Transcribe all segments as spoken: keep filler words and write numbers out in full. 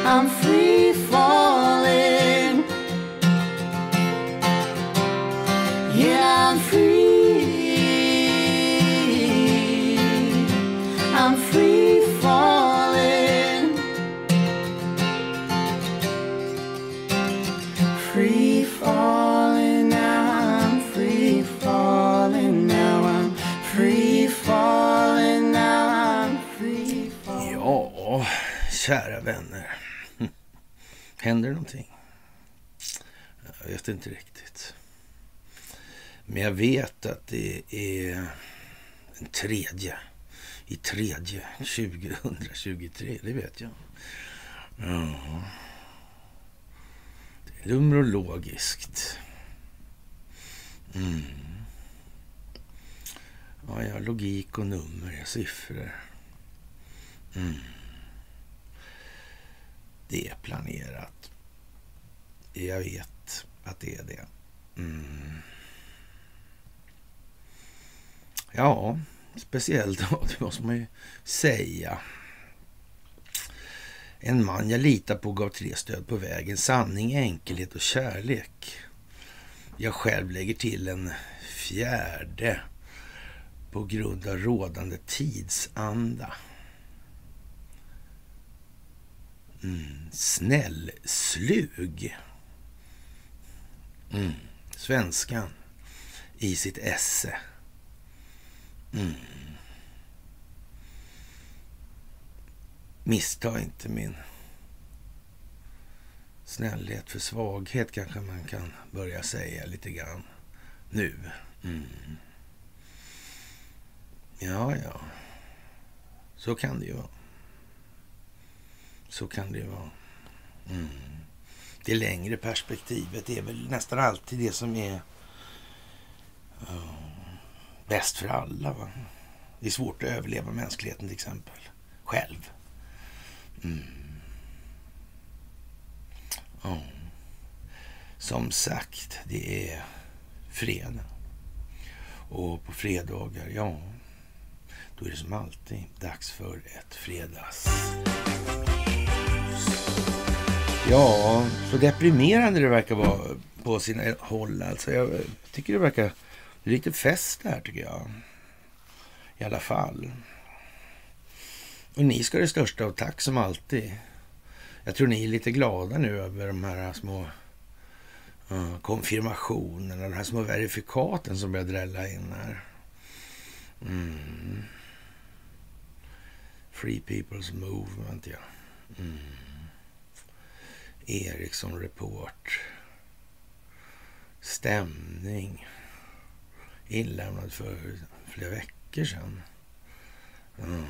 I'm free falling. Yeah, I'm free. I'm free falling. Free falling now. I'm free falling now. I'm free falling now. I'm free falling. Ja, kära vänner. Händer det någonting? Jag vet inte riktigt. Men jag vet att det är en tredje i tredje tjugohundratjugotre. Det vet jag. Ja. Det är numerologiskt. Mm. Ja, jag har logik och nummer, jag siffror. Mm. Det är planerat. Jag vet att det är det. Mm. Ja, speciellt då, det måste man ju säga. En man jag litar på gav tre stöd på vägen. Sanning, enkelhet och kärlek. Jag själv lägger till en fjärde på grund av rådande tidsanda. Mm, snäll slug. Mm, svenskan i sitt esse. Mm. Missta inte min snällhet för svaghet, kanske man kan börja säga lite grann nu. Mm. Ja, ja. Så kan det ju vara. Så kan det ju vara. Mm. Det längre perspektivet är väl nästan alltid det som är uh, bäst för alla, va? Det är svårt att överleva mänskligheten till exempel. Själv. Mm. Ja. Som sagt, det är fredag. Och på fredagar, ja, då är det som alltid dags för ett fredags. Ja, så deprimerande det verkar vara på sina håll. Alltså jag tycker det verkar lite fest här, tycker jag. I alla fall. Och ni ska det största av tack som alltid. Jag tror ni är lite glada nu över de här små uh, konfirmationerna, de här små verifikaten som börjar drälla in här. Mm. Free People's Movement, ja. Mm. Ericsson Report. Stämning. Inlämnad för flera veckor sedan. Mm.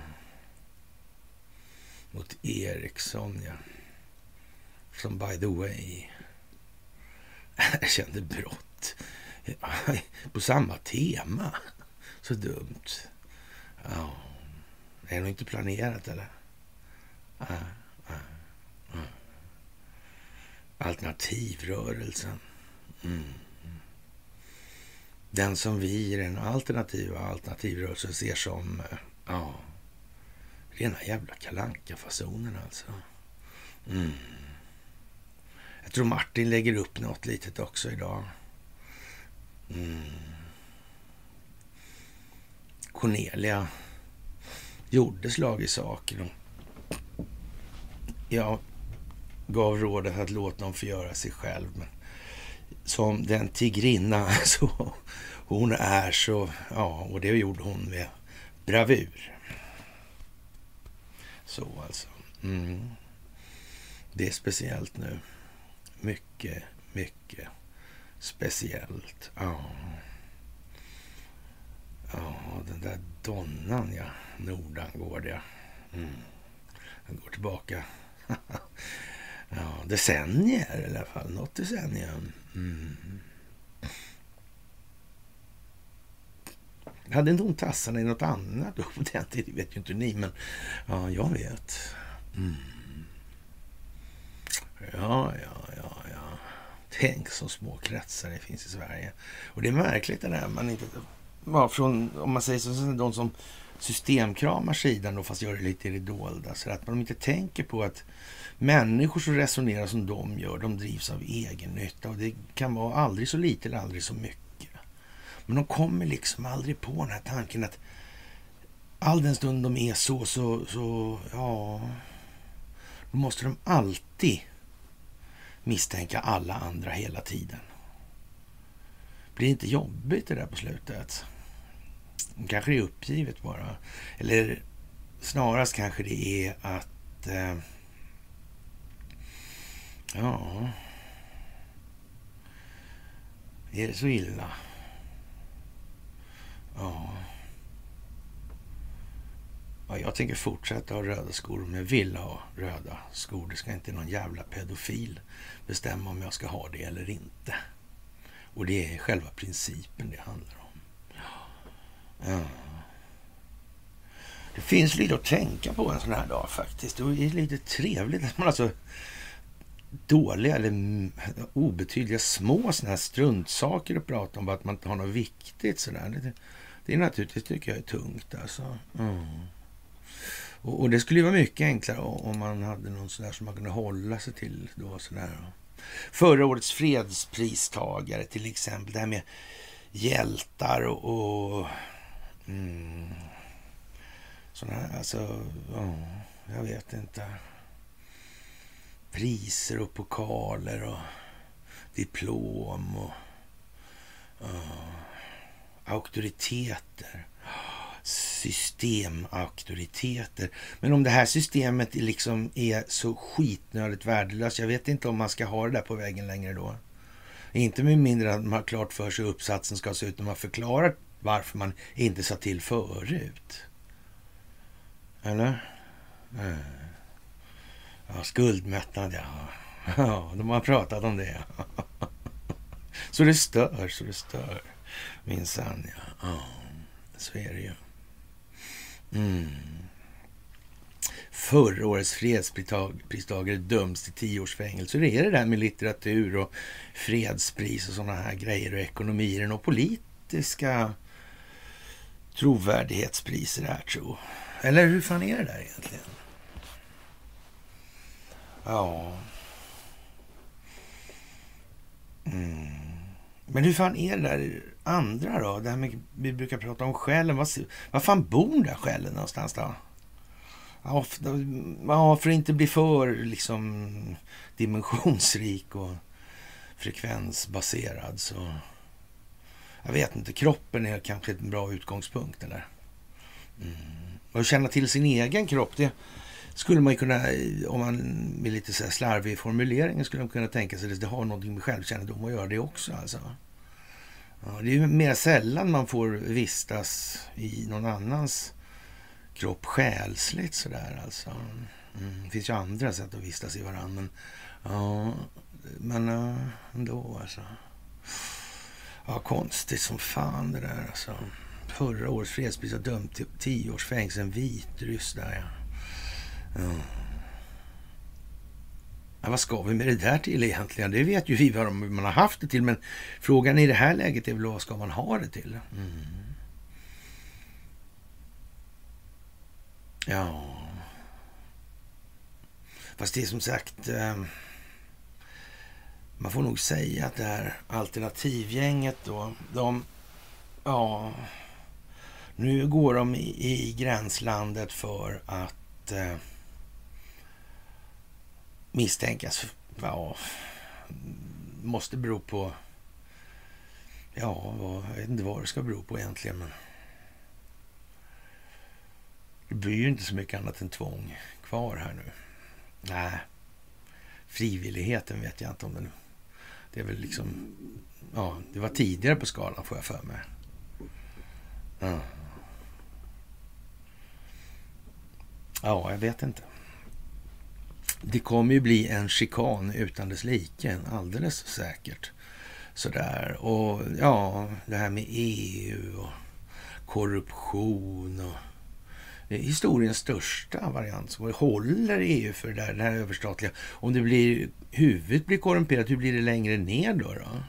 Mot Ericsson, ja. Som by the way. Jag kände brott. På samma tema. Så dumt. Ja. Det är nog inte planerat, eller? Ja. Ja. Ja. Alternativrörelsen. Mm. Den som vi i den alternativa alternativrörelsen ser som ja, rena jävla kalanka-fasonen alltså. Mm. Jag tror Martin lägger upp något litet också idag. Mm. Cornelia gjorde slag i saker. Jag gav rådet att låta dem förgöra sig själv. Men som den tigrinna så hon är så, ja, och det gjorde hon med bravur. Så alltså. Mm. Det är speciellt nu. Mycket, mycket speciellt. Ja. Ja, den där donnan, ja. Nordangård, ja. Mm. Den går tillbaka. Ja, decennier i alla fall. Något decennium. Mm. Hade inte hon tassarna i något annat då på den tiden? Vet ju inte ni, men ja, jag vet. Mm. Ja, ja, ja, ja. Tänk så små kretsar det finns i Sverige. Och det är märkligt det där man inte... Ja, från, om man säger så, de som systemkramar sidan då, fast gör det lite i det dolda. Så att man inte tänker på att människor som resonerar som de gör, de drivs av egen nytta. Och det kan vara aldrig så lite eller aldrig så mycket. Men de kommer liksom aldrig på den här tanken att all den stund de är så, så, så, ja, då måste de alltid misstänka alla andra hela tiden. Blir det inte jobbigt det där på slutet? Kanske det är uppgivet bara. Eller snarast kanske det är att eh, ja, är det så illa? Ja. Ja, jag tänker fortsätta ha röda skor om jag vill ha röda skor. Det ska inte någon jävla pedofil bestämma om jag ska ha det eller inte. Och det är själva principen det handlar om. Ja. Det finns lite att tänka på en sån här dag faktiskt. Det är lite trevligt att man alltså dåliga eller obetydliga små såna här struntsaker att prata om, bara att man inte har något viktigt sådär. Det, det är naturligtvis, tycker jag, är tungt alltså. Mm. Och, och det skulle ju vara mycket enklare om man hade någon sån där som man kunde hålla sig till då sådär. Förra årets fredspristagare till exempel, det här med hjältar och, och mm, sådana här, alltså, ja, jag vet inte. Priser och pokaler och diplom och uh, auktoriteter. Systemauktoriteter. Men om det här systemet liksom är så skitnödigt värdelöst, jag vet inte om man ska ha det där på vägen längre då. Inte med mindre att man har klart för sig uppsatsen ska se ut när man förklarar varför man inte sa till förut. Eller? Mm. Ja, skuldmättnad, ja. Ja, de har pratat om det. Så det stör, så det stör. Minsann, ja. Ja, så är det ju. Mm. Förra årets fredspristagare döms till tio års fängelse. Det är det där med litteratur och fredspris och sådana här grejer och ekonomier och politiska trovärdighetspriser här, tror. Eller hur fan är det där egentligen? Ja. Mm. Men hur fan är det där andra då? Det här med, vi brukar prata om själen. Vad, vad fan bor där själen någonstans då? Ja, för att inte bli för liksom dimensionsrik och frekvensbaserad, så jag vet inte, kroppen är kanske en bra utgångspunkt, eller? Mm. Och känna till sin egen kropp, det skulle man ju kunna, om man med lite så här slarvig formulering, skulle man kunna tänka sig att det har någonting med självkännedom att göra det också, alltså. Ja, det är ju mer sällan man får vistas i någon annans kropp själsligt sådär, alltså. Mm, det finns ju andra sätt att vistas i varandra, men ja, men uh, ändå, alltså. Ja, konstigt som fan det där, alltså. Förra årets fredspris har dömt till tio års fängelse, en Vitryss där, ja. Ja. Ja, vad ska vi med det där till egentligen? Det vet ju vi vad man har haft det till, men frågan i det här läget är väl vad ska man ha det till? Mm. Ja. Fast det är som sagt, eh, man får nog säga att det här alternativgänget då, de, ja, nu går de i, i gränslandet för att eh, misstänkas, ja, måste bero på, ja, vad, jag vet inte vad det ska bero på egentligen, men det blir ju inte så mycket annat än tvång kvar här nu. Nej, frivilligheten vet jag inte om den, det är väl liksom, ja, det var tidigare på skalan, får jag för mig. Ja, ja, jag vet inte. Det kommer ju bli en chikan utan dess like, alldeles säkert. Sådär. Och ja, det här med E U och korruption och det är historiens största variant. Så håller E U för det där, det här överstatliga. Om det blir, huvudet blir korrumperat, hur blir det längre ner då då?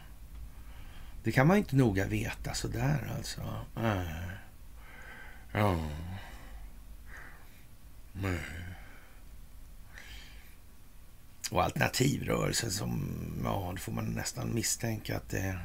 Det kan man ju inte noga veta sådär alltså. Äh. Ja. Mm. Och alternativrörelsen som, ja, det får man nästan misstänka att det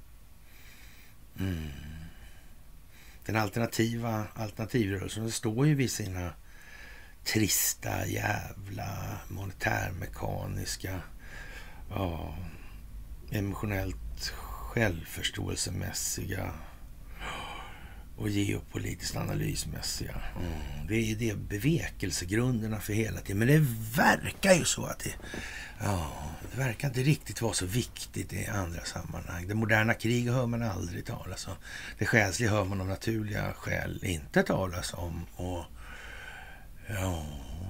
mm. den alternativa alternativrörelsen, det står ju vid sina trista jävla monetärmekaniska, ja, emotionellt självförståelsemässiga och geopolitiskt analysmässiga. Mm. Det är det bevekelsegrunderna för hela tiden. Men det verkar ju så att det, ja, det verkar inte riktigt vara så viktigt i andra sammanhang. Det moderna kriget hör man aldrig talas om. Det själsliga hör man av naturliga skäl inte talas om. Och ja,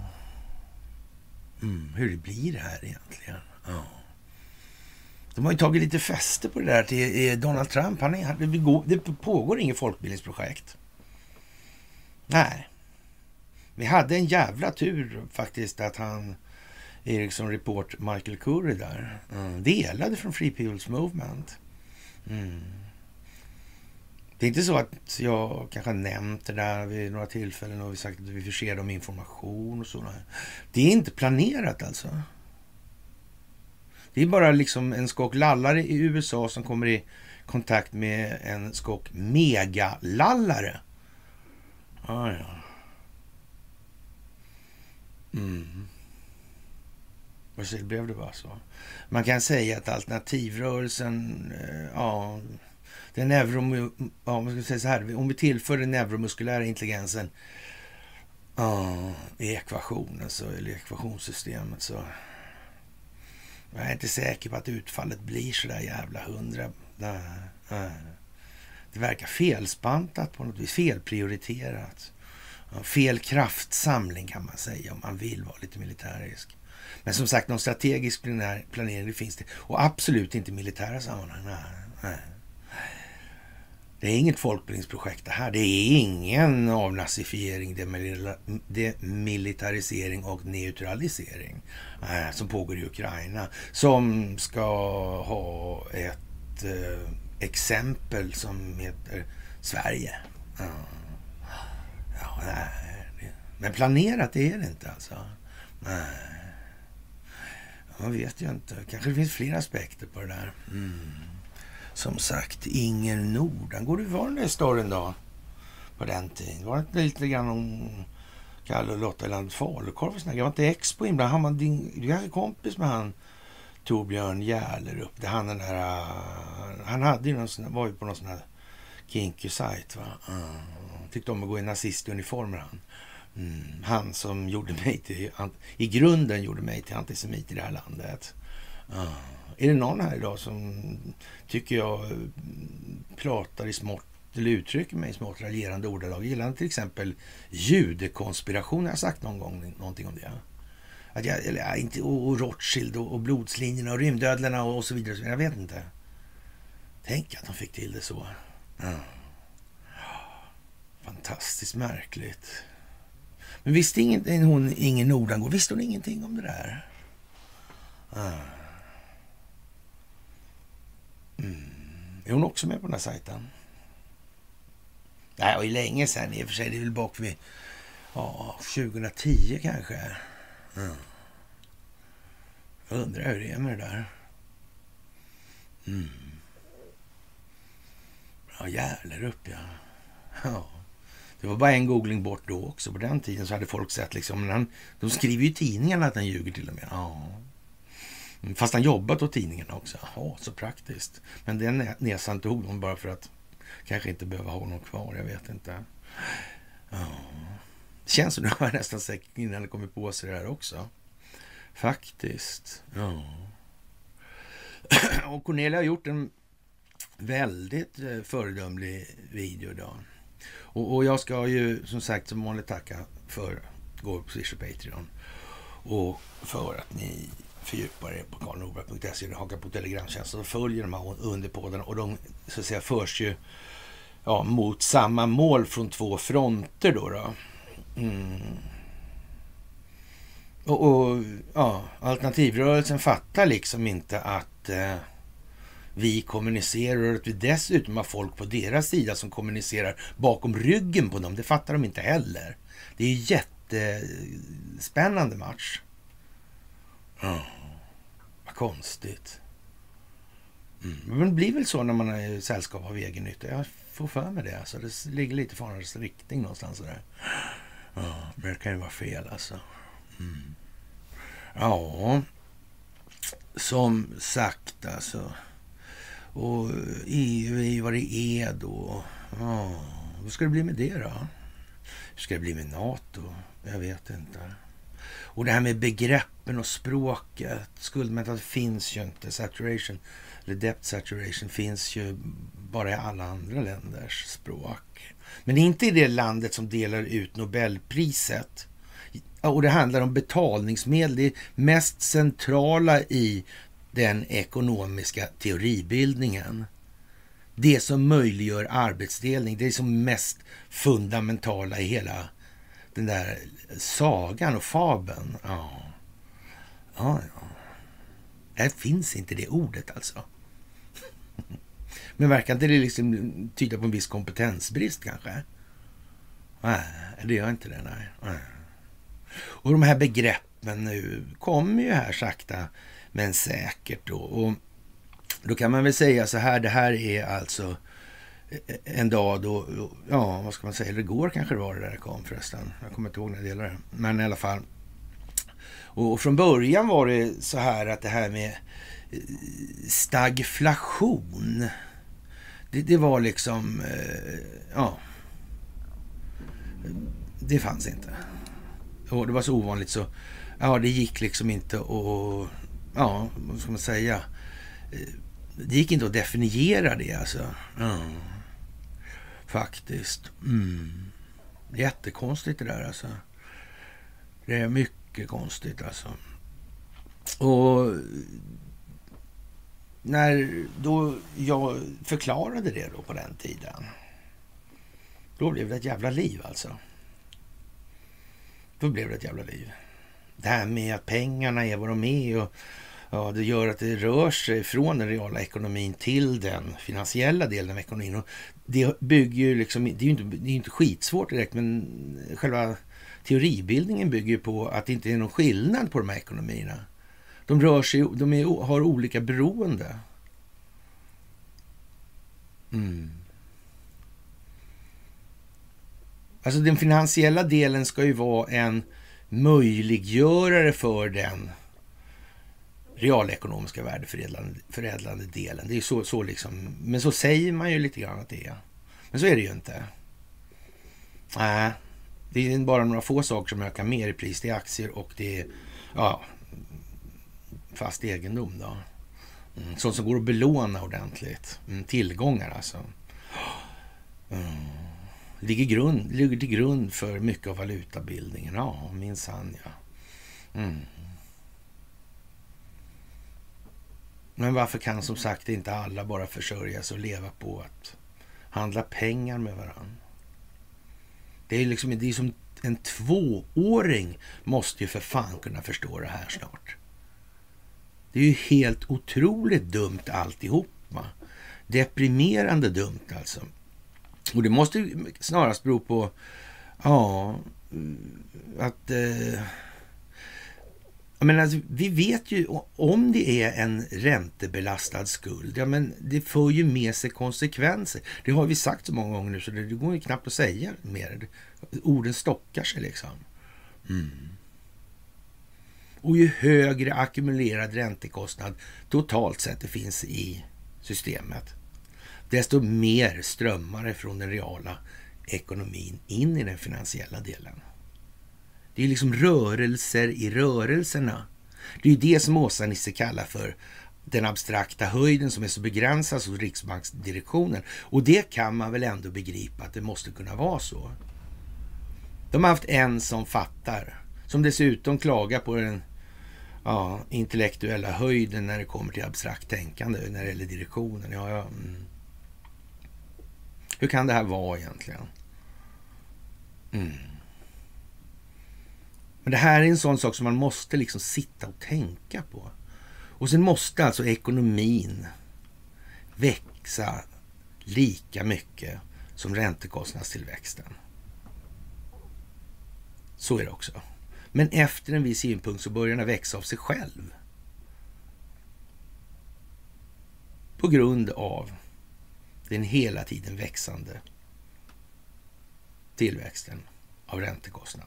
mm, hur det blir här egentligen. Ja. De har ju tagit lite fäste på det där till Donald Trump. Han är, det pågår inget folkbildningsprojekt. Nej. Vi hade en jävla tur faktiskt att han, Ericsson Report, Michael Curry där, mm, delade från Free People's Movement. Mm. Det är inte så att jag kanske har nämnt det där vid några tillfällen och vi sagt att vi förser dem information och sådär. Det är inte planerat alltså. Det är bara liksom en skock lallare i U S A som kommer i kontakt med en skock megalallare. Ah, ja. Mm. Vad så blev det bara så? Man kan säga att alternativrörelsen, ja, den neuro, ja, man ska säga så här, om vi tillför den neuromuskulära intelligensen, ja, i ekvationen så, eller ekvationssystemet, så jag är inte säker på att utfallet blir så där jävla hundra. Nej, nej. Det verkar felspantat på något vis, felprioriterat. Fel kraftsamling kan man säga om man vill vara lite militärisk. Men som sagt, någon strategisk planering det finns det. Och absolut inte militära sammanhang. Nej, nej. Det är inget folkbildningsprojekt det här. Det är ingen avnazifiering, demilitarisering och neutralisering äh, som pågår i Ukraina. Som ska ha ett äh, exempel som heter Sverige. Ja. Ja, nej. Men planerat är det inte alltså. Nej. Man vet ju inte. Kanske det finns fler aspekter på det där. Mm. Som sagt, Inger Nordan. Går du var den där storyn då? På den tiden. Var det lite grann om Kalle och Lotta Land Falukorv och sådär? Jag var inte expo inbland. Han var din, du är kompis med han Torbjörn Järlerup. Det han den där, uh, han hade ju någon sån, var ju på någon sån här kinky site, va? Uh, tyckte om att gå i nazistuniformer han. Mm, han som gjorde mig till, i grunden gjorde mig till antisemit i det här landet. Uh. Är det någon här idag som tycker jag pratar i smått eller uttrycker mig i smått raljerande ordalag gällande till exempel judekonspiration? Jag har sagt någon gång någonting om det. Att jag, eller, inte, och, och Rothschild och, och blodslinjerna och rymdödlarna och, och så vidare. Jag vet inte. Tänk att de fick till det så. Mm. Fantastiskt märkligt. Men visste ingen, hon, ingen Nordangård, visste hon ingenting om det där? Mm. Mm. Är hon också med på den här sajten? Nej, och i länge sedan i och för sig. Det är väl bak vid ja, tjugohundratio kanske. Mm. Jag undrar hur det är med det där. Mm. Ja, Järlerup, ja. Ja. Det var bara en googling bort då också. På den tiden så hade folk sett liksom. Men han, de skriver ju i tidningarna att han ljuger till och med. Ja. Fast han jobbat åt tidningarna också. Ja, så praktiskt. Men den näsan tog de bara för att kanske inte behöva ha någon kvar. Jag vet inte. Ja. Det känns som det var nästan säkert innan det kommer på sig det här också. Faktiskt. Ja. Och Cornelia har gjort en väldigt föredömlig video idag. Och, och jag ska ju som sagt som vanligt tacka för gå på Swish och Patreon. Och för att ni fördjupar er på karl norberg punkt se och hakar på telegramtjänsten och följer de här underpoddarna. Och de så att säga förs ju ja, mot samma mål från två fronter då. då. Mm. Och, och ja, alternativrörelsen fattar liksom inte att eh, vi kommunicerar och att vi dessutom har folk på deras sida som kommunicerar bakom ryggen på dem. Det fattar de inte heller. Det är jätte jättespännande match. Ja, vad konstigt. Mm. Men det blir väl så när man är i sällskap av egen nytta. Jag får för mig det. Alltså. Det ligger lite farans riktning någonstans. Där. Ja, men det kan ju vara fel alltså. Mm. Ja, som sagt alltså. Och E U är ju vad det är då. Ja, vad ska det bli med det då? Hur ska det bli med NATO? Jag vet inte. Och det här med begreppen och språket. Skuldmättnad finns ju inte. Saturation, eller depth saturation finns ju bara i alla andra länders språk. Men inte i det landet som delar ut Nobelpriset. Och det handlar om betalningsmedel. Det mest centrala i den ekonomiska teoribildningen. Det som möjliggör arbetsdelning. Det är som mest fundamentala i hela den där sagan och fabeln. Ja. Ja, ja. Här finns inte det ordet alltså. Men verkar inte det liksom tyda på en viss kompetensbrist kanske? Nej, det gör inte det, nej. nej. Och de här begreppen nu kommer ju här sakta men säkert då. Och då kan man väl säga så här, det här är alltså en dag då, ja vad ska man säga, eller igår kanske det var det där det kom förresten. Jag kommer inte ihåg när jag delade det. Men i alla fall. Och från början var det så här att det här med stagflation, det, det var liksom, ja, det fanns inte. Och det var så ovanligt så, ja det gick liksom inte och, ja vad ska man säga, det gick inte att definiera det alltså. Mm. Faktiskt. Mm. Jättekonstigt det där alltså. Det är mycket konstigt alltså. Och när då jag förklarade det då på den tiden, då blev det ett jävla liv alltså. Då blev det ett jävla liv. Det här med att pengarna är vad de är och ja, det gör att det rör sig från den reala ekonomin till den finansiella delen av ekonomin. Och det bygger ju liksom, det är ju inte, det är inte skitsvårt direkt, men själva teoribildningen bygger ju på att det inte är någon skillnad på de här ekonomierna. De rör sig, de är, har olika beroende. Mm. Alltså den finansiella delen ska ju vara en möjliggörare för den realekonomiska värdeförädlande förädlande delen. Det är så, så liksom, men så säger man ju lite grann att det är. Men så är det ju inte. Nej, det är bara några få saker som ökar mer i pris. Det är aktier och det är ja, fast egendom då. Mm, sånt som går att belåna ordentligt. Mm, tillgångar alltså. Mm. Ligger, grund, ligger till grund för mycket av valutabildningen. Ja, minsann ja. Mm. Men varför kan som sagt inte alla bara försörjas och leva på att handla pengar med varandra? Det är liksom, det är som en tvååring måste ju för fan kunna förstå det här snart. Det är ju helt otroligt dumt alltihopa. Deprimerande dumt alltså. Och det måste ju snarast bero på ja, att eh, jag menar, alltså, vi vet ju om det är en räntebelastad skuld, ja men det får ju med sig konsekvenser. Det har vi sagt så många gånger nu så det, det går ju knappt att säga mer. Orden stockar sig liksom. Mm. Och ju högre ackumulerad räntekostnad totalt sett det finns i systemet, desto mer strömmar från den reala ekonomin in i den finansiella delen. Det är liksom rörelser i rörelserna. Det är ju det som Åsa-Nisse kallar för den abstrakta höjden som är så begränsad hos Riksbanksdirektionen. Och det kan man väl ändå begripa att det måste kunna vara så. De har haft en som fattar, som dessutom klagar på den ja, intellektuella höjden när det kommer till abstrakt tänkande, när det gäller direktionen. Ja, ja, mm. Hur kan det här vara egentligen? Mm. Men det här är en sån sak som man måste liksom sitta och tänka på. Och sen måste alltså ekonomin växa lika mycket som räntekostnadstillväxten. Så är det också. Men efter en viss synpunkt så börjar den växa av sig själv. På grund av den hela tiden växande tillväxten av räntekostnad.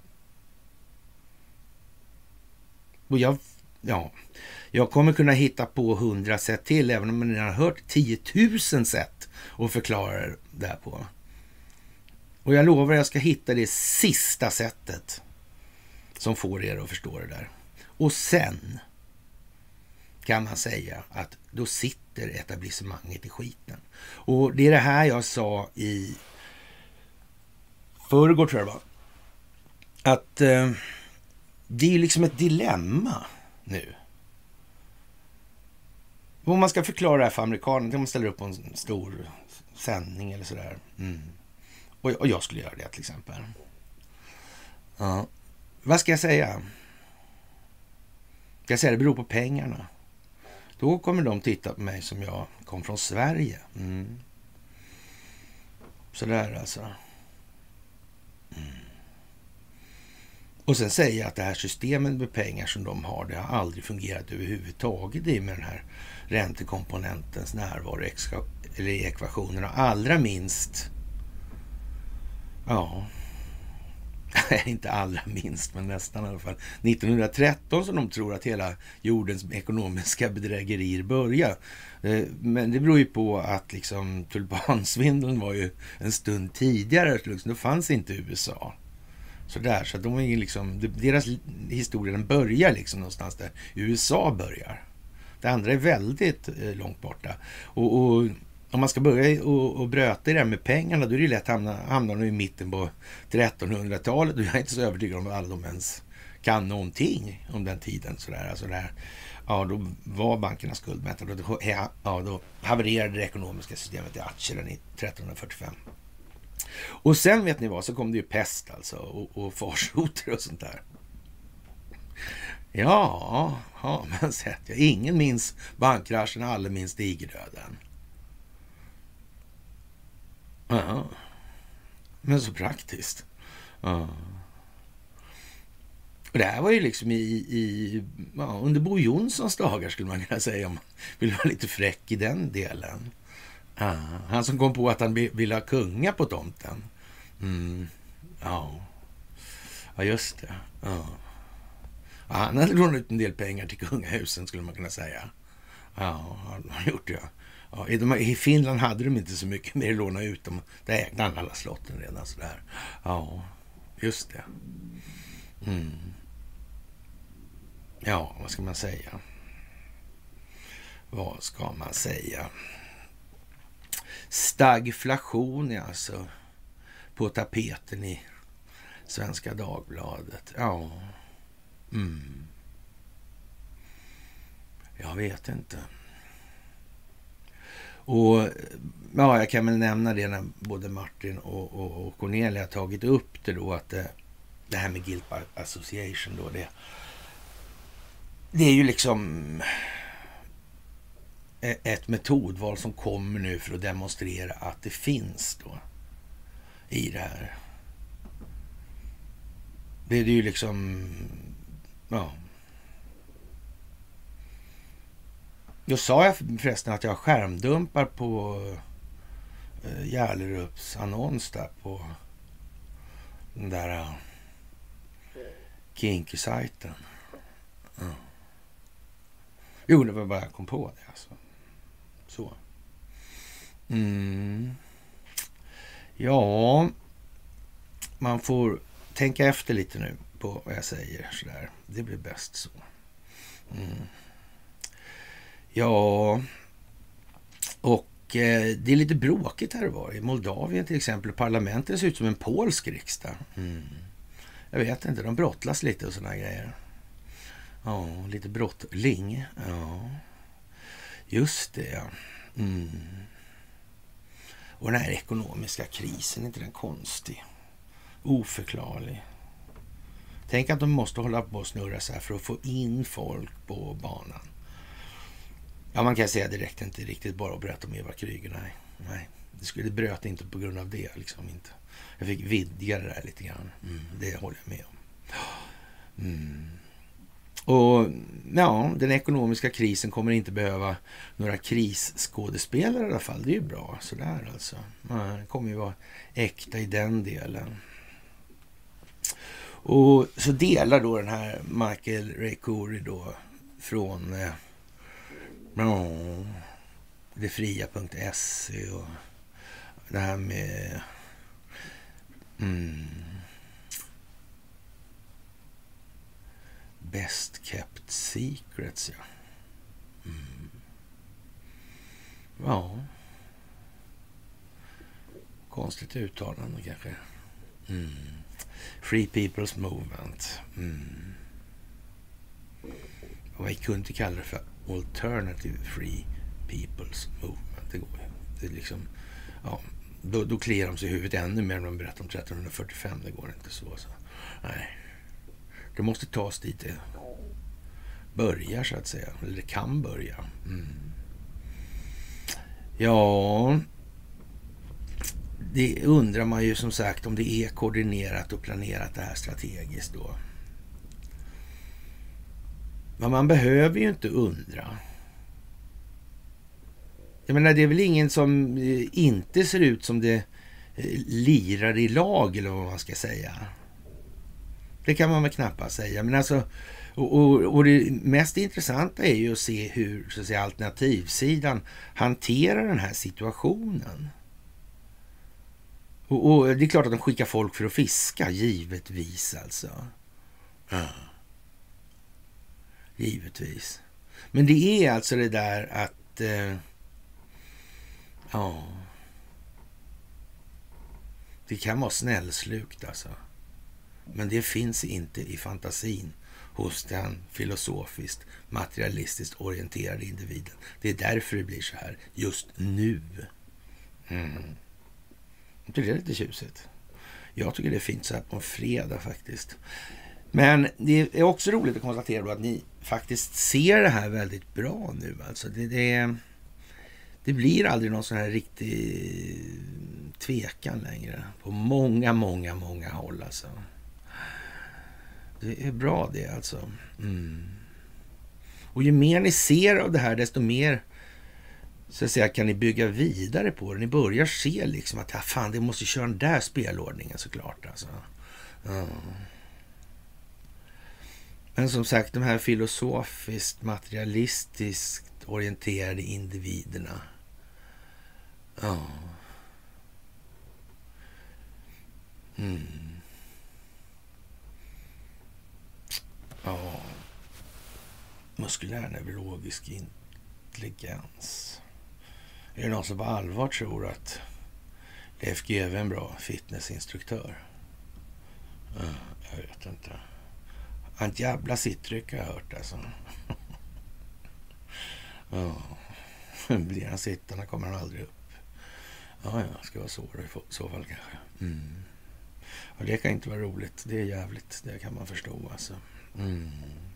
Och jag, ja, jag kommer kunna hitta på hundra sätt till, även om ni har hört tiotusen sätt att förklara det där på. Och jag lovar att jag ska hitta det sista sättet som får er att förstå det där. Och sen kan man säga att då sitter etablissemanget i skiten. Och det är det här jag sa i förrgår, tror jag det var. Att eh, det är liksom ett dilemma nu. Om man ska förklara det här för amerikanerna, om man ställer upp på en stor sändning eller sådär. Mm. Och, och jag skulle göra det till exempel. Ja. Vad ska jag säga? Ska jag säga det beror på pengarna? Då kommer de titta på mig som jag kom från Sverige. Mm. Sådär alltså. Mm. Och sen säga att det här systemet med pengar som de har, det har aldrig fungerat överhuvudtaget i med den här räntekomponentens närvaro eller ekvationerna. Allra minst, ja, inte allra minst, men nästan i alla fall, nittonhundratretton, som de tror att hela jordens ekonomiska bedrägerier börjar. Men det beror ju på att liksom tulpansvindeln var ju en stund tidigare, liksom, då fanns inte U S A. Så där, så de är liksom, deras historia den börjar liksom någonstans där U S A börjar. Det andra är väldigt eh, långt borta. Och, och om man ska börja och, och bröta i det här med pengarna, då är det lätt att hamna, hamna i mitten på trettonhundratalet. Och jag är inte så övertygad om att alla de ens kan någonting om den tiden. Så där. Alltså där, ja, då var bankerna skuldmättade. Då, ja, då havererade det ekonomiska systemet i Atchelen i trettonhundrafyrtiofem. Och sen vet ni vad, så kom det ju pest alltså och, och farsoter och sånt där. Ja, har man sett. Ja, ingen minns bankkraschen, alla minns digerdöden. Ja, men så praktiskt. Ja. Och det här var ju liksom i, i ja, under Bo Jonssons dagar, skulle man kunna säga, om man vill vara lite fräck i den delen. Ah, han som kom på att han ville ha kunga på tomten. Mm, ja. Ja, just det. Ja. Ja, han hade lånat ut en del pengar till kungahusen, skulle man kunna säga. Ja, han har gjort det. Ja, i, de, I Finland hade de inte så mycket mer att låna ut. De, där ägde han alla slotten redan. Sådär. Ja, just det. Mm. Ja, vad ska man säga? Vad ska man säga? Stagflation är alltså på tapeten i Svenska Dagbladet. Ja. Mm. Jag vet inte. Och ja, jag kan väl nämna det när både Martin och, och, och Cornelia har tagit upp det då, att det, det här med guilt by association då, det, det är ju liksom ett metodval som kommer nu för att demonstrera att det finns då i det här. Det är ju liksom, ja. Då sa jag förresten att jag skärmdumpar på uh, Järlerups annons där på den där uh, Kinky-sajten. Uh. Jo, det var bara jag kom på det alltså. Så. Mm. Ja, man får tänka efter lite nu på vad jag säger sådär. Det blir bäst så. Mm. Ja, och eh, det är lite bråkigt här var i Moldavien till exempel. Parlamentet ser ut som en polsk riksdag. Mm. Jag vet inte, de brottlas lite och såna grejer. Ja, lite brottling. Ja, just det. Ja. Mm. Och den här ekonomiska krisen, är inte den konstig? Oförklarlig. Tänk att de måste hålla på och snurra så här för att få in folk på banan. Ja, man kan säga direkt inte riktigt bara att berätta om Eva Kryger. Nej, nej. Det, skulle, det bröt inte på grund av det. Liksom inte. Jag fick vidga det där lite grann. Mm, det håller jag med om. Mm. Och ja, den ekonomiska krisen kommer inte behöva några krisskådespelare i alla fall. Det är ju bra sådär alltså. Det kommer ju vara äkta i den delen. Och så delar då den här Michael Ray Curry då från eh, ja, detfria punkt se och det här med mm, Best Kept Secrets, ja. Mm. Ja. Konstigt uttalande kanske. Mm. Free People's Movement. Mm. Och vi kunde inte kalla det för Alternative Free People's Movement. Det går ju. Det är liksom, ja, då, då kliar de sig i huvudet ännu mer när de berättar om tretton fyrtiofem. Det går inte så. så. Nej. Det måste tas dit det börjar så att säga. Eller det kan börja. Mm. Ja, det undrar man ju som sagt om det är koordinerat och planerat det här strategiskt då. Men man behöver ju inte undra. Jag menar, det är väl ingen som inte ser ut som det lirar i lag eller vad man ska säga. Det kan man väl knappast säga. Men alltså, och, och, och det mest intressanta är ju att se hur så att säga, alternativsidan hanterar den här situationen. Och, och det är klart att de skickar folk för att fiska, givetvis alltså. Ja. Givetvis. Men det är alltså det där att eh, ja, det kan vara snällslukt alltså. Men det finns inte i fantasin hos den filosofiskt, materialistiskt orienterade individen. Det är därför det blir så här just nu. Mm. Jag tycker det är lite tjusigt. Jag tycker det är fint så här på en fredag faktiskt. Men det är också roligt att konstatera då att ni faktiskt ser det här väldigt bra nu. Alltså det, det, det blir aldrig någon sån här riktig tvekan längre. På många, många, många håll alltså. Det är bra det alltså. Mm. Och ju mer ni ser av det här, desto mer så att säga kan ni bygga vidare på det. Ni börjar se liksom att ja, fan, det måste köra den där spelordningen såklart alltså. Ja. Men som sagt, de här filosofiskt, materialistiskt orienterade individerna. Ja. Mm. Ja. Muskulär neurologisk intelligens. Är det någon som på allvar tror att Leif G W är en bra fitnessinstruktör? Ja, jag vet inte. Han jävla sittryck har jag hört alltså. Ja. Blir han sittande kommer han aldrig upp. Ja, ja, ska vara så i så fall kanske. Mm. Och det kan inte vara roligt. Det är jävligt. Det kan man förstå alltså. Mm.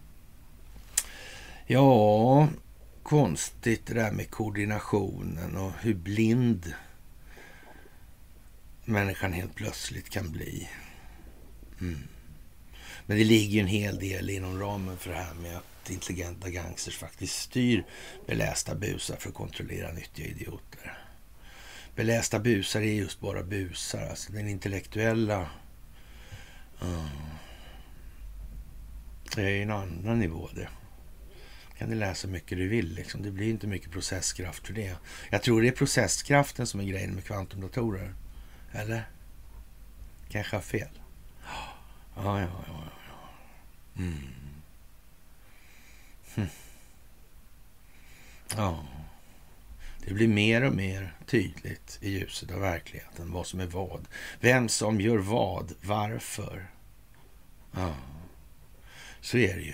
Ja, konstigt det där med koordinationen och hur blind människan helt plötsligt kan bli. Mm. Men det ligger ju en hel del inom ramen för det här med att intelligenta gangsters faktiskt styr belästa busar för att kontrollera nyttiga idioter. Belästa busar är just bara busar. Alltså den intellektuella uh, det är en annan nivå det. Kan du läsa mycket du vill liksom. Det blir inte mycket processkraft för det. Jag tror det är processkraften som är grejen med kvantumdatorer. Eller? Kanske har fel. Ja, ja, ja, ja. Mm. Hm. Ja. Det blir mer och mer tydligt i ljuset av verkligheten vad som är vad. Vem som gör vad, varför. Ja. Så är det ju.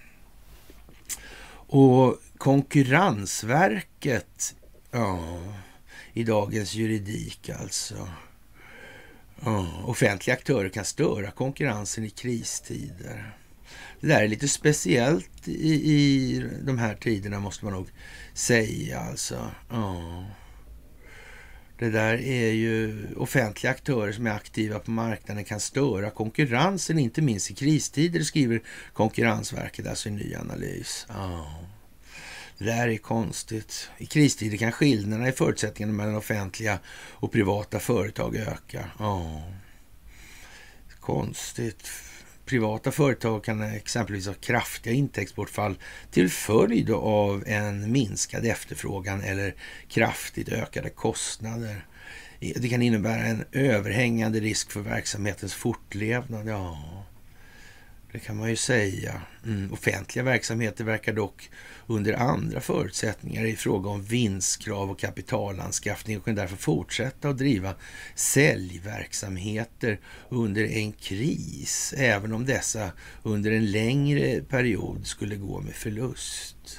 Och Konkurrensverket, ja, i dagens juridik alltså. Ja, offentliga aktörer kan störa konkurrensen i kristider. Det där är lite speciellt i, i de här tiderna måste man nog säga alltså. Ja. Det där är ju offentliga aktörer som är aktiva på marknaden kan störa konkurrensen, inte minst i kristider, skriver Konkurrensverket, alltså i en ny analys. Ja. Det där är konstigt. I kristider kan skillnaderna i förutsättningarna mellan offentliga och privata företag öka. Ja. Konstigt. Privata företag kan exempelvis ha kraftiga intäktsbortfall till följd av en minskad efterfrågan eller kraftigt ökade kostnader. Det kan innebära en överhängande risk för verksamhetens fortlevnad. Ja, det kan man ju säga. Mm. Offentliga verksamheter verkar dock under andra förutsättningar i fråga om vinstkrav och kapitalanskaffning och kan därför fortsätta att driva säljverksamheter under en kris, även om dessa under en längre period skulle gå med förlust.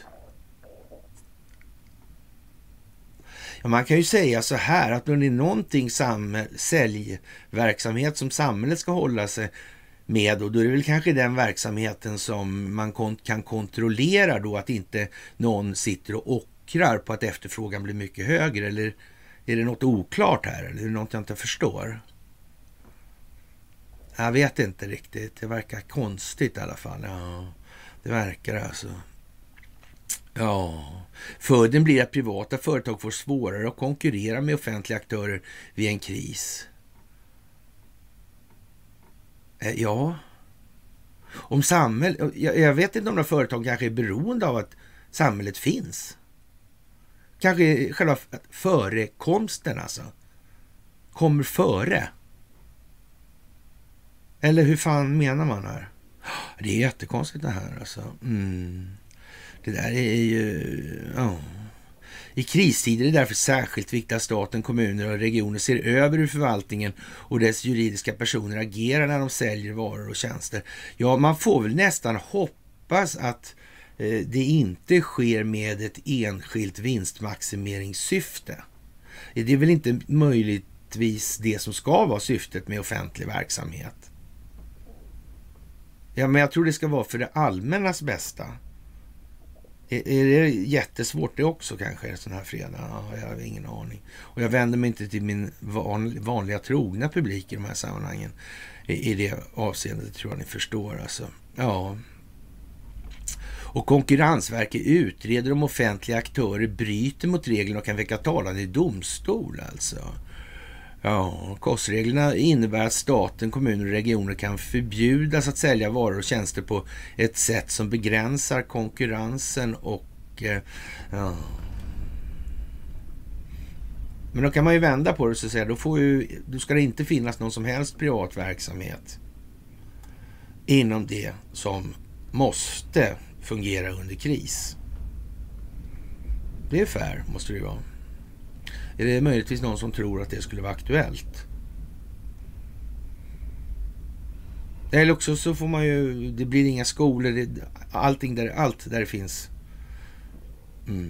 Ja, man kan ju säga så här att om det är någonting samhäll- säljverksamhet som samhället ska hålla sig med, och då är det väl kanske den verksamheten som man kon- kan kontrollera då, att inte någon sitter och ockrar på att efterfrågan blir mycket högre, eller är det något oklart här, eller är det något jag inte förstår? Jag vet inte riktigt, det verkar konstigt i alla fall. Ja, det verkar alltså. Ja, följden blir att privata företag får svårare att konkurrera med offentliga aktörer vid en kris. Ja, om samhället, jag, jag vet inte om några företag kanske är beroende av att samhället finns. Kanske själva förekomsten alltså kommer före. Eller hur fan menar man här? Det är jättekonstigt det här alltså. Mm. Det där är ju... Ja. I kristider är det därför särskilt viktigt att staten, kommuner och regioner ser över hur förvaltningen och dess juridiska personer agerar när de säljer varor och tjänster. Ja, man får väl nästan hoppas att eh, det inte sker med ett enskilt vinstmaximeringssyfte. Det är väl inte möjligtvis det som ska vara syftet med offentlig verksamhet. Ja, men jag tror det ska vara för det allmännas bästa. Är, är det jättesvårt det också kanske en sån här fredag? Ja, jag har ingen aning. Och jag vänder mig inte till min van, vanliga trogna publik i de här sammanhangen. I, i det avseendet tror jag ni förstår alltså. Ja. Och Konkurrensverket utreder om offentliga aktörer bryter mot reglerna och kan väcka talan i domstol alltså. Ja, kostreglerna innebär att staten, kommuner och regioner kan förbjudas att sälja varor och tjänster på ett sätt som begränsar konkurrensen och eh, ja. Men då kan man ju vända på det så att säga, då, får ju, då ska det inte finnas någon som helst privat verksamhet inom det som måste fungera under kris. Det är fair, måste det ju vara. Är det möjligtvis någon som tror att det skulle vara aktuellt? Eller också så får man ju, det blir inga skolor, det, allting där, allt där det finns. Mm.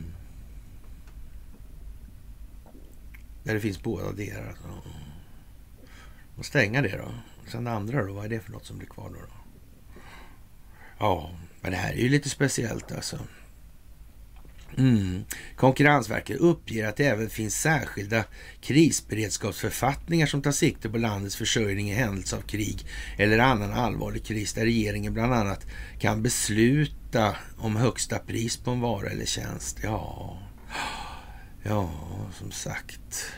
Där det finns båda delar. Och stänga det då. Sen det andra då, vad är det för något som blir kvar då? då? Ja, men det här är ju lite speciellt alltså. Mm. Konkurrensverket uppger att det även finns särskilda krisberedskapsförfattningar som tar sikte på landets försörjning i händelse av krig eller annan allvarlig kris, där regeringen bland annat kan besluta om högsta pris på en vara eller tjänst. Ja, ja, som sagt.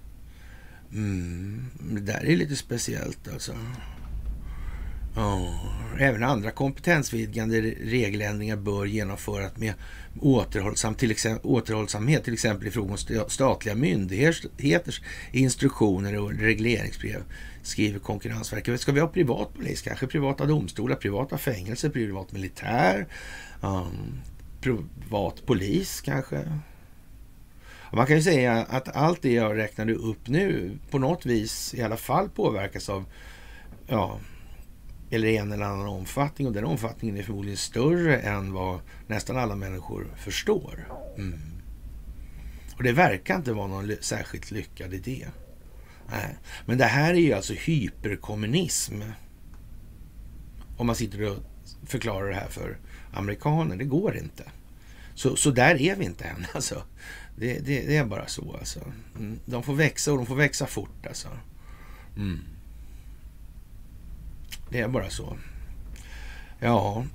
Mm. Det där är lite speciellt alltså. Ja, även andra kompetensvidgande regeländringar bör genomföras med återhållsam, till exempel, återhållsamhet, till exempel i fråga om statliga myndigheters instruktioner och regleringsbrev, skriver Konkurrensverket. Ska vi ha privat polis, kanske privata domstolar, privata fängelser, privat militär, um, privat polis kanske? Och man kan ju säga att allt det jag räknade upp nu på något vis i alla fall påverkas av ja, eller en eller annan omfattning, och den omfattningen är förmodligen större än vad nästan alla människor förstår. Mm. Och det verkar inte vara någon särskilt lyckad idé. Nej. Men det här är ju alltså hyperkommunism. Om man sitter och förklarar det här för amerikaner, det går inte. Så, så där är vi inte än alltså. Det, det, det är bara så alltså. Mm. De får växa och de får växa fort alltså. Mm. Det är bara så. Ja.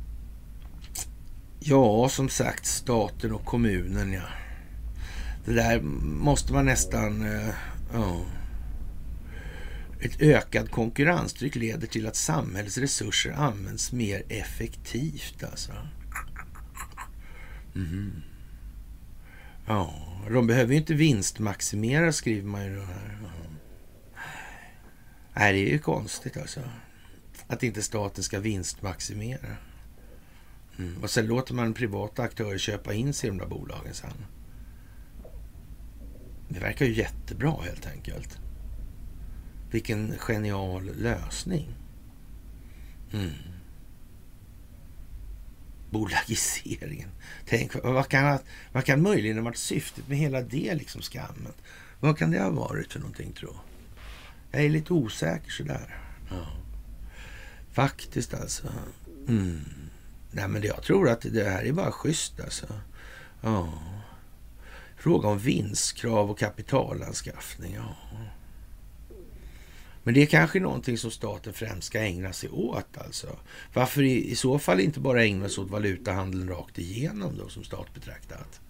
Ja, som sagt, staten och kommunen, ja. Det där måste man nästan... Uh, uh. Ett ökat konkurrenstryck leder till att samhällets resurser används mer effektivt alltså. Mm. Ja, de behöver ju inte vinstmaximera, skriver man ju här. Nej, det är ju konstigt alltså. Att inte staten ska vinstmaximera. Mm. Och sen låter man privata aktörer köpa in sig i de där bolagen sen. Det verkar ju jättebra helt enkelt. Vilken genial lösning. Mm. Bolagiseringen. Tänk, vad kan, vad kan möjligen ha varit syftet med hela det liksom skammen? Vad kan det ha varit för någonting, tror jag? Jag är lite osäker sådär. Ja. Faktiskt alltså. Mm. Nej, men jag tror att det här är bara schysst alltså. Ja. Fråga om vinstkrav och kapitalanskaffning. Ja. Men det är kanske någonting som staten främst ska ägna sig åt alltså. Varför i, i så fall inte bara ägna sig åt valutahandeln rakt igenom då, som stat betraktat?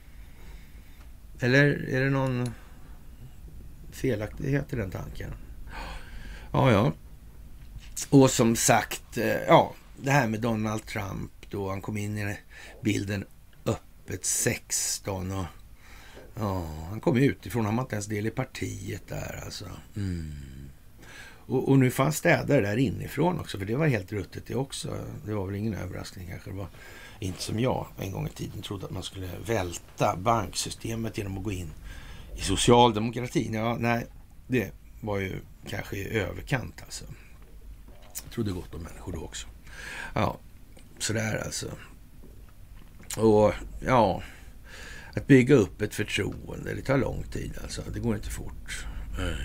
Eller är det någon felaktighet i den tanken? Ja, ja. Och som sagt, ja, det här med Donald Trump då, han kom in i bilden öppet sexton och ja, han kom utifrån, han var inte ens del i partiet där alltså. Mm. Och, och nu fanns städare där inifrån också, för det var helt ruttet det också. Det var väl ingen överraskning kanske. Det var inte som jag en gång i tiden trodde att man skulle välta banksystemet genom att gå in i socialdemokratin. Ja, nej, det var ju kanske i överkant alltså. Jag trodde gott om människor då också. Ja, sådär alltså. Och ja, att bygga upp ett förtroende, det tar lång tid alltså. Det går inte fort. Mm.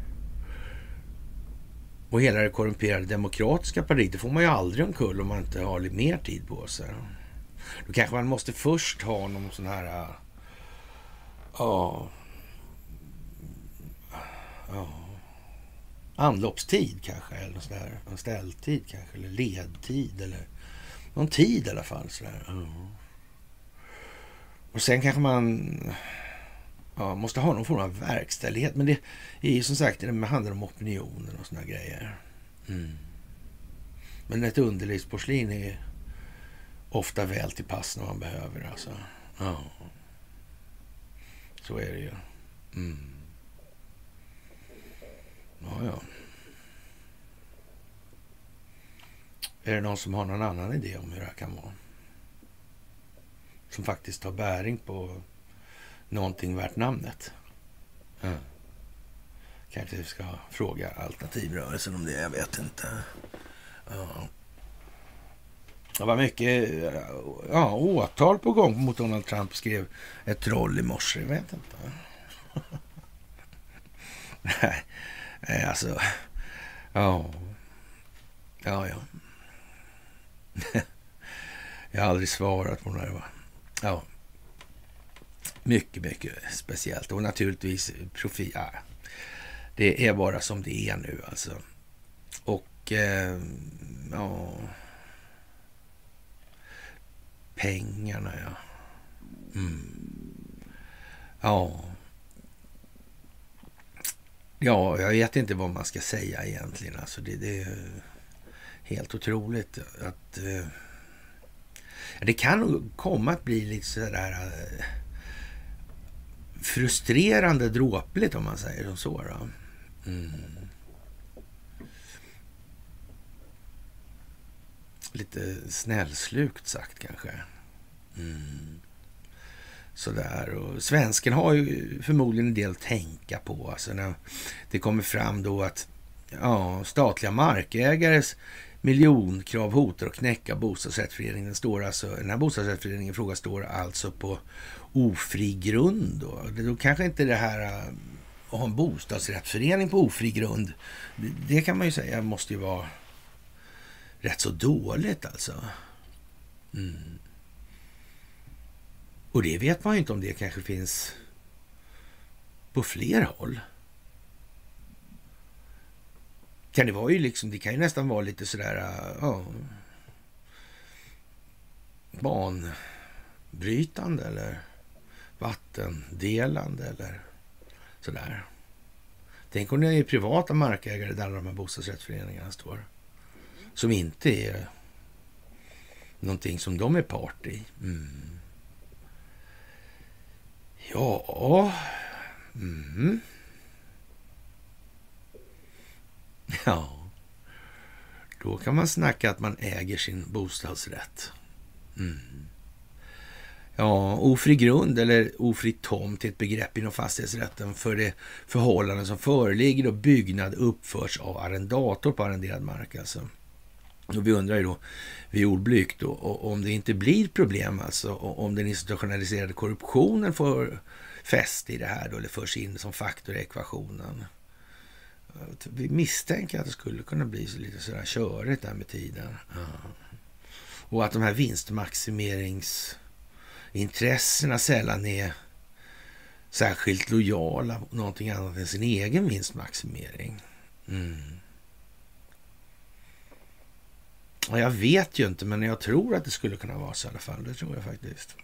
Och hela det korrumperade demokratiska partiet, det får man ju aldrig omkull om man inte har lite mer tid på sig. Då kanske man måste först ha någon sån här... Ja... Ja... anloppstid kanske, eller sån där, en ställtid kanske, eller ledtid, eller någon tid i alla fall. Sådär. Mm. Och sen kanske man... Ja, måste ha någon form av verkställighet. Men det är ju som sagt, det handlar om opinionen och såna grejer. Mm. Men ett underlivsporslin är ofta väl till pass när man behöver. Alltså. Ja. Så är det ju. Mm. Ja, ja. Är det någon som har någon annan idé om hur det här kan vara? Som faktiskt tar bäring på någonting värt namnet. Ja. Kanske vi ska fråga alternativrörelsen om det, jag vet inte. Ja. Det var mycket ja, åtal på gång mot Donald Trump, skrev ett troll i morse, jag vet inte. Nej, alltså. Ja. Ja, ja. Jag har aldrig svarat på det här. Ja. Mycket, mycket speciellt. Och naturligtvis profil. Ja, det är bara som det är nu alltså. Och eh, ja. Pengarna, ja. Mm. Ja. Ja, jag vet inte vad man ska säga egentligen. Alltså det, det är helt otroligt att eh, det kan nog komma att bli lite sådär eh, frustrerande dråpligt, om man säger som så då. Mm. Lite snällslukt sagt kanske. Mm. Sådär. Och svensken har ju förmodligen en del att tänka på. Alltså när det kommer fram då att ja, statliga markägares miljonkrav hotar att knäcka bostadsrättsföreningen. Den, står alltså, den här bostadsrättsföreningen i fråga står alltså på ofri grund. Då, då kanske inte det här att ha en bostadsrättsförening på ofri grund, det, det kan man ju säga måste ju vara rätt så dåligt alltså. Mm. Och det vet man ju inte om det kanske finns på fler håll. Kan det vara ju liksom, det kan ju nästan vara lite sådär, ja, banbrytande eller vattendelande eller sådär. Tänk om det är privata markägare där de här bostadsrättsföreningarna står. Som inte är någonting som de är part i. Mm. Ja. Mm. Ja. Då kan man snacka att man äger sin bostadsrätt. Mm. Ja, ofri grund eller ofri tomt till ett begrepp inom fastighetsrätten för det förhållanden som föreligger då byggnad uppförs av arrendator på arrenderad mark. Alltså. Och vi undrar ju då vid ordblygt då, om det inte blir problem, alltså om den institutionaliserade korruptionen får fäst i det här då, eller förs in som faktor i ekvationen. Vi misstänker att det skulle kunna bli så lite sådär körigt där med tiden. Ja. Och att de här vinstmaximeringsintressena sällan är särskilt lojala mot någonting annat än sin egen vinstmaximering. Mm. Och jag vet ju inte, men jag tror att det skulle kunna vara så i alla fall. Det tror jag faktiskt.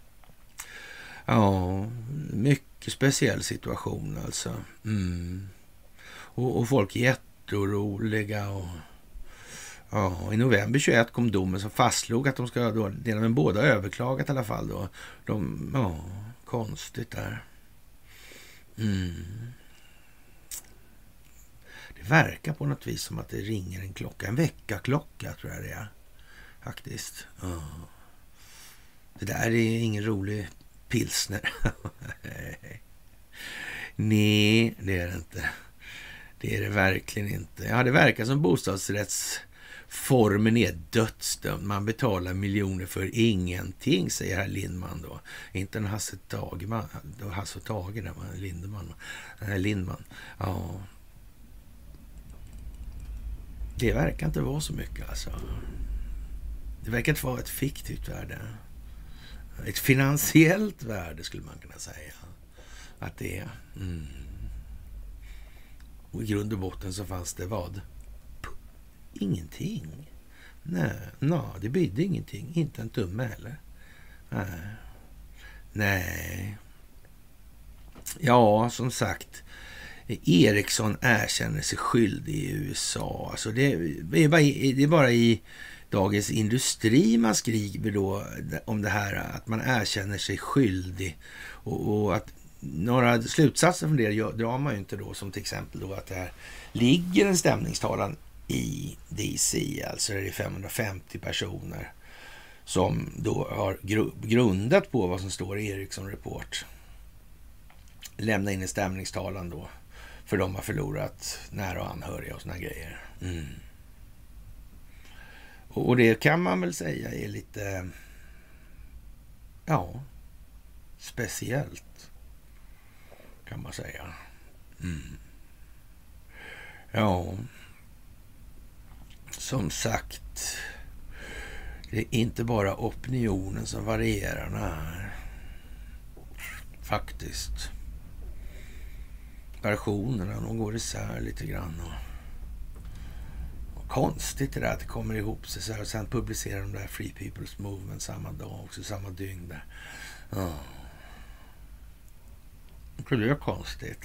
Ja, mycket speciell situation alltså. Mm. Och, och folk är jätteoroliga. Och, ja, i november tjugoett kom domen som fastslog att de ska då, dela med båda överklagat i alla fall då. De, ja, konstigt där. Mm. Det verkar på något vis som att det ringer en klocka. En veckaklocka tror jag det är. Faktiskt. Ja. Det där är ingen rolig pilsner. Nej, det är det inte. Det är det verkligen inte. Ja, det verkar som bostadsrättsformen är dödsdömd. Man betalar miljoner för ingenting, säger herr Lindman då. Inte en Hasse Tageman. Då Hasse Tage, där var Lindeman. Nej, Lindman. Ja. Det verkar inte vara så mycket alltså. Det verkar inte vara ett fiktivt värde. Ett finansiellt värde skulle man kunna säga. Att det är. Mm. Och i grund och botten så fanns det vad? Puh, ingenting. Nej, no, det bidde ingenting. Inte en tumme heller. Nej. Nej. Ja, som sagt. Ericsson erkänner sig skyldig i U S A. Alltså det, är bara, det är bara i Dagens Industri man skriver då om det här att man erkänner sig skyldig. Och, och att några slutsatser från det drar man ju inte då, som till exempel då att det här ligger en stämningstalan i D C, alltså det är femhundrafemtio personer som då har grundat på vad som står i Ericsson Report. Lämna in en stämningstalan då. För de har förlorat nära och anhöriga och såna grejer. Mm. Och det kan man väl säga är lite, ja, speciellt. Kan man säga. Mm. Ja. Som sagt, det är inte bara opinionen som varierar här. Faktiskt. Versionerna, de går isär lite grann. Och, och konstigt det där att det kommer ihop sig så här. Och sen publicerar de där Free People's Movement samma dag också, samma dygn där. Ja. Det är konstigt.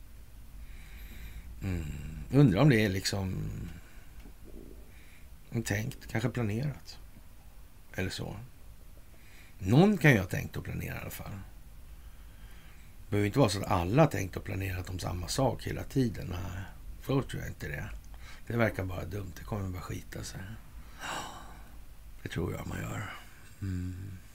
Mm. Undrar om det är liksom tänkt, kanske planerat. Eller så. Någon kan ju ha tänkt att planera i alla fall. Det behöver inte vara så att alla har tänkt och planerat om samma sak hela tiden. Nej, så tror jag inte det. Det verkar bara dumt. Det kommer bara skita sig. Det tror jag man gör. Mm.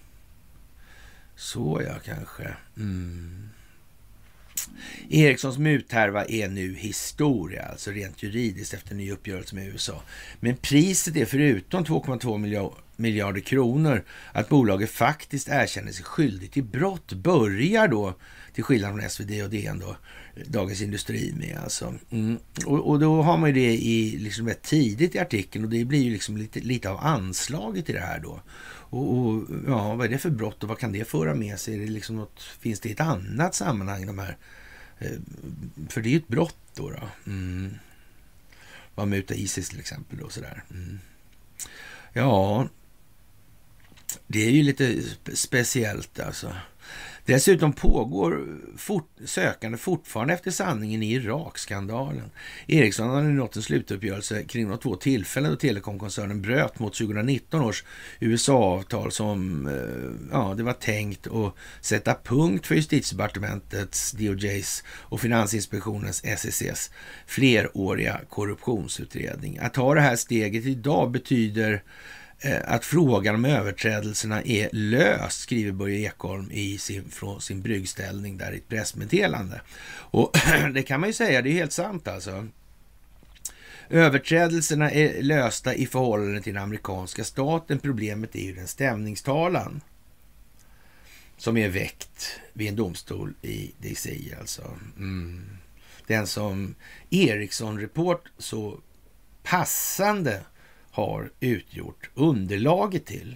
Så ja, kanske. Mm. Ericssons muthärva är nu historia, alltså rent juridiskt efter ny uppgörelse med U S A. Men priset är förutom två komma två miljarder kronor att bolaget faktiskt erkänner sig skyldigt till brott börjar då, till skillnad från S V D och D N då, Dagens Industri med alltså. Mm. Och, och då har man ju det i liksom rätt tidigt i artikeln och det blir ju liksom lite, lite av anslaget i det här då. Och, och ja, vad är det för brott och vad kan det föra med sig? Är det liksom något, finns det ett annat sammanhang de här? Eh, för det är ju ett brott då. då. Mm. Vad muta Isis till exempel då sådär. Mm. Ja, det är ju lite speciellt alltså. Dessutom pågår fort, sökande fortfarande efter sanningen i Irak-skandalen. Ericsson har nu nått en slutuppgörelse kring de två tillfällen då telekomkoncernen bröt mot tjugonitton års U S A-avtal som ja, det var tänkt att sätta punkt för justitiedepartementets, D O J:s och Finansinspektionens S E C:s fleråriga korruptionsutredning. Att ta det här steget idag betyder att frågan om överträdelserna är löst, skriver Börje Ekholm i sin, från sin bryggställning där i ett pressmeddelande. Och det kan man ju säga, det är helt sant alltså. Överträdelserna är lösta i förhållande till den amerikanska staten. Problemet är ju den stämningstalan som är väckt vid en domstol i D C alltså. Mm. Den som Ericsson-report så passande har utgjort underlaget till.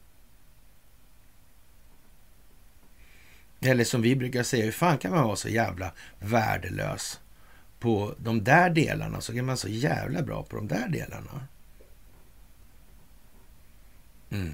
Eller som vi brukar säga, hur fan kan man vara så jävla värdelös på de där delarna så kan man så jävla bra på de där delarna. Mm.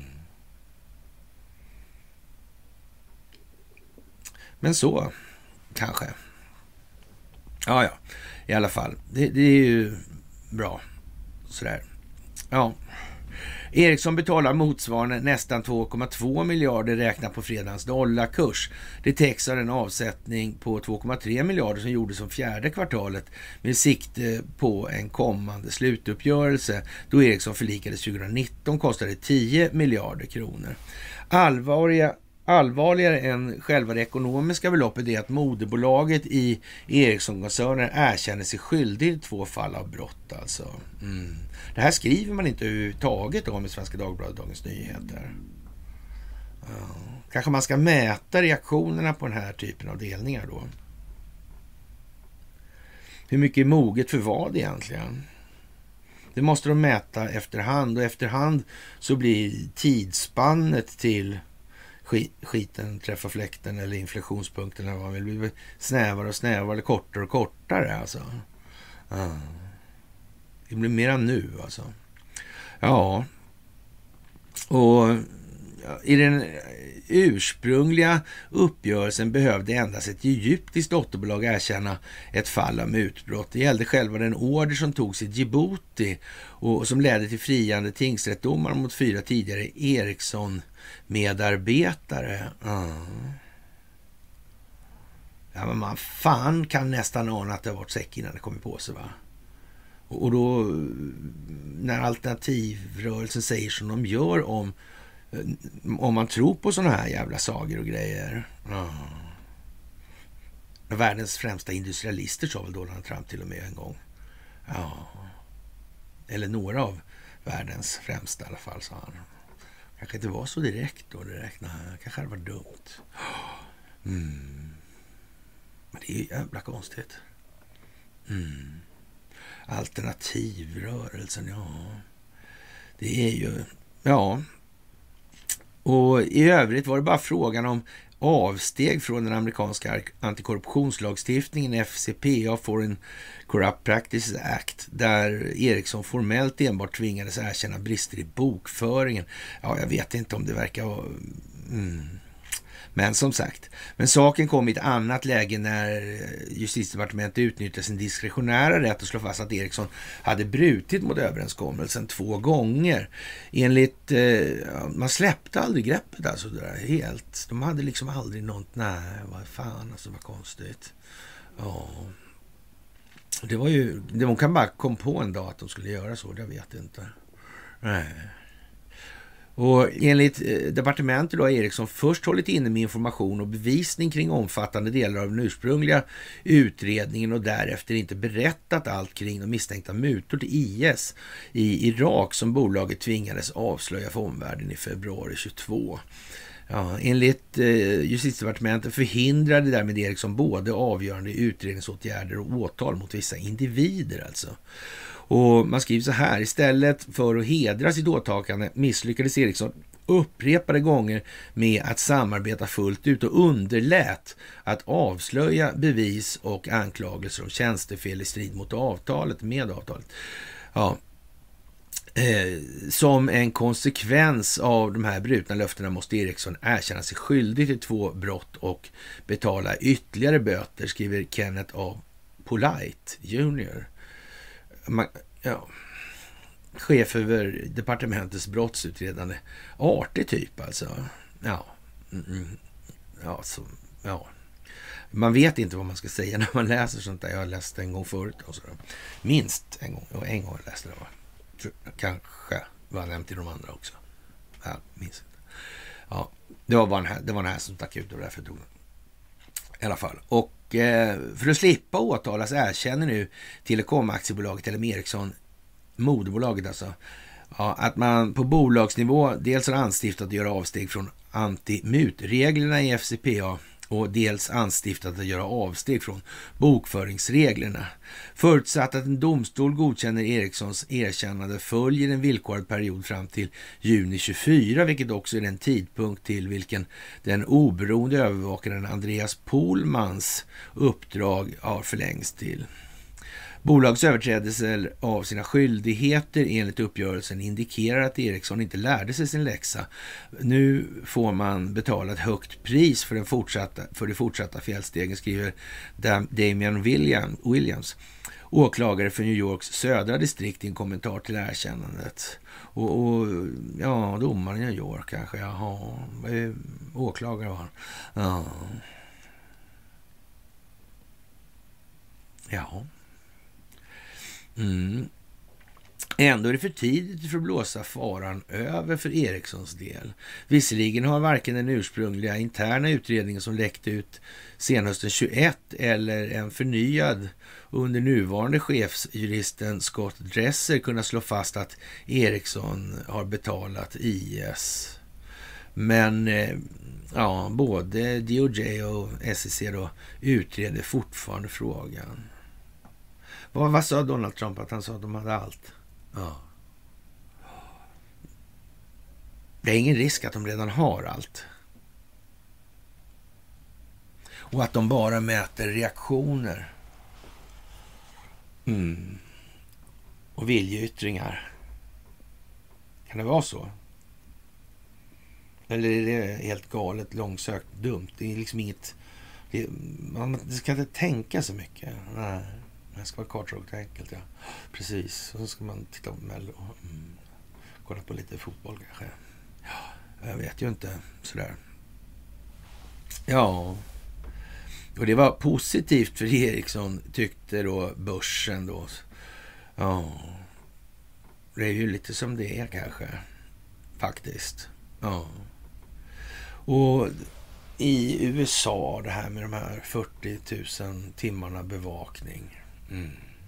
Men så, kanske. Ja, ja. I alla fall. Det, det är ju bra. Sådär. Ja. Ericsson betalar motsvarande nästan två komma två miljarder räknat på fredagens dollarkurs. Det täcks av en avsättning på två komma tre miljarder som gjordes som fjärde kvartalet med sikte på en kommande slutuppgörelse. Då Ericsson förlikades tjugonitton kostade tio miljarder kronor. Allvarliga Allvarligare än själva det ekonomiska beloppet är att moderbolaget i Ericsson-koncernen erkänner sig skyldig i två fall av brott. Alltså. Mm. Det här skriver man inte överhuvudtaget om i Svenska Dagbladet och Dagens Nyheter. Ja. Kanske man ska mäta reaktionerna på den här typen av delningar då. Hur mycket är moget för vad egentligen? Det måste de mäta efterhand och efterhand så blir tidsspannet till skiten träffar fläkten eller inflationspunkten eller vad man vill bli snävare och snävare eller kortare och kortare alltså. Ja. Det blir mera nu alltså. Ja. Och i den ursprungliga uppgörelsen behövde endast ett egyptiskt dotterbolag erkänna ett fall av mutbrott. Det gällde själva den order som togs i Djibouti och som ledde till friande tingsrättdomar mot fyra tidigare Ericsson-medarbetare. Mm. Ja, men man fan kan nästan ana att det har varit säck innan det kommer på sig, va? Och då när alternativrörelsen säger som de gör om om man tror på såna här jävla sagor och grejer. Ja. Världens främsta industrialister sa väl Donald Trump till och med en gång. Ja. Eller några av världens främsta i alla fall, sa han. Kanske inte var så direkt då direkt. Nej, kanske det var dumt. Mm. Men det är ju jävla konstigt. Mm. Alternativrörelsen, ja. Det är ju, ja. Och i övrigt var det bara frågan om avsteg från den amerikanska antikorruptionslagstiftningen F C P A, Foreign Corrupt Practices Act, där Ericsson formellt enbart tvingades erkänna brister i bokföringen. Ja, jag vet inte om det verkar vara... Mm. Men som sagt, men saken kom i ett annat läge när justitiedepartementet utnyttjade sin diskretionära rätt att slå fast att Ericsson hade brutit mot överenskommelsen två gånger. Enligt, eh, man släppte aldrig greppet alltså där helt. De hade liksom aldrig något, nej vad fan alltså, vad konstigt. Ja. Det var ju, de kan bara komma på en dag att de skulle göra så, jag vet inte. Nej. Och enligt departementet då har Eriksson först hållit inne med information och bevisning kring omfattande delar av den ursprungliga utredningen och därefter inte berättat allt kring de misstänkta mutor till I S i Irak som bolaget tvingades avslöja för omvärlden i februari tjugotvå. Ja, enligt eh, justitiedepartementet förhindrade därmed Eriksson både avgörande utredningsåtgärder och åtal mot vissa individer alltså. Och man skriver så här: istället för att hedra sitt åtagande misslyckades Eriksson upprepade gånger med att samarbeta fullt ut och underlät att avslöja bevis och anklagelser om tjänstefel i strid mot avtalet med avtalet. Ja. Eh, som en konsekvens av de här brutna löftena måste Eriksson erkänna sig skyldig till två brott och betala ytterligare böter, skriver Kenneth A. Polite junior Man, ja, chef över departementets brottsutredande artig typ alltså. Ja, mm, ja, så, ja. Man vet inte vad man ska säga när man läser sånt där. Jag har läst en gång förut. Och så. Minst en gång. Och en gång jag läste det. Va? Kanske var nämnt i de andra också. Jag minns inte. Ja, det var bara den här, det var den här som stack ut och därför tog den. I alla fall. Och eh, för att slippa åtalas erkänner nu Telekom-aktiebolaget eller Eriksson, moderbolaget alltså, ja, att man på bolagsnivå dels har anstiftat att göra avsteg från anti-mutreglerna i F C P A och dels anstiftat att göra avsteg från bokföringsreglerna. Förutsatt att en domstol godkänner Erikssons erkännande följer en villkorad period fram till juni tjugofyra, vilket också är den tidpunkt till vilken den oberoende övervakaren Andreas Pohlmans uppdrag har förlängts till. Bolags överträdelser av sina skyldigheter enligt uppgörelsen indikerar att Eriksson inte lärde sig sin läxa. Nu får man betala ett högt pris för, den fortsatta, för det fortsatta fjällstegen, skriver Damian Williams, åklagare för New Yorks södra distrikt, i en kommentar till erkännandet. Och, och ja, domaren i New York kanske, jaha, åklagare var han. Ja. Ja. Mm. Ändå är det för tidigt för att blåsa faran över för Erikssons del. Visserligen har varken den ursprungliga interna utredningen som läckte ut senhösten tjugoett eller en förnyad under nuvarande chefsjuristen Scott Dresser kunnat slå fast att Eriksson har betalat I S. Men eh, ja, både D O J och S E C då utreder fortfarande frågan. Vad, vad sa Donald Trump? Att han sa att de hade allt. Ja. Det är ingen risk att de redan har allt. Och att de bara mäter reaktioner. Mm. Och viljeyttringar. Kan det vara så? Eller är det helt galet, långsökt, dumt? Det är liksom inget... Det, man ska inte tänka så mycket. Nej. Det ska vara kartrågt enkelt, ja. Precis. Och så ska man titta på Mello. Mm. Kolla på lite fotboll kanske. Ja, jag vet ju inte. Sådär. Ja. Och det var positivt för Eriksson, tyckte då börsen då. Ja. Det är ju lite som det är kanske. Faktiskt. Ja. Och i U S A, det här med de här fyrtio tusen timmarna bevakning. Mm.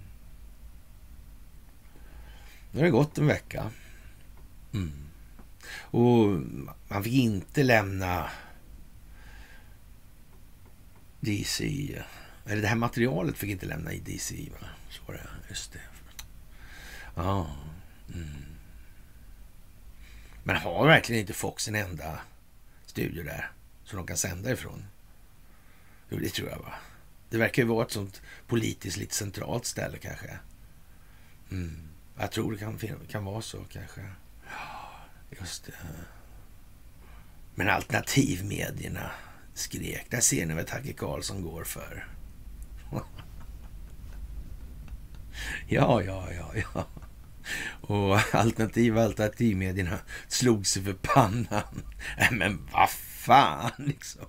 Nu har det gått en vecka. Mm. Och man fick inte lämna D C. Eller det här materialet fick inte lämna i D C, va? Så var det, just det. Ja. Mm. Men har verkligen inte Fox en enda studio där som de kan sända ifrån? Jo, det tror jag, va? Det verkar ju vara ett sånt politiskt lite centralt ställe kanske. Mm. Jag tror det kan, kan vara så kanske. Just det. Men alternativmedierna skrek. Där ser ni vad Tagge Karlsson går för. ja, ja, ja, ja. Och alternativa alternativmedierna slog sig för pannan. Men vad fan liksom.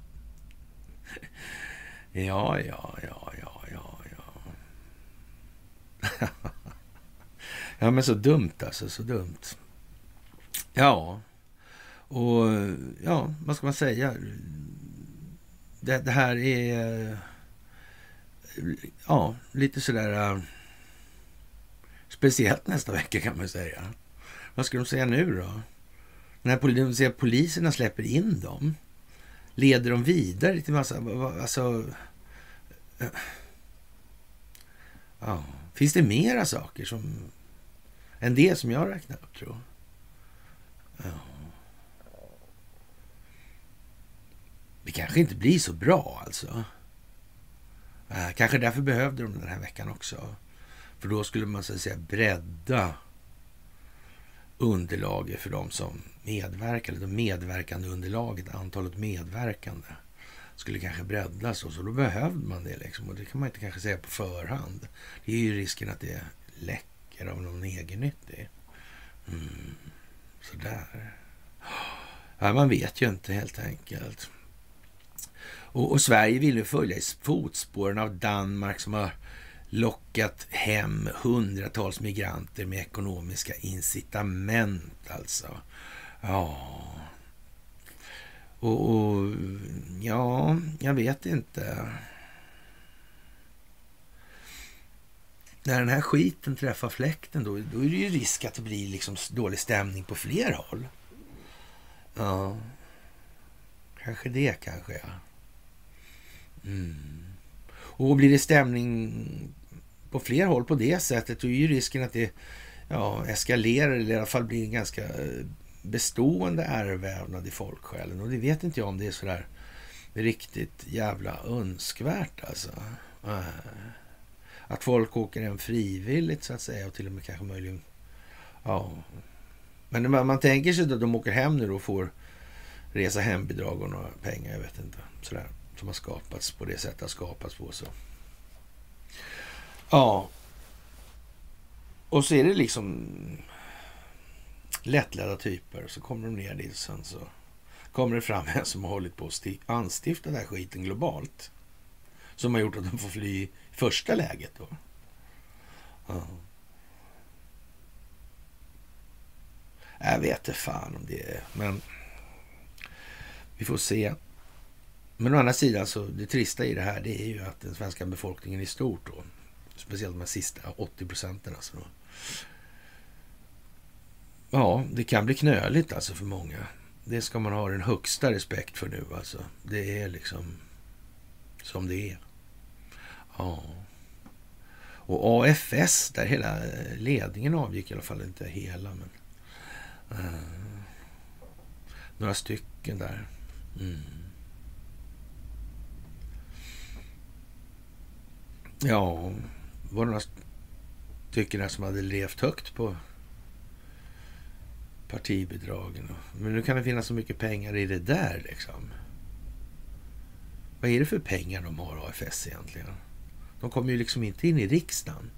Ja, ja, ja, ja, ja, ja. Ja, men så dumt alltså, så dumt. Ja, Och ja, vad ska man säga? Det, det här är ja, lite sådär uh, speciellt nästa vecka kan man säga. Vad ska de säga nu då? När pol- poliserna släpper in dem, leder de vidare till massa, alltså uh, ja, finns det mera saker som än det som jag räknar upp, tror jag? Ja. Det kanske inte blir så bra alltså. Äh, kanske därför behövde de den här veckan också. För då skulle man så att säga bredda underlaget för de som medverkar. Det medverkande underlaget, antalet medverkande skulle kanske breddas. Och så då behövde man det liksom. Och det kan man inte kanske säga på förhand. Det är ju risken att det läcker av någon egennyttig. Mm. Sådär. Ja, man vet ju inte helt enkelt. Och, och Sverige vill ju följa i fotspåren av Danmark som har lockat hem hundratals migranter med ekonomiska incitament alltså. Ja. Och, och ja, jag vet inte. När den här skiten träffar fläkten då, då är det ju risk att det blir liksom dålig stämning på fler håll. Ja. Kanske det kanske, ja. Mm. Och blir det stämning på fler håll på det sättet, då är ju risken att det ja, eskalerar eller i alla fall blir en ganska bestående ärrvävnad i folksjälen. Och det vet inte jag om det är sådär riktigt jävla önskvärt alltså. Att folk åker hem frivilligt så att säga och till och med kanske möjligen ja. Men man, man tänker sig att de åker hem nu och får resa hembidrag och några pengar, jag vet inte, sådär. Som har skapats på det sättet har skapats på så. Ja. Och så är det liksom lättledda typer. Så kommer de ner dit sen så kommer det fram en som har hållit på att sti- anstifta den här skiten globalt. Som har gjort att de får fly i första läget då. Ja. Jag vet inte fan om det är. Men vi får se. Men å andra sidan så det trista i det här det är ju att den svenska befolkningen i stort då, speciellt de här sista åttio procenten alltså då, ja, det kan bli knöligt alltså för många. Det ska man ha den högsta respekt för nu alltså. Det är liksom som det är. Ja. Och A F S där hela ledningen avgick i alla fall, inte hela men uh, några stycken där. Mm. Ja, var det några stycken där som hade levt högt på partibidragen. Men nu kan det finnas så mycket pengar i det där liksom. Vad är det för pengar de har A F S egentligen? De kommer ju liksom inte in i riksdagen.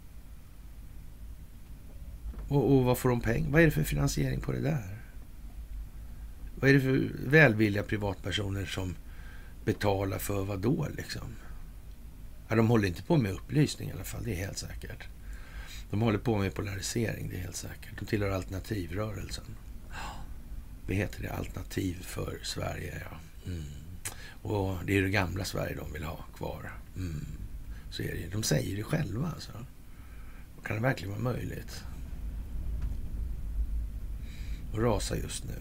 Och, och vad får de pengar? Vad är det för finansiering på det där? Vad är det för välvilliga privatpersoner som betalar för vad då liksom? Ja, de håller inte på med upplysning i alla fall, det är helt säkert. De håller på med polarisering, det är helt säkert. De tillhör alternativrörelsen. Det heter det, Alternativ för Sverige, ja. Mm. Och det är det gamla Sverige de vill ha kvar. Mm. Så är det. De säger det själva alltså. Kan det verkligen vara möjligt? Och rasa just nu.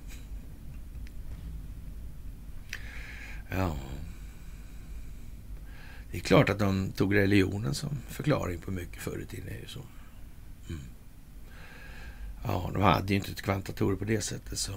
Ja. Det är klart att de tog religionen som förklaring på mycket förr i tiden. Är ju så. Mm. Ja, de hade ju inte ett kvantatorer på det sättet. Så.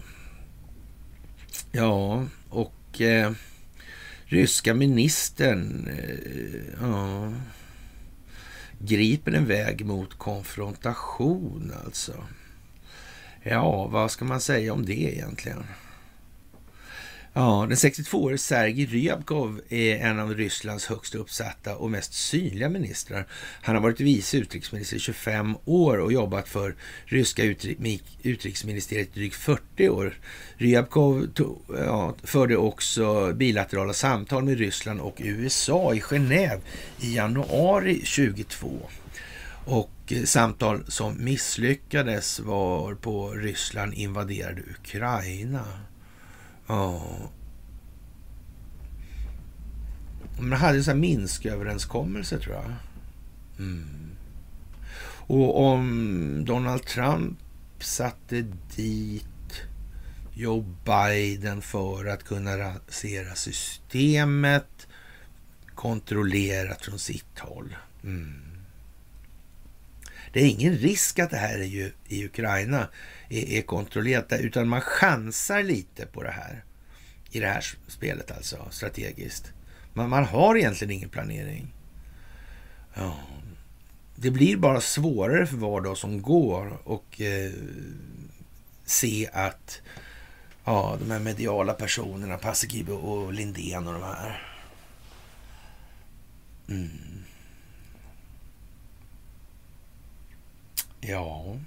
Ja, och eh, ryska ministern eh, ja, griper en väg mot konfrontation alltså. Ja, vad ska man säga om det egentligen? Ja, den sextiotvåårige Sergej Ryabkov är en av Rysslands högst uppsatta och mest synliga ministrar. Han har varit vice utrikesminister i tjugofem år och jobbat för ryska utrik- utrikesministeriet i drygt fyrtio år. Ryabkov to- ja, förde också bilaterala samtal med Ryssland och U S A i Genève i januari tjugotvå. Och samtal som misslyckades var på Ryssland invaderade Ukraina. Ja. Man hade en sån här Minsk-överenskommelse, tror jag. Mm. Och om Donald Trump satte dit Joe Biden för att kunna rasera systemet kontrollerat från sitt håll. Mm. Det är ingen risk att det här är ju, i Ukraina är, är kontrollerat, utan man chansar lite på det här i det här spelet, alltså strategiskt. Man, man har egentligen ingen planering. Ja. Det blir bara svårare för var dag som går och eh, se att ja, de här mediala personerna, Paasikivi och Lindén och de här. Mm. Ja.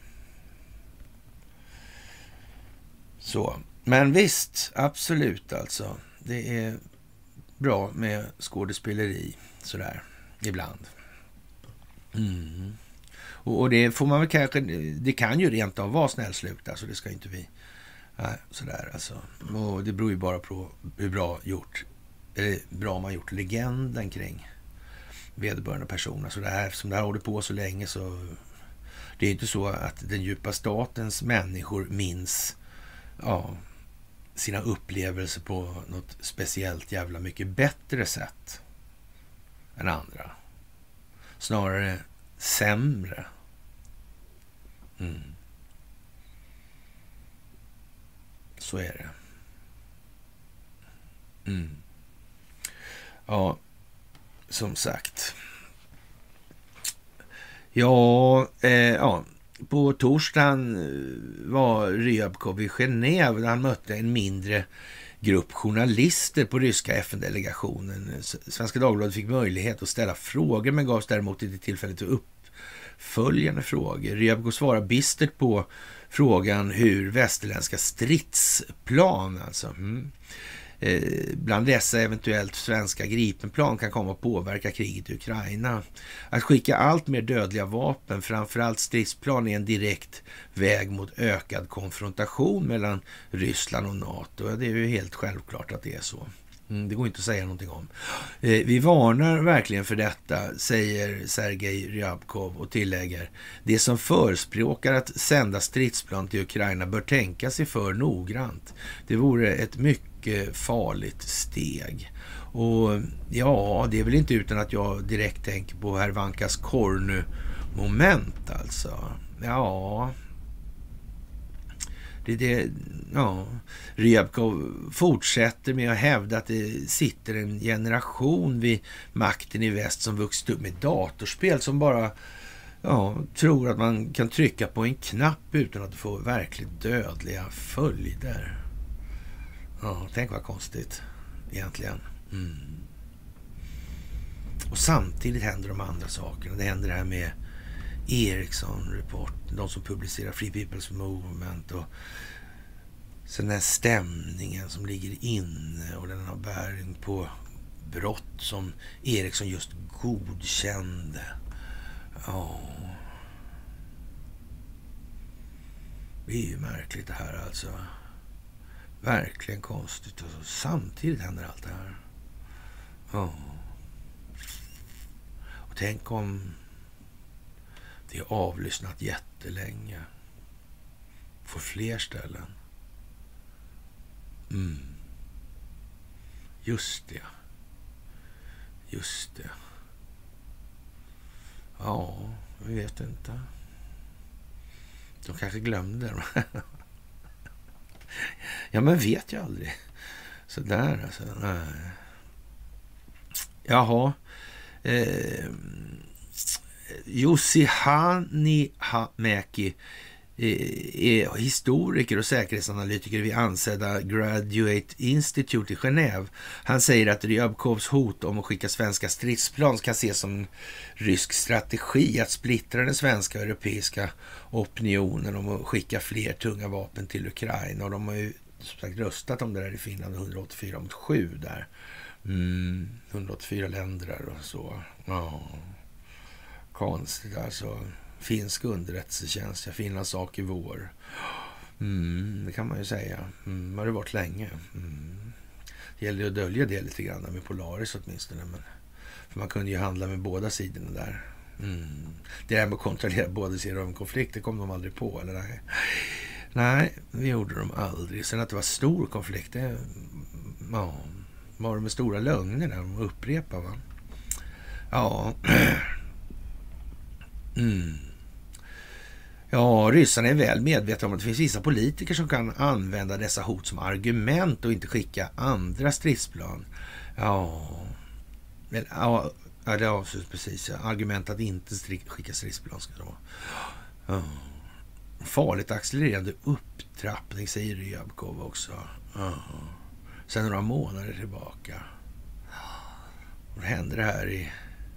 Så. Men visst, absolut alltså. Det är bra med skådespeleri sådär, ibland. Mm. Och, och det får man väl kanske, det kan ju rent av vara snällslukt, alltså det ska inte vi, nej, sådär alltså. Och det beror ju bara på hur bra gjort, eller bra man gjort legenden kring vederbörande personer. Så det här, som det här håller på så länge, så det är inte så att den djupa statens människor minns ja, sina upplevelser på något speciellt jävla mycket bättre sätt än andra. Snarare sämre. Mm. Så är det. Mm. Ja, som sagt. Ja, eh, ja, på torsdagen var Ryabkov i Genève där han mötte en mindre grupp journalister på ryska F N-delegationen. Svenska Dagbladet fick möjlighet att ställa frågor men gavs däremot inte tillfälle till uppföljande frågor. Ryabkov svarade bistert på frågan hur västerländska stridsplan, alltså mm, eh, bland dessa eventuellt svenska Gripenplan kan komma att påverka kriget i Ukraina. Att skicka allt mer dödliga vapen, framförallt stridsplan, är en direkt väg mot ökad konfrontation mellan Ryssland och NATO. Det är ju helt självklart att det är så. Mm, det går inte att säga någonting om. Eh, vi varnar verkligen för detta, säger Sergej Ryabkov och tillägger: det som förespråkar att sända stridsplan till Ukraina bör tänka sig för noggrant. Det vore ett mycket farligt steg. Och ja, det är väl inte utan att jag direkt tänker på herr Vankas Kornu-moment alltså. Ja... Det, det, ja. Ryabkov fortsätter med att hävda att det sitter en generation vid makten i väst som vuxit upp med datorspel som bara ja, tror att man kan trycka på en knapp utan att få verkligt dödliga följder. Ja, tänk vad konstigt egentligen. Mm. Och samtidigt händer de andra sakerna. Det händer det här med Ericsson Report, de som publicerar Free People's Movement, och sen den här stämningen som ligger inne och den har bäring på brott som Ericsson just godkände. Ja. Det är ju märkligt det här alltså. Verkligen konstigt. Och samtidigt händer allt det här. Ja. Och tänk om det är avlyssnat jättelänge. Får fler ställen. Mm. Just det. Just det. Ja, vi vet inte. De kanske glömde det. Ja, men vet jag aldrig. Så där alltså. Nej. Jaha. Eh... Jussi Hanimäki är historiker och säkerhetsanalytiker vid ansedda Graduate Institute i Genève. Han säger att Ryabkovs hot om att skicka svenska stridsplan kan ses som en rysk strategi att splittra den svenska och europeiska opinionen om att skicka fler tunga vapen till Ukraina. Och de har ju som sagt röstat om det där i Finland, hundraåttiofyra mot sju där. Mm, hundraåttiofyra länder där och så. Ja... Konstigt alltså. Finsk underrättelsetjänst. Ja, Finlands sak i vår. Mm, det kan man ju säga. Mm, har det varit länge. Mm. Det gäller att dölja det lite grann med Polaris åtminstone. Men, för man kunde ju handla med båda sidorna där. Mm. Det där med att kontrollera båda sidor av en konflikt, det kom de aldrig på, eller nej? Nej, det gjorde de aldrig. Sen att det var stor konflikt, det ja, var det med stora lögner där de upprepar, va? Ja. Mm. Ja, ryssarna är väl medvetna om att det finns vissa politiker som kan använda dessa hot som argument och inte skicka andra stridsplan. Ja, men, ja, ja det är precis. Argument att inte skicka stridsplan ska det vara. Ja. Farligt accelererande upptrappning, säger Ryabkov också. Ja. Sen några månader tillbaka. Och händer det här i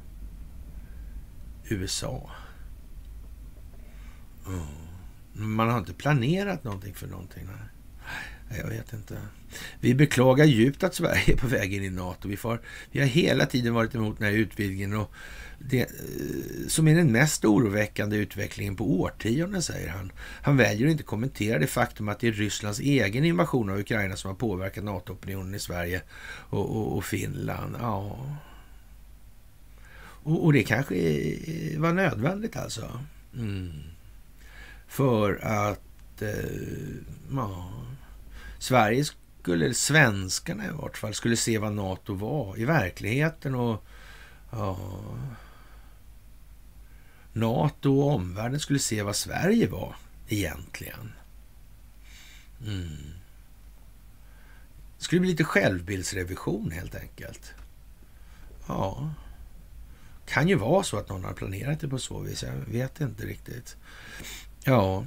U S A. Mm. Man har inte planerat någonting för någonting. Nej. Jag vet inte. Vi beklagar djupt att Sverige är på väg in i NATO. Vi, får, vi har hela tiden varit emot den här utvidgningen. Och det, som är den mest oroväckande utvecklingen på årtionden, säger han. Han väljer att inte kommentera det faktum att det är Rysslands egen invasion av Ukraina som har påverkat NATO-opinionen i Sverige och, och, och Finland. Ja. Och, och det kanske var nödvändigt alltså. Mm. För att eh, ja, Sverige skulle, eller svenskarna i vart fall, skulle se vad NATO var i verkligheten. Och ja, NATO och omvärlden skulle se vad Sverige var egentligen. Mm. Det skulle bli lite självbildsrevision helt enkelt. Ja, kan ju vara så att någon har planerat det på så vis. Jag vet inte riktigt. Ja,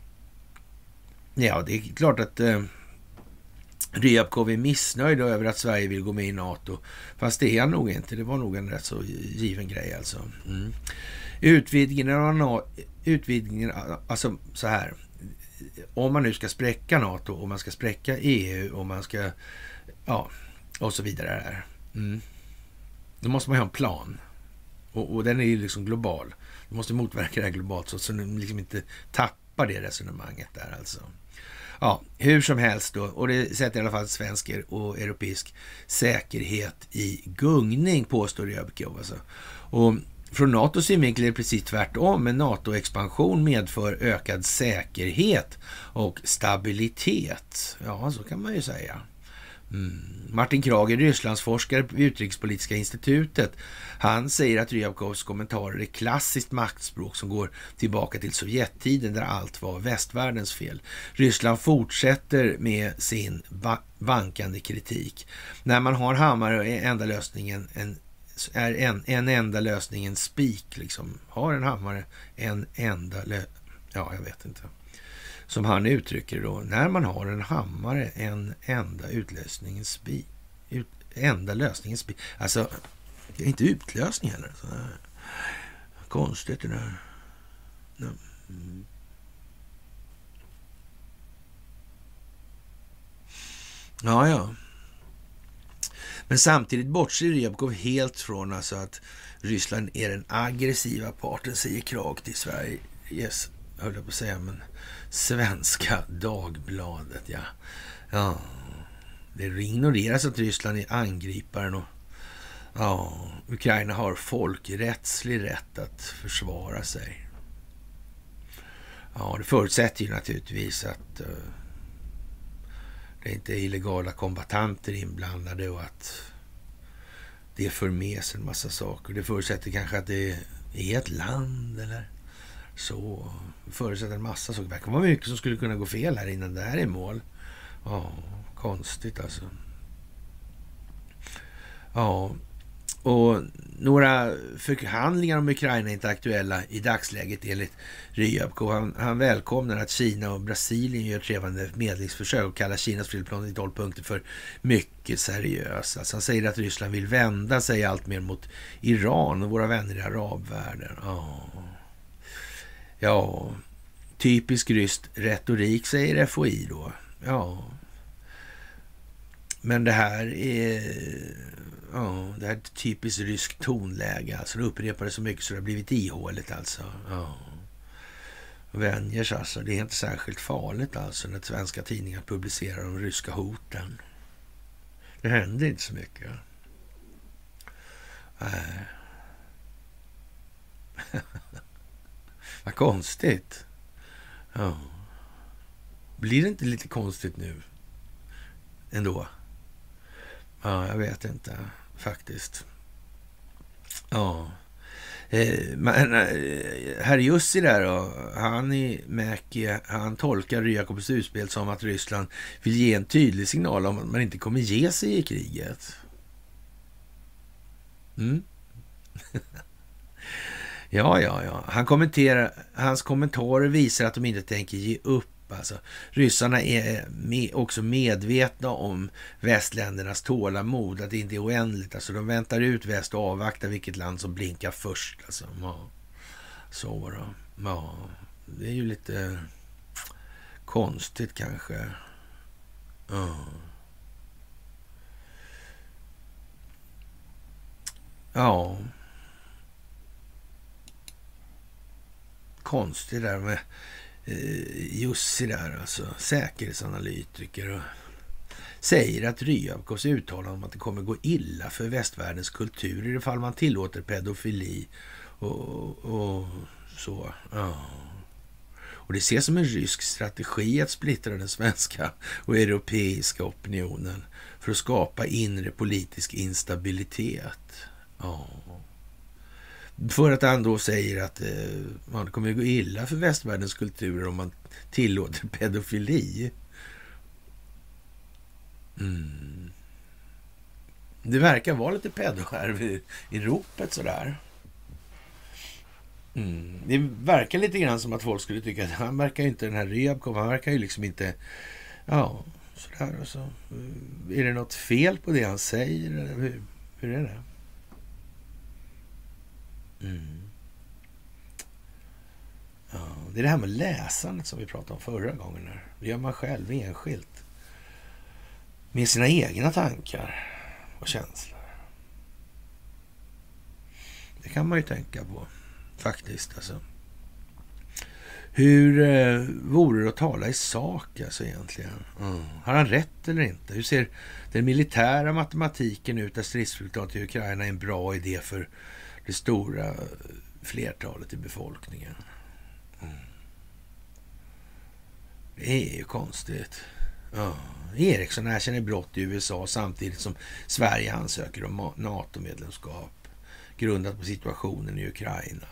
ja det är klart att eh, Ryabkov är missnöjd över att Sverige vill gå med i NATO. Fast det är han nog inte. Det var nog en rätt så given grej alltså. Mm. Utvidgningen av NATO, utvidgningen, alltså så här. Om man nu ska spräcka NATO och man ska spräcka E U och man ska, ja, och så vidare här. Mm. Då måste man ha en plan. Och, och den är ju liksom global. Du måste motverka det här globalt så att du liksom inte tappar det resonemanget där alltså. Ja, hur som helst då. Och det sätter i alla fall svensk och europeisk säkerhet i gungning, påstår Ryabkov alltså. Och från NATOs synvinkel är det precis tvärtom. En NATO-expansion medför ökad säkerhet och stabilitet. Ja, så kan man ju säga. Mm. Martin Krager, Rysslandsforskare på Utrikespolitiska institutet, han säger att Ryabkovs kommentarer är klassiskt maktspråk som går tillbaka till Sovjettiden där allt var västvärldens fel. Ryssland fortsätter med sin ba- bankande kritik. När man har hammare är enda lösningen en, är en, en enda lösning en spik. Liksom. Har en hammare en enda lö- ja, jag vet inte. Som han uttrycker då, när man har en hammare, en enda utlösningens spik. Ut, enda lösningens spik. Alltså, det är inte utlösning heller. Så, konstigt det där. Mm. Ja, ja. Men samtidigt bortser Ryabkov helt från alltså att Ryssland är den aggressiva parten, säger Krag till Sverige. Yes, höll jag på att säga, men Svenska Dagbladet, ja. Ja, det ignoreras att Ryssland är angriparen och ja, Ukraina har folkrättslig rätt att försvara sig. Ja, det förutsätter ju naturligtvis att uh, det inte är illegala kombatanter inblandade och att det för med sig en massa saker. Det förutsätter kanske att det är ett land eller så. Det förutsätter en massa saker. Det kan vara mycket som skulle kunna gå fel här innan det här är mål. Ja, konstigt alltså. Ja, och några förhandlingar om Ukraina är inte aktuella i dagsläget enligt Ryabkov. Han, han välkomnar att Kina och Brasilien gör trevande medlingsförsök och kallar Kinas fredsplan i tolv punkter för mycket seriös. Alltså han säger att Ryssland vill vända sig allt mer mot Iran och våra vänner i arabvärlden. Ja, ja, typisk rysk retorik, säger F O I då. Ja, men det här är ja, det här är ett typiskt ryskt tonläge. Alltså det upprepar det så mycket så det har blivit ihåligt alltså. Ja. Vänjers alltså. Det är inte särskilt farligt alltså när svenska tidningar publicerar de ryska hoten. Det händer inte så mycket. Nej. Vad konstigt. Ja. Blir det inte lite konstigt nu? Ändå. Ja, jag vet inte. Faktiskt. Ja. Eh, men, eh, herr Jussi där då, han i Mäki, han tolkar Ryakobs utspel som att Ryssland vill ge en tydlig signal om att man inte kommer ge sig i kriget. Mm. ja, ja, ja. Han kommenterar, hans kommentarer visar att de inte tänker ge upp. Alltså, ryssarna är med, också medvetna om västländernas tålamod, att det inte är oändligt. Alltså, de väntar ut väst och avvaktar vilket land som blinkar först. Alltså, ja. Så då. Ja, det är ju lite konstigt kanske. Ja. Ja. Konstigt där med Jussi där, alltså säkerhetsanalytiker, och säger att Ryabkovs uttalande om att det kommer gå illa för västvärldens kultur i det fall man tillåter pedofili och, och så. Ja. Och det ses som en rysk strategi att splittra den svenska och europeiska opinionen för att skapa inre politisk instabilitet. Ja. För att han då säger att eh, man kommer att gå illa för västvärldens kulturer om man tillåter pedofili. Mm. Det verkar vara lite pedo här i, i ropet sådär. Mm. Det verkar lite grann som att folk skulle tycka att han verkar inte, den här Ryabkov, han verkar ju liksom inte, ja, sådär och så. Är det något fel på det han säger? Eller hur, hur är det? Mm. Ja, det är det här med läsandet som vi pratade om förra gången. Här. Det gör man själv enskilt. Med sina egna tankar och känslor. Det kan man ju tänka på. Faktiskt alltså. Hur eh, vore det att tala i sak alltså egentligen? Mm. Har han rätt eller inte? Hur ser den militära matematiken ut där stridsflygplan i Ukraina är en bra idé för det stora flertalet i befolkningen? Mm. Det är ju konstigt. Ja. Eriksson erkänner brott i U S A samtidigt som Sverige ansöker om NATO-medlemskap grundat på situationen i Ukraina.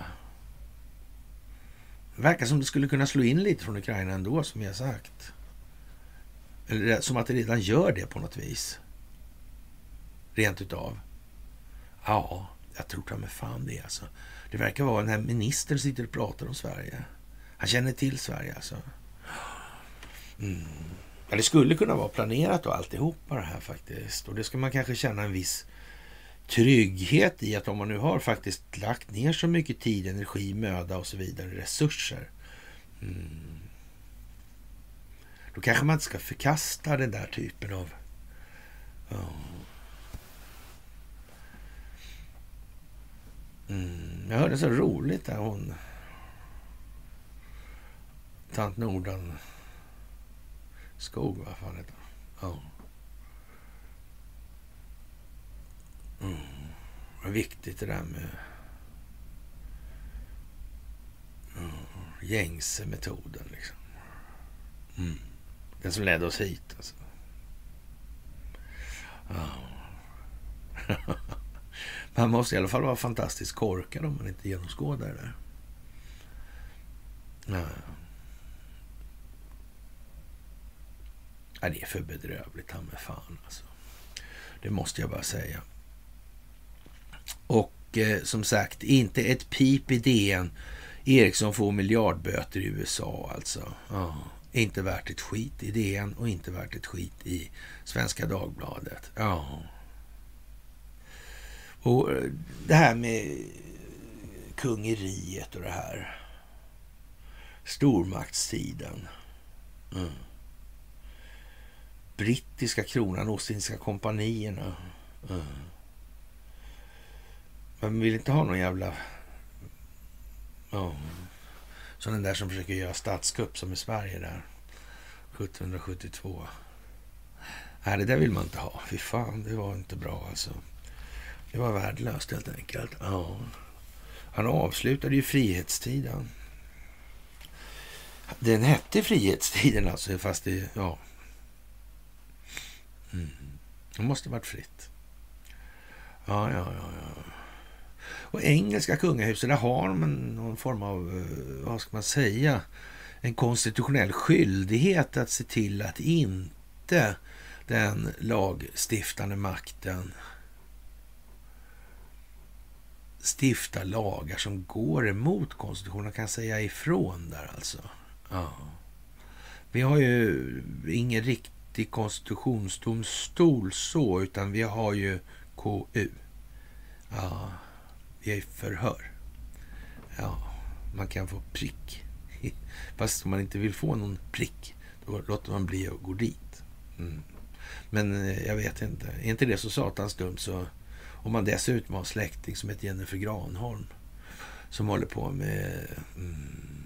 Det verkar som det skulle kunna slå in lite från Ukraina ändå, som jag sagt. Eller som att det redan gör det på något vis. Rent utav. Ja, jag tror ta med fan det alltså. Det verkar vara den här ministern som sitter och pratar om Sverige. Han känner till Sverige alltså. Mm. Ja, det skulle kunna vara planerat och alltihopa det här faktiskt. Och det ska man kanske känna en viss trygghet i, att om man nu har faktiskt lagt ner så mycket tid, energi, möda och så vidare, resurser. Mm. Då kanske man inte ska förkasta den där typen av... Oh. Mm. Jag hörde så roligt där hon... Tant Nordan Skog, vad fan heter det? Ja. Mm. Det är viktigt det där med mm, gängse metoden liksom. Mm. Den som ledde oss hit alltså. Ja. Man måste i alla fall vara fantastiskt korkad om man inte genomskådar det där. Ja. Ja, det är för bedrövligt han med fan alltså. Det måste jag bara säga. Och eh, som sagt, inte ett pip i D N. Eriksson får miljardböter i U S A alltså. Ja, inte värt ett skit i D N och inte värt ett skit i Svenska Dagbladet. Ja. Och det här med kungeriet och det här. Stormaktstiden. Mm. Brittiska kronan, Ostindiska kompanierna. Mm. Man vill inte ha någon jävla... Ja, som den där som försöker göra statskupp som i Sverige där. sjuttonhundrasjuttiotvå. Nej, det där vill man inte ha. Fy fan, det var inte bra alltså. Det var värdelöst helt enkelt. Ja. Han avslutade ju frihetstiden. Den hette frihetstiden alltså, fast det... Ja. Mm. Det måste varit fritt. Ja, ja, ja, ja. Och engelska kungahuset, där har man någon form av, vad ska man säga, en konstitutionell skyldighet att se till att inte den lagstiftande makten stiftar lagar som går emot konstitutionen, kan säga ifrån där alltså. Ja. Vi har ju ingen riktig konstitutionsdomstol så, utan vi har ju K U. Ja, vi är förhör. Ja, man kan få prick. Fast om man inte vill få någon prick, då låter man bli att gå dit. Mm. Men jag vet inte. Är inte det så satans dumt, så om man dessutom har släkting som heter Jennifer Granholm som håller på med mm,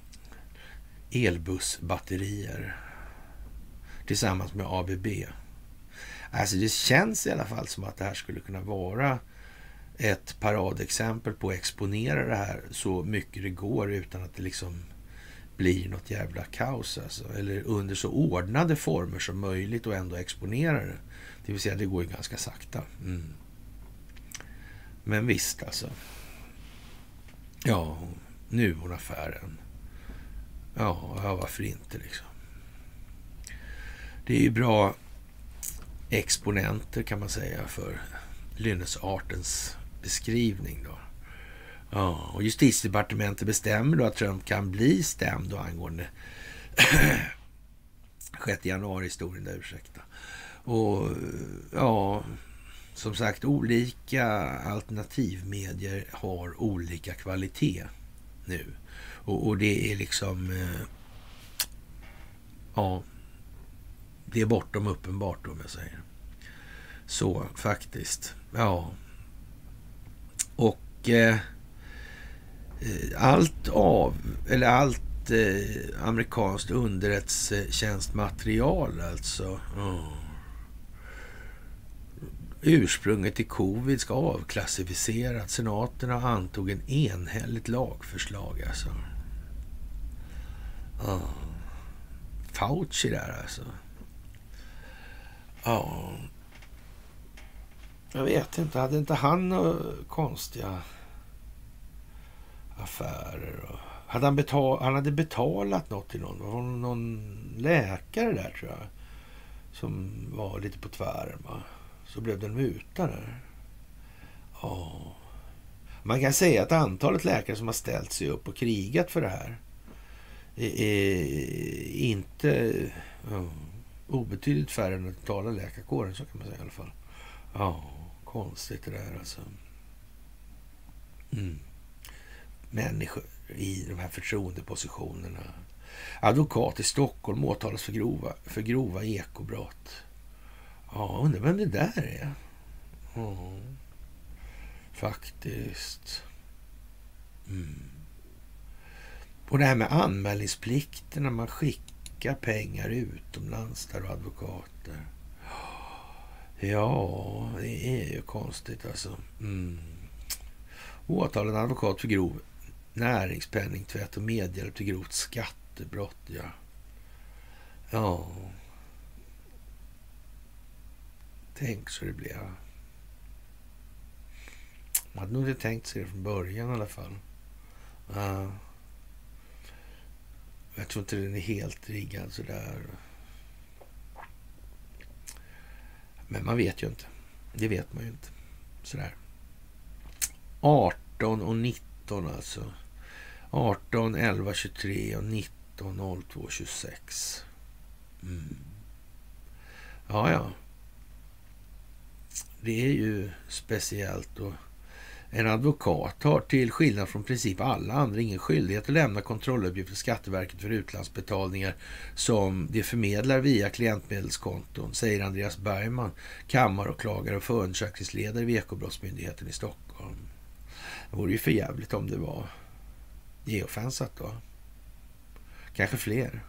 elbussbatterier tillsammans med A B B. Alltså det känns i alla fall som att det här skulle kunna vara ett paradexempel på att exponera det här så mycket det går utan att det liksom blir något jävla kaos alltså. Eller under så ordnade former som möjligt och ändå exponera det. Det vill säga det går ju ganska sakta. Mm. Men visst alltså. Ja, nu hon affären. Ja, ja, varför inte liksom. Det är ju bra exponenter kan man säga för Lynnesartens beskrivning då. Ja, och justitiedepartementet bestämmer då att Trump kan bli stämd då angående sjätte januari-historien där, ursäkta. Och ja, som sagt, olika alternativmedier har olika kvalitet nu. Och, och det är liksom eh, ja, det är bortom uppenbart om jag säger. Så faktiskt. Ja. Och eh, allt av, eller allt eh, amerikanskt underrättelsetjänstmaterial alltså. Oh. Ursprunget till covid ska avklassificeras. Senaten antog en enhälligt lagförslag alltså. Oh. Fauci där alltså. Ja. Jag vet inte, hade inte han några konstiga affärer? Och hade han, betal, han hade betalat något till någon. Det var någon läkare där tror jag som var lite på tvären, va? Så blev den muta där. Ja. Man kan säga att antalet läkare som har ställt sig upp och krigat för det här är, är inte ja, obetydligt färre än den totala läkarkåren, så kan man säga i alla fall. Ja, konstigt det där alltså. Mm. Människor i de här förtroendepositionerna. Advokat i Stockholm åtalas för grova, för grova ekobrott. Ja, undrar vem det där är. Ja, faktiskt. Mm. Och det här med anmälningsplikten när man skickar pengar utomlands där och advokater. Ja, det är ju konstigt alltså. Mm. Åtalad advokat för grov näringspenningtvätt och medhjälp till grovt skattebrott, ja. Ja. Tänk så det blev. Man hade nog inte tänkt sig det från början i alla fall. Ja. Jag tror inte den är helt riggad sådär. Men man vet ju inte. Det vet man ju inte. Sådär. arton och nitton alltså. arton, elva, tjugotre och nitton, noll två, tjugosex. Mm. Ja, ja. Det är ju speciellt och en advokat har till skillnad från princip alla andra ingen skyldighet att lämna kontrolluppgifter till Skatteverket för utlandsbetalningar som det förmedlar via klientmedelskonton, säger Andreas Bergman, kammaråklagare och förundersökningsledare vid Ekobrottsmyndigheten i Stockholm. Det vore ju för jävligt om det var geofensat då. Kanske fler.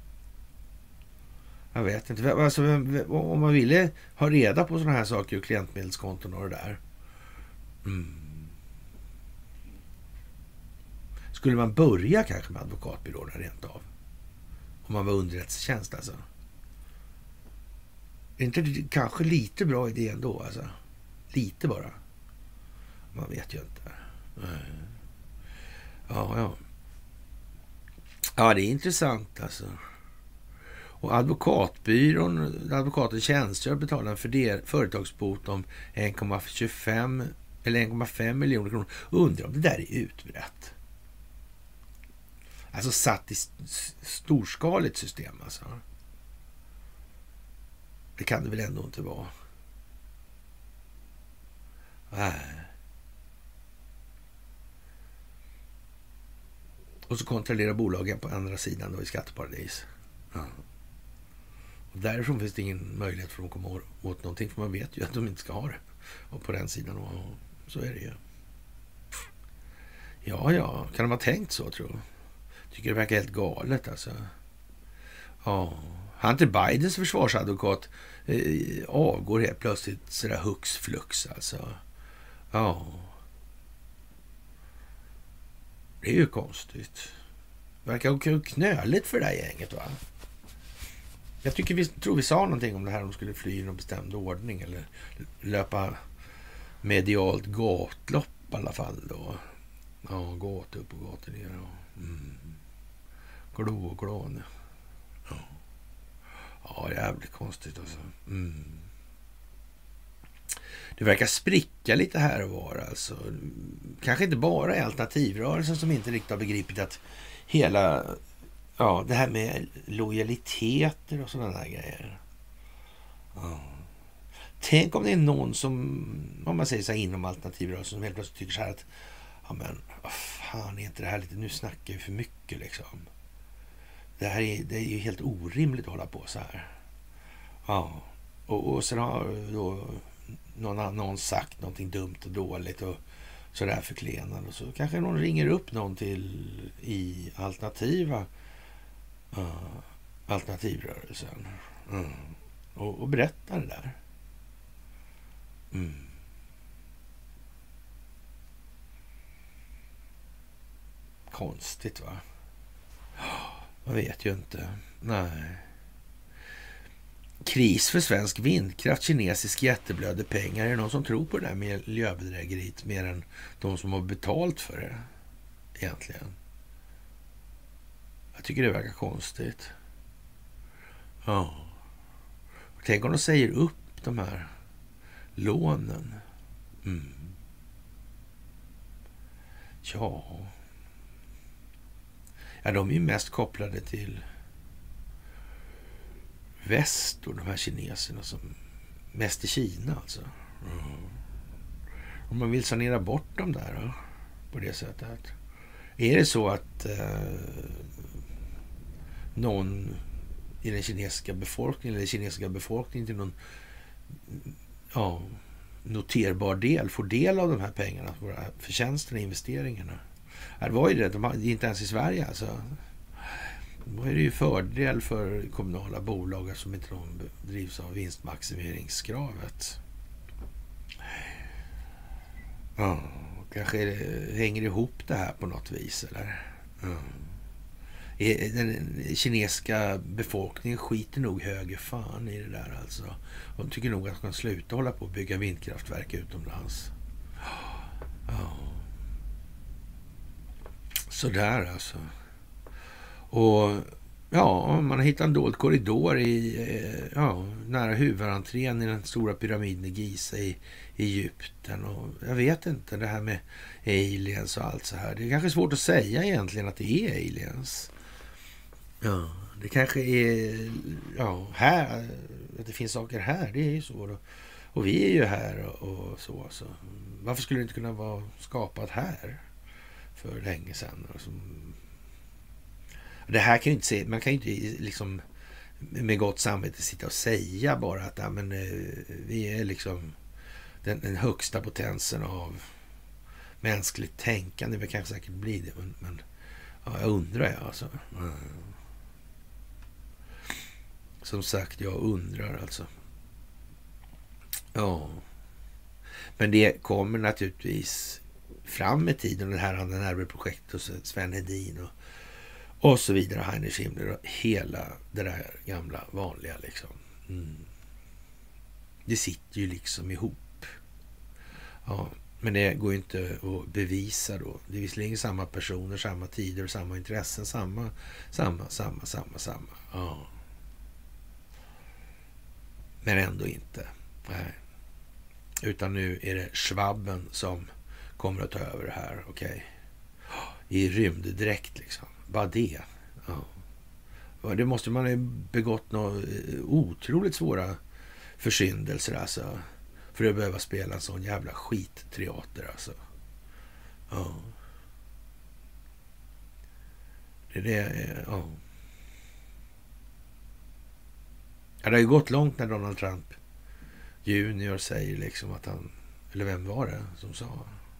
Jag vet inte. Alltså, om man ville ha reda på sådana här saker och klientmedelskonton och det där. Mm. Skulle man börja kanske med advokatbyråerna rent av? Om man var underrättelsetjänst alltså. Är inte det kanske lite bra idé ändå alltså? Lite bara. Man vet ju inte. Ja, ja. Ja, det är intressant alltså. Och advokatbyrån, advokaten tjänstgör betalar en för företagsbot om en komma tjugofem eller en komma fem miljoner kronor. Undrar om det där är utbrett. Alltså satt i storskaligt system alltså. Det kan det väl ändå inte vara. Nej. Och så kontrollerar bolagen på andra sidan då i skatteparadis. Ja. Och därifrån finns det ingen möjlighet för dem att komma åt någonting. För man vet ju att de inte ska ha det. Och på den sidan. Och så är det ju. Ja, ja. Kan de ha tänkt så, tror jag? Tycker det verkar helt galet alltså. Ja. Hunter Bidens försvarsadvokat eh, avgår helt plötsligt sådär hux flux alltså. Ja. Det är ju konstigt. Verkar knöligt för det här gänget, va? Jag tycker vi, tror vi sa någonting om det här. Om de skulle fly i någon bestämd ordning. Eller löpa medialt gatlopp i alla fall då. Ja, gat upp och gat ner. Ja. Mm. Glo och glån. Ja. Ja, jävligt konstigt alltså. Mm. Det verkar spricka lite här och var alltså. Kanske inte bara i alternativrörelsen som inte riktigt har begripit att hela, ja, det här med lojaliteter och sådana där grejer. Ja. Tänk om det är någon som, om man säger så här inom alternativrörelsen, som helt plötsligt tycker så här att, ja men, vad fan är inte det här lite, nu snackar vi för mycket liksom. Det här är, det är ju helt orimligt att hålla på så här. Ja, och, och sen har då någon, någon sagt någonting dumt och dåligt och sådär förklenande. Och så kanske någon ringer upp någon till i alternativa uh, alternativrörelsen. Mm. Och, och berättar det där. Mm. Konstigt, va? Man vet ju inte. Nej. Kris för svensk vindkraft, kinesisk jätteblöder pengar. Är det någon som tror på det där miljöbedrägeriet mer än de som har betalt för det egentligen? Jag tycker det verkar konstigt. Ja. Tänk om de säger upp de här lånen. Mm. Ja. Ja, de är ju mest kopplade till väst och de här kineserna som mest i Kina alltså. Mm. Om man vill sanera bort dem där då, på det sättet. Är det så att eh, någon i den kinesiska befolkningen eller den kinesiska befolkningen till någon ja, noterbar del får del av de här pengarna, våra förtjänsterna, investeringarna. Det var ju det, de har, inte ens i Sverige alltså. Då är det ju fördel för kommunala bolag som inte de drivs av vinstmaximeringskravet. Ja, kanske det hänger ihop det här på något vis, eller? Ja. Den kinesiska befolkningen skiter nog höger fan i det där alltså. De tycker nog att de kan sluta hålla på och bygga vindkraftverk utomlands. Ja. Sådär alltså. Och ja, man har hittat en dold korridor i, ja, nära huvudentrén i den stora pyramiden i Giza i Egypten. Och jag vet inte, det här med aliens och allt så här. Det är kanske svårt att säga egentligen att det är aliens. Ja, det kanske är, ja, här, att det finns saker här, det är ju så då. Och vi är ju här och, och så, så. Varför skulle det inte kunna vara skapat här för länge sedan? Alltså, det här kan ju inte se, man kan ju inte liksom med gott samvete sitta och säga bara att ja, men, vi är liksom den, den högsta potensen av mänskligt tänkande. Det kan säkert bli det, men, men ja, jag undrar jag alltså. Mm. Som sagt, jag undrar alltså. Ja. Men det kommer naturligtvis fram i tiden, det här andra nervprojektet och Sven Hedin och, och så vidare, Heinrich Himmler och hela det där gamla vanliga liksom. Mm. Det sitter ju liksom ihop. Ja, men det går ju inte att bevisa då. Det är visserligen samma personer, samma tider och samma intressen, samma, samma, samma, samma, samma. Ja. Men ändå inte. Nej. Utan nu är det Schwabben som kommer att ta över det här, okej. Okay. I rymddräkt liksom. Bara det. Ja. Det måste man ha begått några otroligt svåra försyndelser alltså. För att behöva spela en sån jävla skitteater alltså. Ja. Det är det, ja. Ja, det har ju gått långt när Donald Trump junior säger liksom att han, eller vem var det som sa?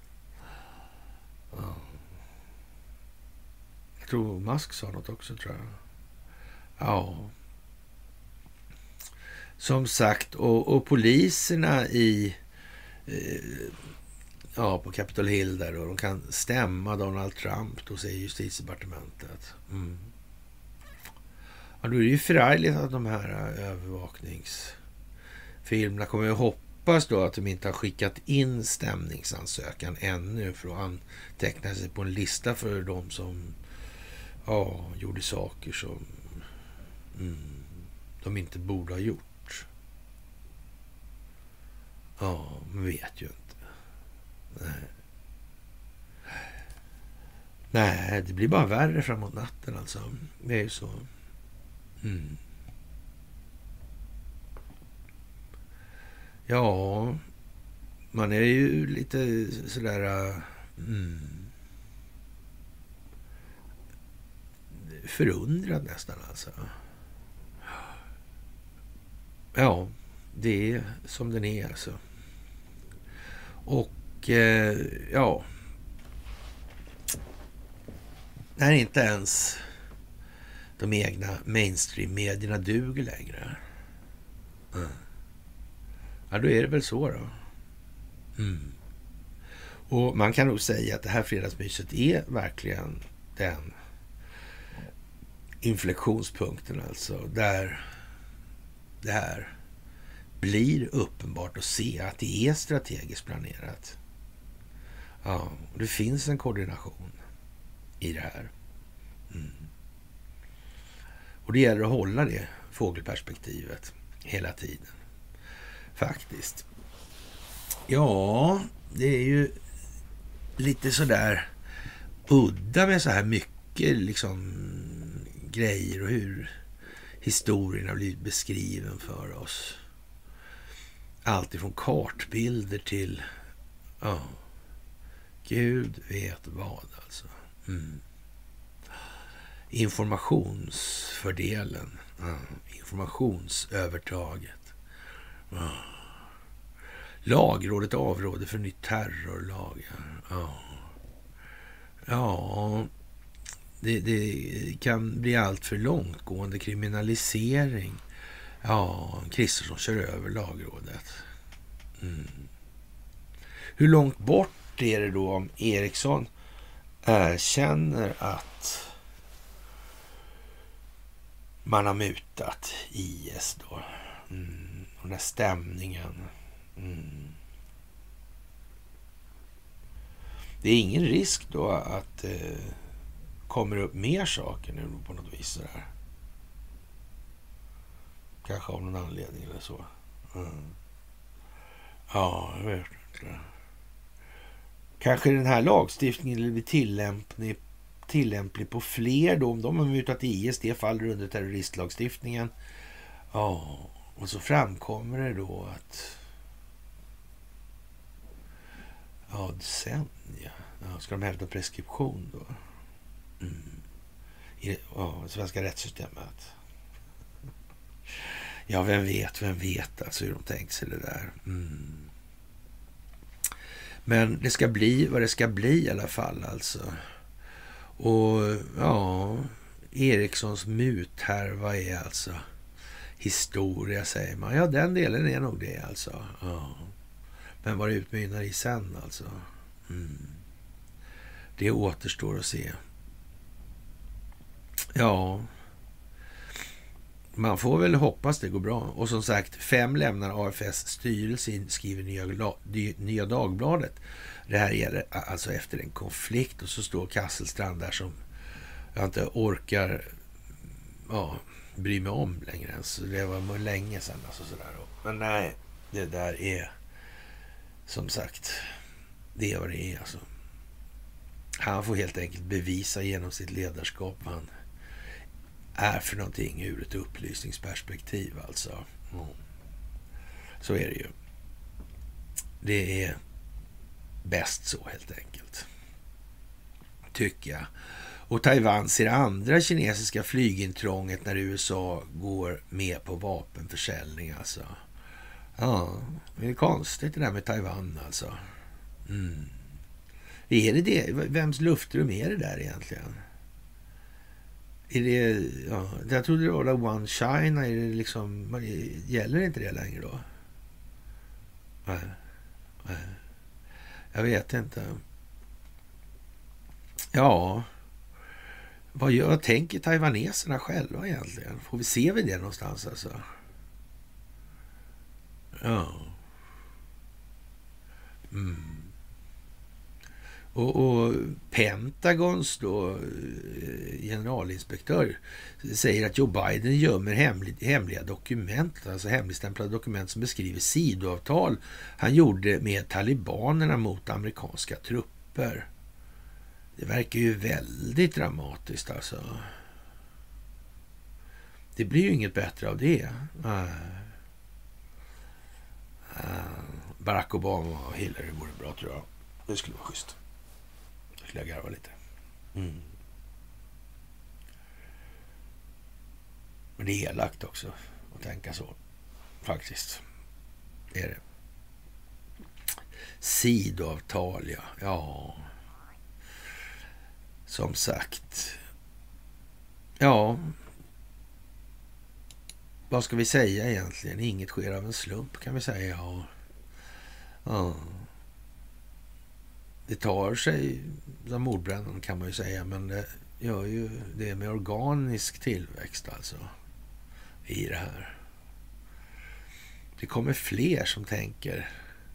Ja. Jag tror Musk sa något också, tror jag. Ja. Som sagt, och, och poliserna i eh, ja, på Capitol Hill där då, de kan stämma Donald Trump, då säger justitiedepartementet. Mm. Ja, då är det ju förargligt att de här övervakningsfilmerna kommer att hoppas då att de inte har skickat in stämningsansökan ännu för att anteckna sig på en lista för de som ja, gjorde saker som mm, de inte borde ha gjort. Ja, man vet ju inte. Nej. Nej, det blir bara värre framåt natten alltså. Det är ju så. Mm. Ja, man är ju lite sådär mm, förundrad nästan alltså. Ja, det är som den är alltså. Och eh, ja, när inte ens de egna mainstream-medierna duger längre. Mm. Ja, då är det väl så då. Mm. Och man kan nog säga att det här fredagsmyset är verkligen den inflektionspunkten alltså. Där det här blir uppenbart att se att det är strategiskt planerat. Ja, och det finns en koordination i det här. Mm. Och det gäller att hålla det fågelperspektivet hela tiden. Faktiskt. Ja, det är ju lite sådär udda med så här mycket liksom grejer och hur historien har blivit beskriven för oss. Allt ifrån kartbilder till ja, Gud vet vad alltså. Mm. Informationsfördelen. Ja, informationsövertaget. Ja. Lagrådet avråder för nytt terrorlagar. Ja, ja det, det kan bli allt för långtgående kriminalisering. Ja, Kristersson kör över lagrådet. Mm. Hur långt bort är det då om Eriksson erkänner att man har mutat I S då? Mm. Och den där stämningen. Mm. Det är ingen risk då att det eh, kommer upp mer saker nu på något vis sådär. Kanske av någon anledning eller så. Mm. Ja, jag vet inte. Kanske den här lagstiftningen blir tillämplig, tillämplig på fler då. Om de har mutat I S, det faller under terroristlagstiftningen. Ja, och så framkommer det då att ja, sen ja. ja ska de hävda preskription då? Mm. I ja, svenska rättssystemet. Ja, vem vet, vem vet alltså hur de tänkt sig det där. Mm. Men det ska bli vad det ska bli i alla fall alltså. Och ja, Ericssons muthärva är alltså historia, säger man. Ja, den delen är nog det alltså. Ja. Men vad det utmynnar i sen alltså. Mm. Det återstår att se. Ja, man får väl hoppas det går bra. Och som sagt, fem lämnar A F S styrelse, skriver Nya, Nya Dagbladet. Det här gäller alltså efter en konflikt, och så står Kasselstrand där som jag inte orkar ja, bry mig om längre. Så det var länge sedan. Alltså sådär. Men nej, det där är som sagt, det är vad det är alltså. Han får helt enkelt bevisa genom sitt ledarskap vad han är för någonting ur ett upplysningsperspektiv alltså. Mm. Så är det ju. Det är bäst så helt enkelt, tycker jag. Och Taiwan ser andra kinesiska flygintrånget när U S A går med på vapenförsäljning alltså. Ja, det är konstigt det där med Taiwan alltså. Mm. Är det det? Vems luftrum är det där egentligen? Är det, ja, jag trodde det var One China, är det liksom, gäller inte det längre då? Nej, nej. Jag vet inte. Ja, vad gör, tänker taiwaneserna själva egentligen? Får vi se vid det någonstans alltså? Ja. Mm. Och, och Pentagons då generalinspektör säger att Joe Biden gömmer hemlig, hemliga dokument, alltså hemligstämplade dokument som beskriver sidoavtal han gjorde med talibanerna mot amerikanska trupper. Det verkar ju väldigt dramatiskt alltså. Det blir ju inget bättre av det. Uh, uh, Barack Obama och Hillary vore bra, tror jag. Det skulle vara schysst. Jag skulle garva lite. Mm. Men det är elakt också att tänka så. Faktiskt. Det är det. Sidoavtal, ja. Ja. Som sagt. Ja. Vad ska vi säga egentligen? Inget sker av en slump, kan vi säga. Ja. Ja. Det tar sig som mordbrännan, kan man ju säga, men det gör ju det med organisk tillväxt alltså i det här. Det kommer fler som tänker,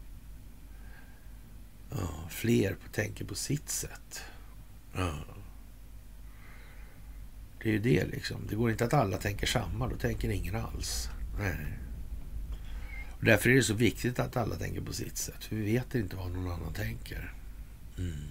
ja, fler tänker på sitt sätt. Ja. Det är ju det liksom. Det går inte att alla tänker samma, då tänker ingen alls. Nej. Och därför är det så viktigt att alla tänker på sitt sätt, för vi vet inte vad någon annan tänker. Mm.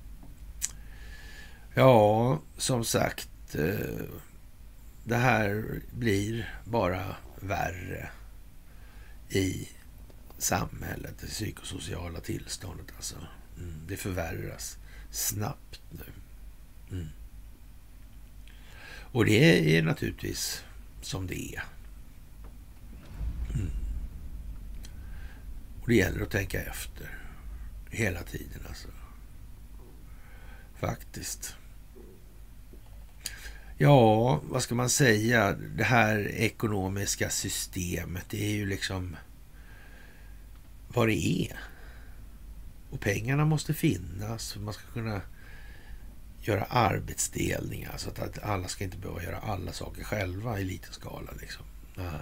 Ja, som sagt, det här blir bara värre i samhället, det psykosociala tillståndet alltså. Mm. Det förvärras snabbt nu. Mm. Och det är naturligtvis som det är. Mm. Och det gäller att tänka efter hela tiden alltså. Faktiskt. Ja, vad ska man säga? Det här ekonomiska systemet, det är ju liksom vad det är. Och pengarna måste finnas för man ska kunna göra arbetsdelningar så att alla ska inte behöva göra alla saker själva i liten skala liksom. Nej.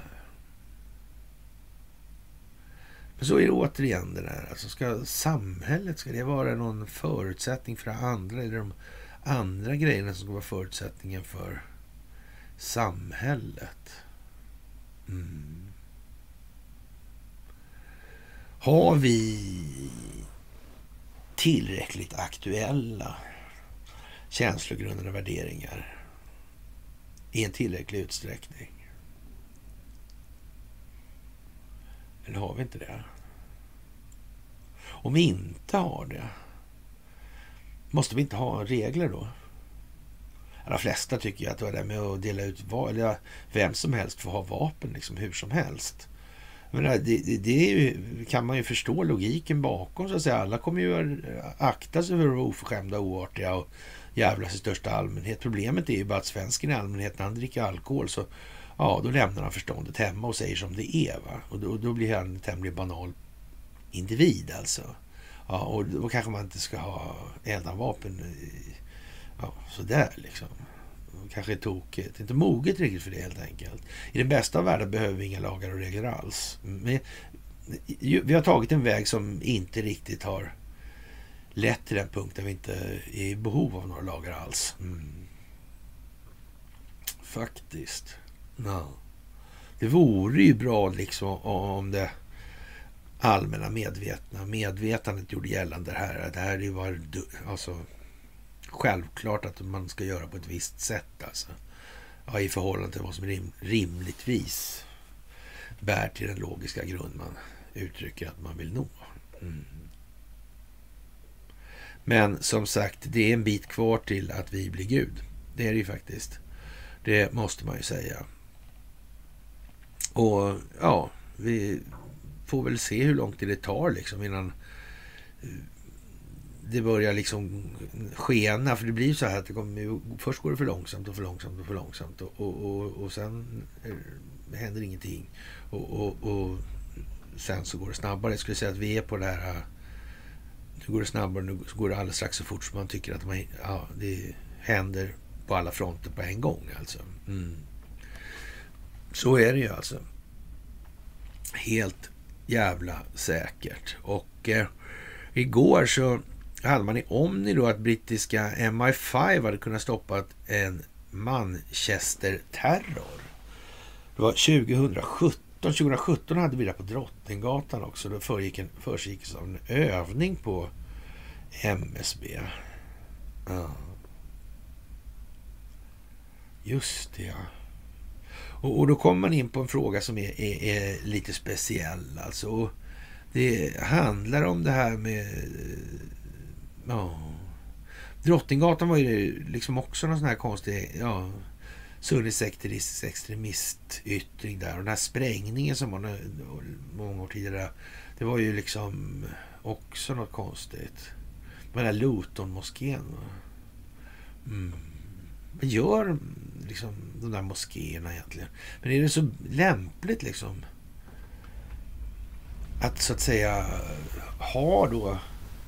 Men så är det återigen det där. Alltså ska samhället, ska det vara någon förutsättning för det andra? Eller de andra grejerna som ska vara förutsättningen för samhället? Mm. Har vi tillräckligt aktuella känslogrundande värderingar i en tillräcklig utsträckning? Eller har vi inte det? Om vi inte har det, måste vi inte ha regler då? De flesta tycker ju att det är med att dela ut, eller vem som helst får ha vapen liksom hur som helst. Jag menar, det, det, det är ju, kan man ju förstå logiken bakom, så att säga. Alla kommer ju akta sig för att vara oförskämda, oartiga och jävlas i största allmänhet. Problemet är ju bara att svensken i allmänhet, när han dricker alkohol, så ja, då lämnar han förståndet hemma och säger som det är, va? Och då, då blir han en tämligen banal individ alltså. Ja, och då kanske man inte ska ha eldanvapen, ja, sådär liksom. Kanske är tokigt, inte moget riktigt för det helt enkelt. I den bästa av världen behöver vi inga lagar och regler alls. Men vi har tagit en väg som inte riktigt har lett till den punkten vi inte är i behov av några lagar alls. Mm. Faktiskt. No. Det vore ju bra liksom om det allmänna medvetna medvetandet gjorde gällande det här. Det här var alltså självklart att man ska göra på ett visst sätt alltså. Ja, i förhållande till vad som rim, rimligtvis bär till den logiska grund man uttrycker att man vill nå. Mm. Men som sagt, det är en bit kvar till att vi blir Gud. Det är det ju faktiskt. Det måste man ju säga. Och ja, vi får väl se hur långt det tar liksom innan det börjar liksom skena. För det blir ju så här att det kommer, först går det för långsamt och för långsamt och för långsamt och, och, och, och sen händer ingenting. Och, och, och sen så går det snabbare. Jag skulle säga att vi är på det här, nu går det snabbare, nu går det alldeles strax så fort som man tycker att man, ja, det händer på alla fronter på en gång alltså. Mm. Så är det ju alltså. Helt jävla säkert. Och eh, igår så hade man i Omni då att brittiska M I fem hade kunnat stoppa en Manchester-terror. Det var tjugohundrasjutton. tjugohundrasjutton hade vi det på Drottninggatan också. Då förgick en, förgick en övning på M S B. Ja. Just det, ja. Och, och då kommer man in på en fråga som är, är, är lite speciell. Alltså, och det handlar om det här med... Ja, Drottninggatan var ju liksom också någon sån här konstig... Ja, sunnisekteristisk extremistyttring där. Och den här sprängningen som var många år tidigare, det var ju liksom också något konstigt. Den här Luton-moskén. Mm. Vad gör liksom de där moskéerna egentligen? Men är det så lämpligt liksom att så att säga ha då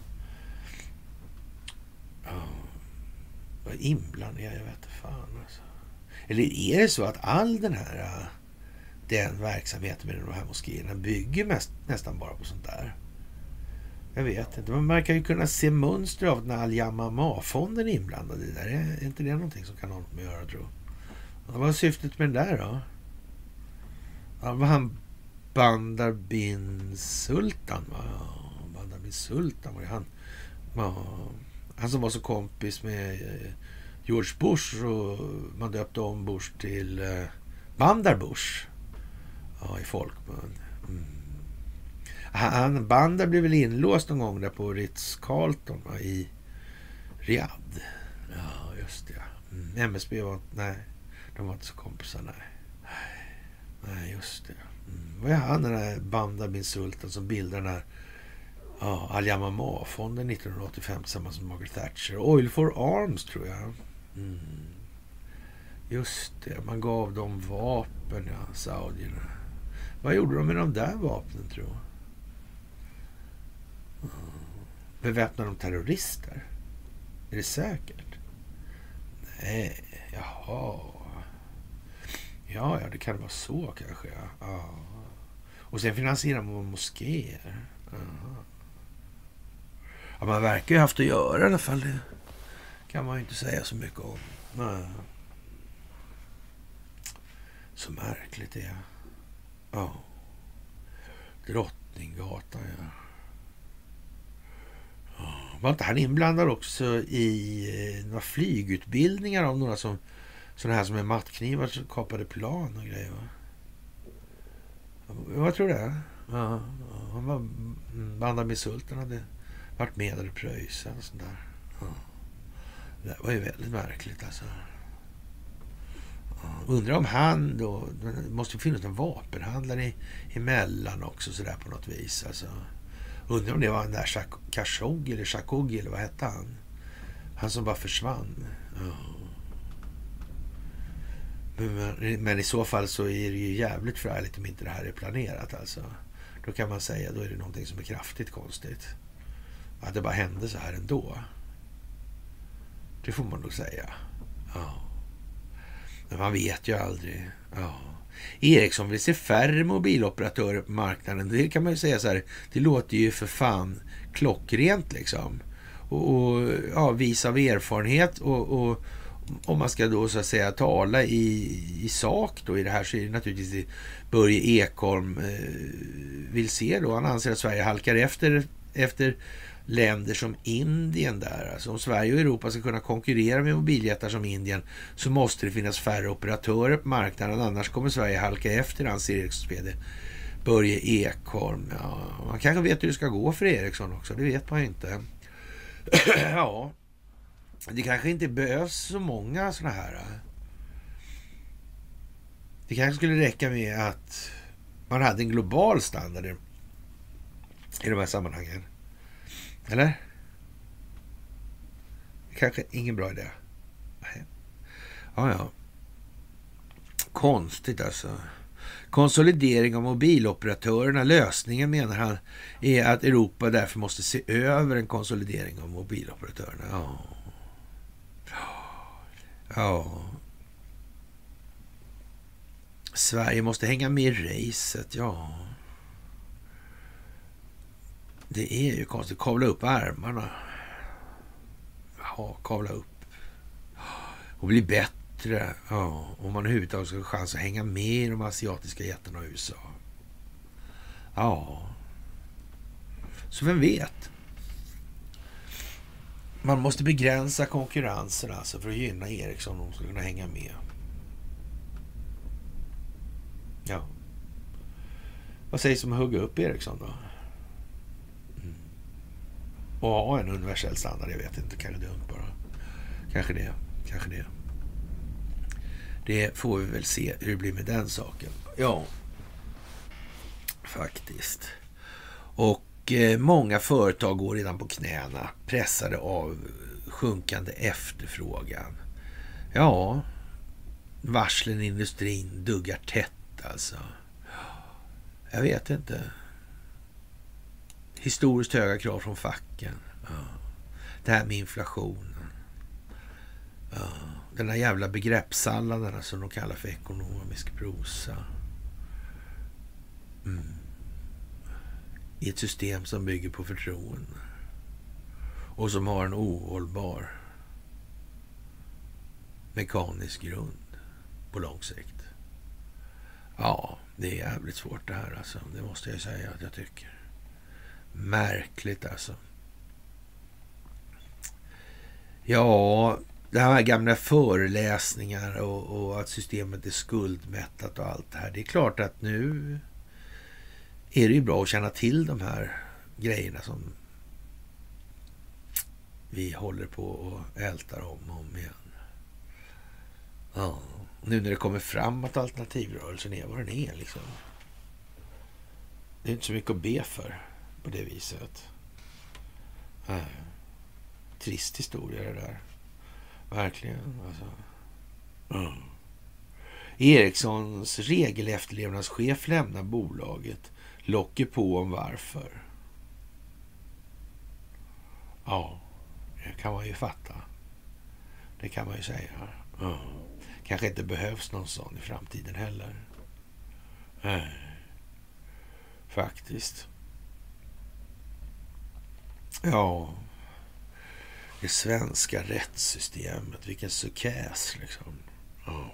ja, vad inblandning, jag vet inte fan alltså. Eller är det så att all den här den verksamheten med de här moskéerna bygger mest, nästan bara på sånt där? Jag vet inte. Man verkar ju kunna se mönster av när Al-Yamama-fonden är inblandad i det där. Är inte det någonting som kan ha något med att göra, tror jag? Vad var syftet med den där då? Ja, var han Bandar bin Sultan, va? Bandar bin Sultan var det han. Ja, han som var så kompis med George Bush och man döpte om Bush till Bandar Bush. Ja, i folkmun. Mm. Han, Bandar blev väl inlåst någon gång där på Ritz-Carlton, va, i Riyadh. Ja, just det. Mm. M S B var, nej, de var inte så kompisar, nej. Nej, just det. Mm. Vad är han, den där Bandar bin Sultan som bildade den här ja, Al-Yamama-fonden nittonhundraåttiofem tillsammans med Margaret Thatcher. Oil for Arms, tror jag. Mm. Just det, man gav dem vapen, ja, saudierna. Vad gjorde de med de där vapnen, tror jag? Beväpnar de terrorister? Är det säkert? Nej, jaha. Ja, ja, det kan vara så kanske. Ja. Ja. Och sen finansierar man moskéer. Ja. Ja, man verkar ju haft att göra i alla fall. Det kan man ju inte säga så mycket om. Ja. Så märkligt det är. Ja. Drottninggatan, ja. Var inte han inblandad också i några flygutbildningar av några som sådana här som är mattknivar som kapade plan och grejer, va? Vad tror du det? Ja, han var Bandar bin Sultan, hade varit med i Preussen och sånt där. Ja. Det var ju väldigt märkligt alltså. Undrar om han då, det måste finnas en vapenhandlare emellan också sådär på något vis. Alltså, undrar om det var den där Khashoggi eller Khashoggi eller vad hette han? Han som bara försvann. Ja. Men, men i så fall så är det ju jävligt förärligt om inte det här är planerat alltså. Då kan man säga, då är det någonting som är kraftigt konstigt. Att det bara hände så här ändå. Det får man nog säga. Ja. Men man vet ju aldrig. Ja. Ericsson vill se färre mobiloperatörer på marknaden. Det kan man ju säga så här. Det låter ju för fan klockrent liksom. Och, och ja, vis av erfarenhet och, och om man ska då så att säga tala i, i sak då i det här, så är det naturligtvis Börje Ekholm eh, vill se då. Han anser att Sverige halkar efter efter länder som Indien där. Alltså om Sverige och Europa ska kunna konkurrera med mobiljättar som Indien, så måste det finnas färre operatörer på marknaden, annars kommer Sverige halka efter, anser Ericssons V D Börje Ekholm. Ja, man kanske vet hur det ska gå för Ericsson också, det vet man inte. Ja, det kanske inte behövs så många såna här. Det kanske skulle räcka med att man hade en global standard i de här sammanhangen. Eller? Kanske ingen bra idé. Nej. Ja, ja. Konstigt alltså. Konsolidering av mobiloperatörerna. Lösningen, menar han, är att Europa därför måste se över en konsolidering av mobiloperatörerna. Ja. Ja. Sverige måste hänga med i racet, ja. Det är ju konstigt. Kavla upp ärmarna. Ja, kavla upp. Och bli bättre. Ja, om man överhuvudtaget ska ha chans att hänga med i de asiatiska jättarna och U S A. Ja. Så vem vet? Man måste begränsa konkurrensen alltså för att gynna Ericsson om de ska kunna hänga med. Ja. Vad sägs om att hugga upp Ericsson då? Mm. Och ha en universell standard, jag vet inte, kanske dumt bara. Kanske det, kanske det. Det får vi väl se hur det blir med den saken. Ja, faktiskt. Och eh, många företag går redan på knäna, pressade av sjunkande efterfrågan. Ja, varslen i industrin duggar tätt alltså. Jag vet inte. Historiskt höga krav från facken. Ja. Det här med inflationen. Ja. Den här jävla begreppssalladen som de kallar för ekonomisk prosa. Mm. I ett system som bygger på förtroende. Och som har en ohållbar mekanisk grund på lång sikt. Ja, det är jävligt svårt det här alltså. Det måste jag säga att jag tycker. Märkligt alltså. Ja, det här gamla föreläsningar och, och att systemet är skuldmättat och allt det här. Det är klart att nu är det ju bra att känna till de här grejerna som vi håller på och ältar om och om igen. Ja, nu när det kommer fram att alternativrörelsen är vad den är liksom. Det är inte så mycket att be för på det viset. Nej. Trist historia det där. Verkligen. Alltså. Mm. Ericssons regelefterlevnadschef lämnar bolaget. Locker på om varför. Ja, det kan man ju fatta. Det kan man ju säga. Mm. Kanske inte behövs någon sån i framtiden heller. Nej. Faktiskt. Ja. Det svenska rättssystemet. Vilken sukäs liksom. Ja.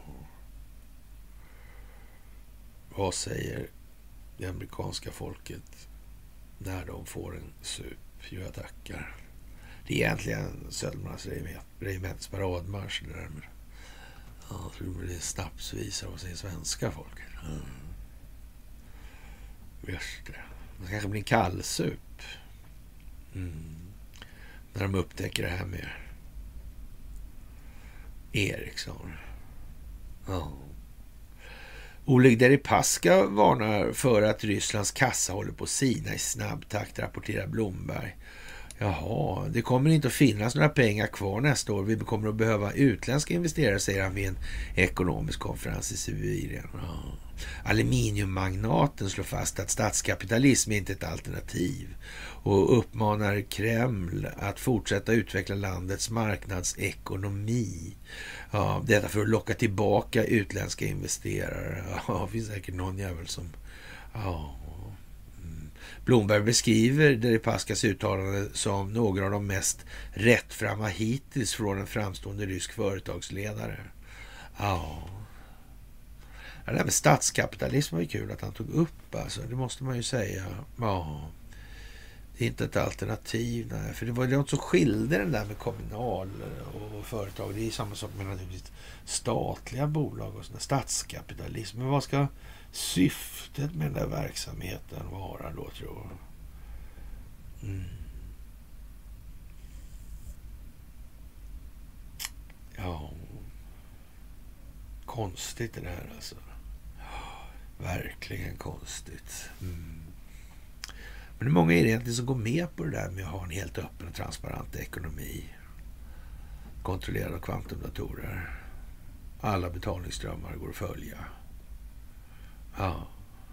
Vad säger det amerikanska folket när de får en sup? Jo, jag tackar. Det är egentligen Södermanlands regements paradmarsch det där med. Ja, jag tror det är snapsvisa vad säger svenska folket. Mm. Just det. Det kanske blir en kallsup. Mm. När de upptäcker det här med Ericsson. Ja. Oleg Deripaska varnar för att Rysslands kassa håller på att sina i snabb takt, rapporterar Blomberg. Jaha, det kommer inte att finnas några pengar kvar nästa år. Vi kommer att behöva utländska investerare, säger han vid en ekonomisk konferens i Sibirien. Ja. Aluminiummagnaten slår fast att statskapitalism är inte ett alternativ och uppmanar Kreml att fortsätta utveckla landets marknadsekonomi. Ja, detta för att locka tillbaka utländska investerare. Ja, det finns säkert någon jävel som... Ja... Blomberg beskriver Deripaskas uttalande som några av de mest rättframma hittills från en framstående rysk företagsledare. Ja. Det där med statskapitalism var ju kul att han tog upp, alltså. Det måste man ju säga. Ja. Det är inte ett alternativ, nej. För det var något som skilde den där med kommunal och företag. Det är samma sak med naturligtvis statliga bolag och sådär. Statskapitalism. Men vad ska syftet med den där verksamheten vara då, tror jag? Mm. Ja. Konstigt det där, alltså. Verkligen konstigt. Mm. Men det är många egentligen som går med på det där med att ha en helt öppen och transparent ekonomi. Kontrollerad av kvantumdatorer. Alla betalningsströmmar går att följa. Ja.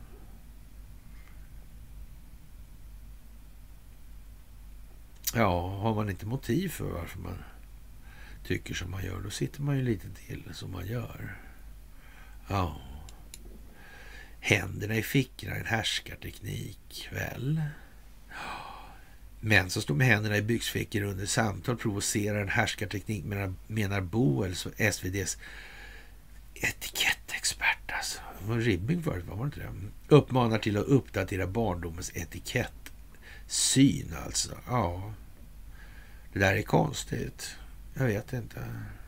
Ja, har man inte motiv för varför man tycker som man gör, då sitter man ju lite till som man gör. Ja. Händerna i fickorna är en härskarteknik, väl? Män som står med händerna i byxfickor under samtal provocerar en härskarteknik, menar, menar Boel, S V D:s etikettexpert, alltså. Det var Ribbing förut, var det inte det? Uppmanar till att uppdatera barndomens etikettsyn, alltså. Ja. Det där är konstigt. Jag vet inte.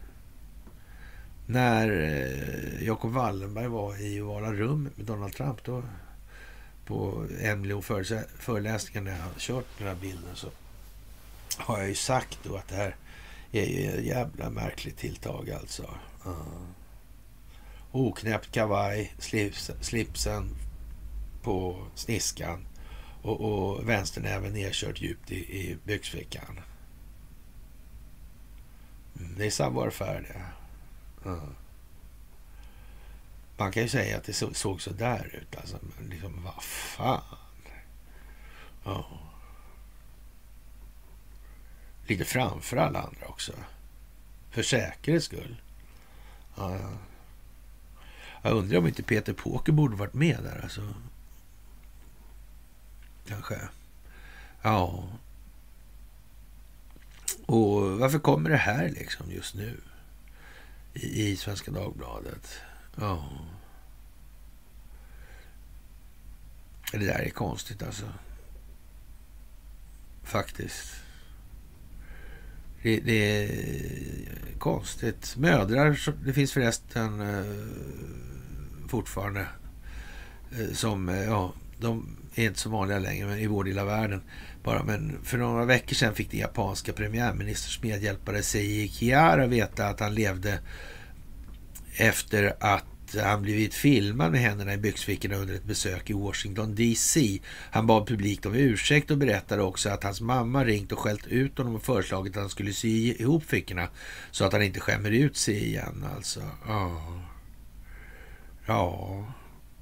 När eh, Jacob Wallenberg var i Ovala rum med Donald Trump då, på en miljon föreläsningar när jag har kört den här bilden, så har jag ju sagt då att det här är ju ett jävla märkligt tilltag, alltså. Uh. Oknäppt kavaj, slips, slipsen på sniskan och, och vänsternäven nedkört djupt i, i byxfickan. Mm, det är savoir-faire det. Uh. Man kan ju säga att det så, såg så där ut, alltså, men liksom, vad fan. Ja. Lite framför alla andra också. För säkerhets skull. Ja. Jag undrar om inte Peter Poker borde varit med där, alltså. Kanske. Ja. Och varför kommer det här liksom just nu i, i Svenska Dagbladet? Ja. Det där är konstigt, alltså. Faktiskt. Det, det är konstigt. Mödrar, det finns förresten eh, fortfarande eh, som, eh, ja, de är inte så vanliga längre, men i vår del av världen bara. Men för några veckor sedan fick det japanska premiärministers medhjälpare Seiji Kihara veta att han levde efter att han blivit filmad med händerna i byxfickorna under ett besök i Washington D C. Han bad publikt om ursäkt och berättade också att hans mamma ringt och skällt ut honom och föreslagit att han skulle sy ihop fickorna så att han inte skämmer ut sig igen, alltså. Ja. Ja.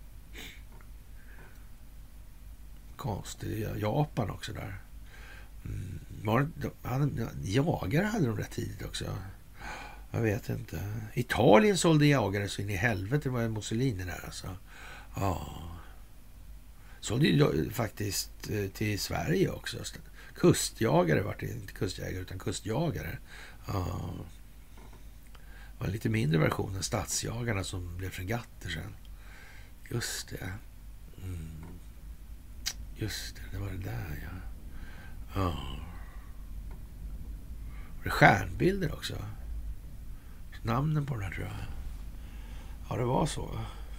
Konstigt. Japan också där. Mm. Han, jagare hade de rätt tidigt också. Jag vet inte. Italien sålde jagare så in i helvete, var Mussolini där, alltså. Ja. Sålde ju faktiskt till Sverige också. Kustjagare var det, inte kustjägare utan kustjagare. Ja. Det var en lite mindre version än stadsjagarna som blev fregatter sen. Just det. Mm. Just det, det var det där, ja. Ja. Och det är stjärnbilder också. Namnen på den här, tror jag. Ja, det var så.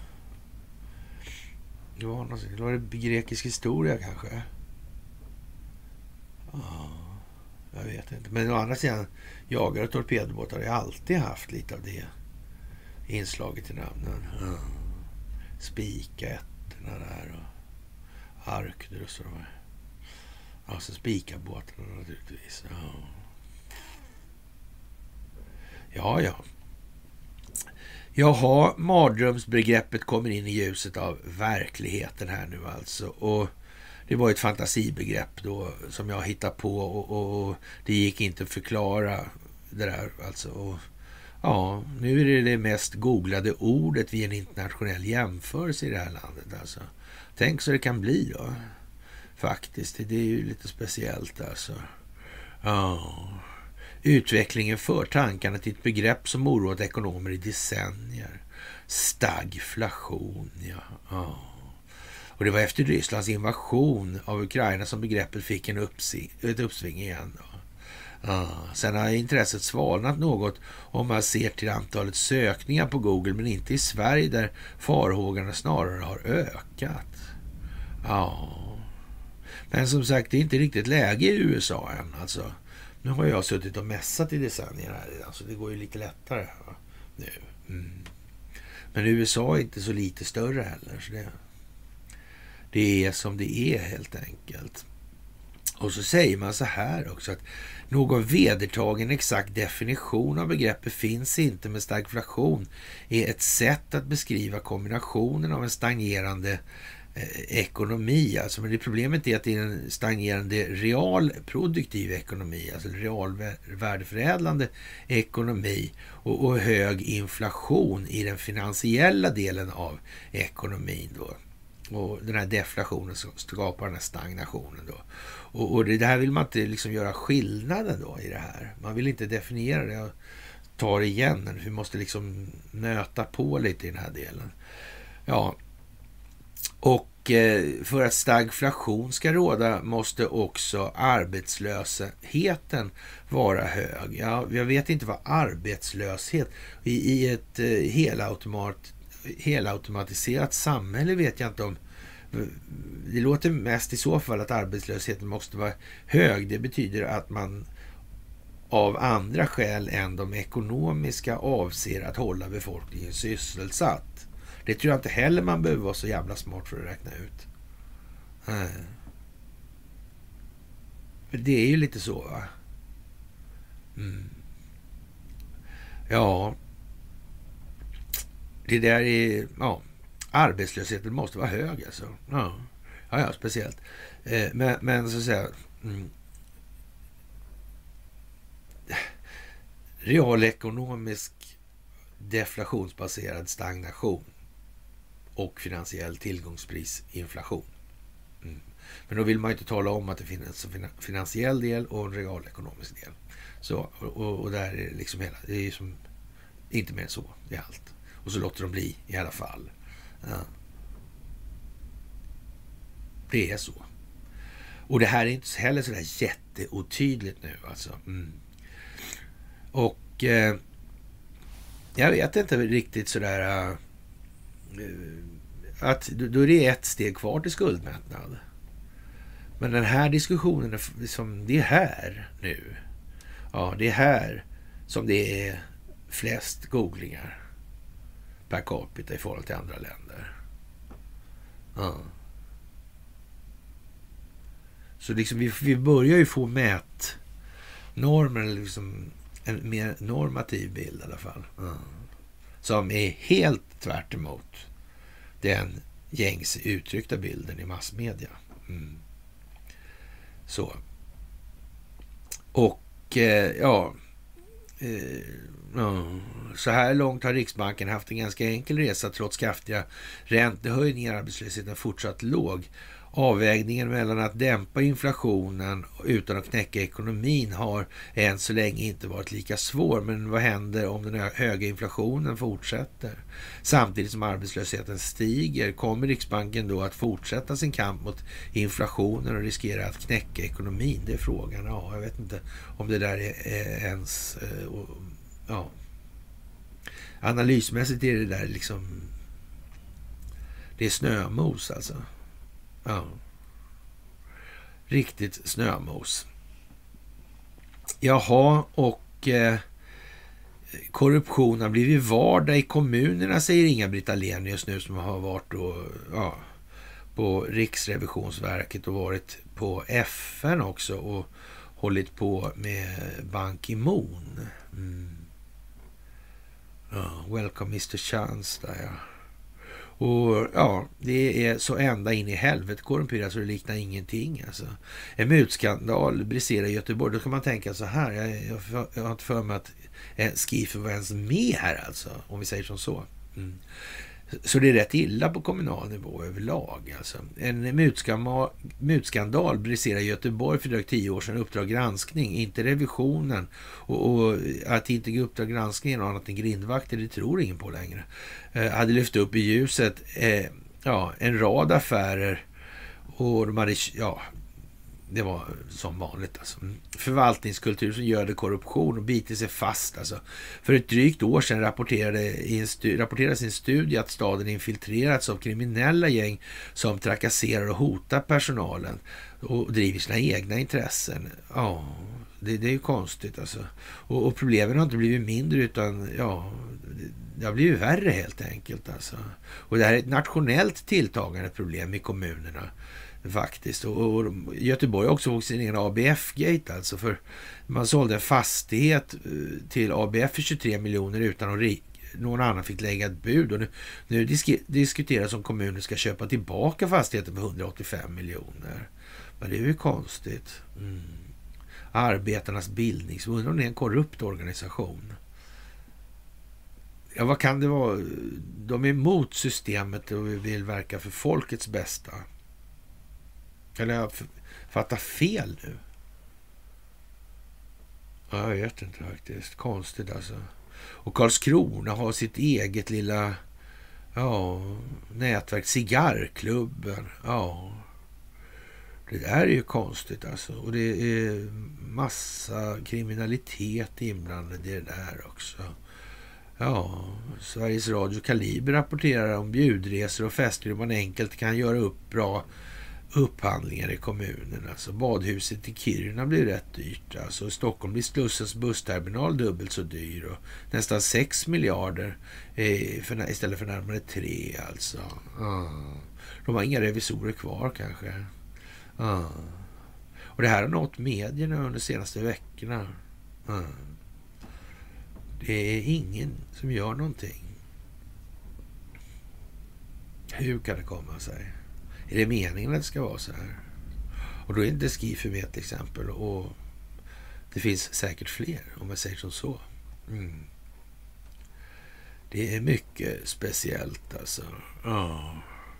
Det var, något, det var det grekisk historia kanske. Ja, jag vet inte. Men å andra sidan, jagare och torpedbåtar har ju alltid haft lite av det inslaget i namnen. Ja. Spika ettorna där och Arcturus och de här. Ja, så spikarbåtarna naturligtvis. Ja, ja. ja. Jaha, mardrömsbegreppet kommer in i ljuset av verkligheten här nu alltså. Och det var ett fantasibegrepp då som jag hittade på och, och, och det gick inte att förklara det där alltså. Och, ja, nu är det det mest googlade ordet vid en internationell jämförelse i det här landet alltså. Tänk så det kan bli då. Faktiskt, det är ju lite speciellt alltså. Ja. Utvecklingen för tankarna till ett begrepp som oroat ekonomer i decennier. Stagflation, ja. ja. Och det var efter Rysslands invasion av Ukraina som begreppet fick en uppsving, ett uppsving igen då. Ja. Sen har intresset svalnat något om man ser till antalet sökningar på Google, men inte i Sverige där farhågorna snarare har ökat. Ja. Men som sagt, det är inte riktigt läge i U S A än alltså. Nu har jag suttit och mässat i decennier här redan, så det går ju lite lättare va? Nu. Mm. Men U S A är inte så lite större heller, så det, det är som det är helt enkelt. Och så säger man så här också att någon vedertagen exakt definition av begreppet finns inte, med stagflation är ett sätt att beskriva kombinationen av en stagnerande ekonomi, alltså, men det problemet är att det är en stagnerande real produktiv ekonomi, alltså real värdeförädlande ekonomi och, och hög inflation i den finansiella delen av ekonomin då. Och den här deflationen som skapar den här stagnationen då. Och, och det här vill man inte liksom göra skillnaden då i det här. Man vill inte definiera det och ta det igen. Vi måste liksom nöta på lite i den här delen. Ja. Och för att stagflation ska råda måste också arbetslösheten vara hög. Ja, jag vet inte vad arbetslöshet i, i ett eh, helautomat, helautomatiserat samhälle vet jag inte om. Det låter mest i så fall att arbetslösheten måste vara hög. Det betyder att man av andra skäl än de ekonomiska avser att hålla befolkningen sysselsatt. Det tror jag inte heller man behöver vara så jävla smart för att räkna ut. Nej. För det är ju lite så va? Mm. Ja. Det där är... Ja. Arbetslösheten måste vara hög alltså. Ja, ja, ja speciellt. Eh, men, men så att säga... Mm. Realekonomisk deflationsbaserad stagnation och finansiell tillgångsprisinflation. Mm. Men då vill man ju inte tala om att det finns en finansiell del och en realekonomisk del. Så, och, och där är det liksom hela, det är ju som inte mer än så, det är allt. Och så låter de bli i alla fall. Ja. Det är så. Och det här är inte heller så där jätteotydligt nu alltså. Mm. Och eh, jag vet inte riktigt sådär uh, att då är det ett steg kvar till skuldmättnad. Men den här diskussionen är liksom, det är här nu. Ja, det är här som det är flest googlingar per capita i förhållande till andra länder. Ja. Så liksom vi, vi börjar ju få mät normer, liksom en mer normativ bild i alla fall. Ja. Som är helt tvärt emot den gängs uttryckta bilden i massmedia. Mm. Så. Och eh, ja, eh, ja, så här långt har Riksbanken haft en ganska enkel resa trots kraftiga räntehöjningar. Arbetslösheten fortsatt låg. Avvägningen mellan att dämpa inflationen utan att knäcka ekonomin har än så länge inte varit lika svår. Men vad händer om den höga inflationen fortsätter? Samtidigt som arbetslösheten stiger, kommer Riksbanken då att fortsätta sin kamp mot inflationen och riskera att knäcka ekonomin? Det är frågan. Ja, jag vet inte om det där är ens... Ja. Analysmässigt är det där liksom... Det är snömos alltså. Ja. Riktigt snömos. Jaha, och eh, korruption har blivit vardag i kommunerna, säger Inga-Britt Ahlenius nu, som har varit då, ja, på Riksrevisionsverket och varit på F N också och hållit på med Ban Ki-moon. Mm. Ja, welcome mister Chance där, ja. Och ja, det är så ända in i helvete korrumperat så det liknar ingenting. Alltså. En mutskandal briserar i Göteborg. Då kan man tänka så här. Jag, jag, jag har inte för mig att Skifer var ens med här, alltså, om vi säger som så. Mm. Så det är rätt illa på kommunal nivå överlag. Alltså. En mutskandal, mutskandal briserar i Göteborg för drygt tio år sedan. Uppdrag granskning, inte revisionen. Och, och att inte Uppdrag granskning och annat än grindvakter, det tror ingen på längre. Eh, hade lyft upp i ljuset eh, ja, en rad affärer. Och de hade, ja, det var som vanligt. Alltså. Förvaltningskultur som gör det korruption och biter sig fast. Alltså. För ett drygt år sedan rapporterade i en stu- rapporterades i en studie att staden infiltrerats av kriminella gäng som trakasserar och hotar personalen och driver sina egna intressen. Ja, det, det är ju konstigt. Alltså. Och, och problemen har inte blivit mindre utan ja, det har blivit värre helt enkelt. Alltså. Och det här är ett nationellt tilltagande problem i kommunerna. Faktiskt. Och, och Göteborg har också fått sin egen A B F-gate, alltså, för man sålde en fastighet till A B F för tjugotre miljoner utan att rik, någon annan fick lägga ett bud. Och nu, nu disk, diskuteras om kommunen ska köpa tillbaka fastigheten för hundraåttiofem miljoner. Men det är ju konstigt. Mm. Arbetarnas bildningsförbund, undrar om det är en korrupt organisation. Ja, vad kan det vara? De är emot systemet och vill verka för folkets bästa. Eller jag fattar fel nu? Ja, jag vet inte faktiskt. Konstigt alltså. Och Karlskrona har sitt eget lilla ja, nätverk. Cigarrklubben. Ja. Det där är ju konstigt alltså. Och det är massa kriminalitet inblandad i det där också. Ja, Sveriges Radio Kaliber rapporterar om bjudresor och fester hur man enkelt kan göra upp bra upphandlingar i kommunen. Alltså badhuset i Kiruna blir rätt dyrt. Alltså i Stockholm blir Slussens bussterminal dubbelt så dyr och nästan sex miljarder eh, för, istället för närmare tre alltså. Ah. De har inga revisorer kvar kanske. Ah. Och det här har nått medierna under de senaste veckorna. Ah. Det är ingen som gör någonting. Hur kan det komma sig? Är det meningen att det ska vara så här? Och då är inte Skifer med till exempel. Och det finns säkert fler om jag säger som så. Mm. Det är mycket speciellt alltså. Ja.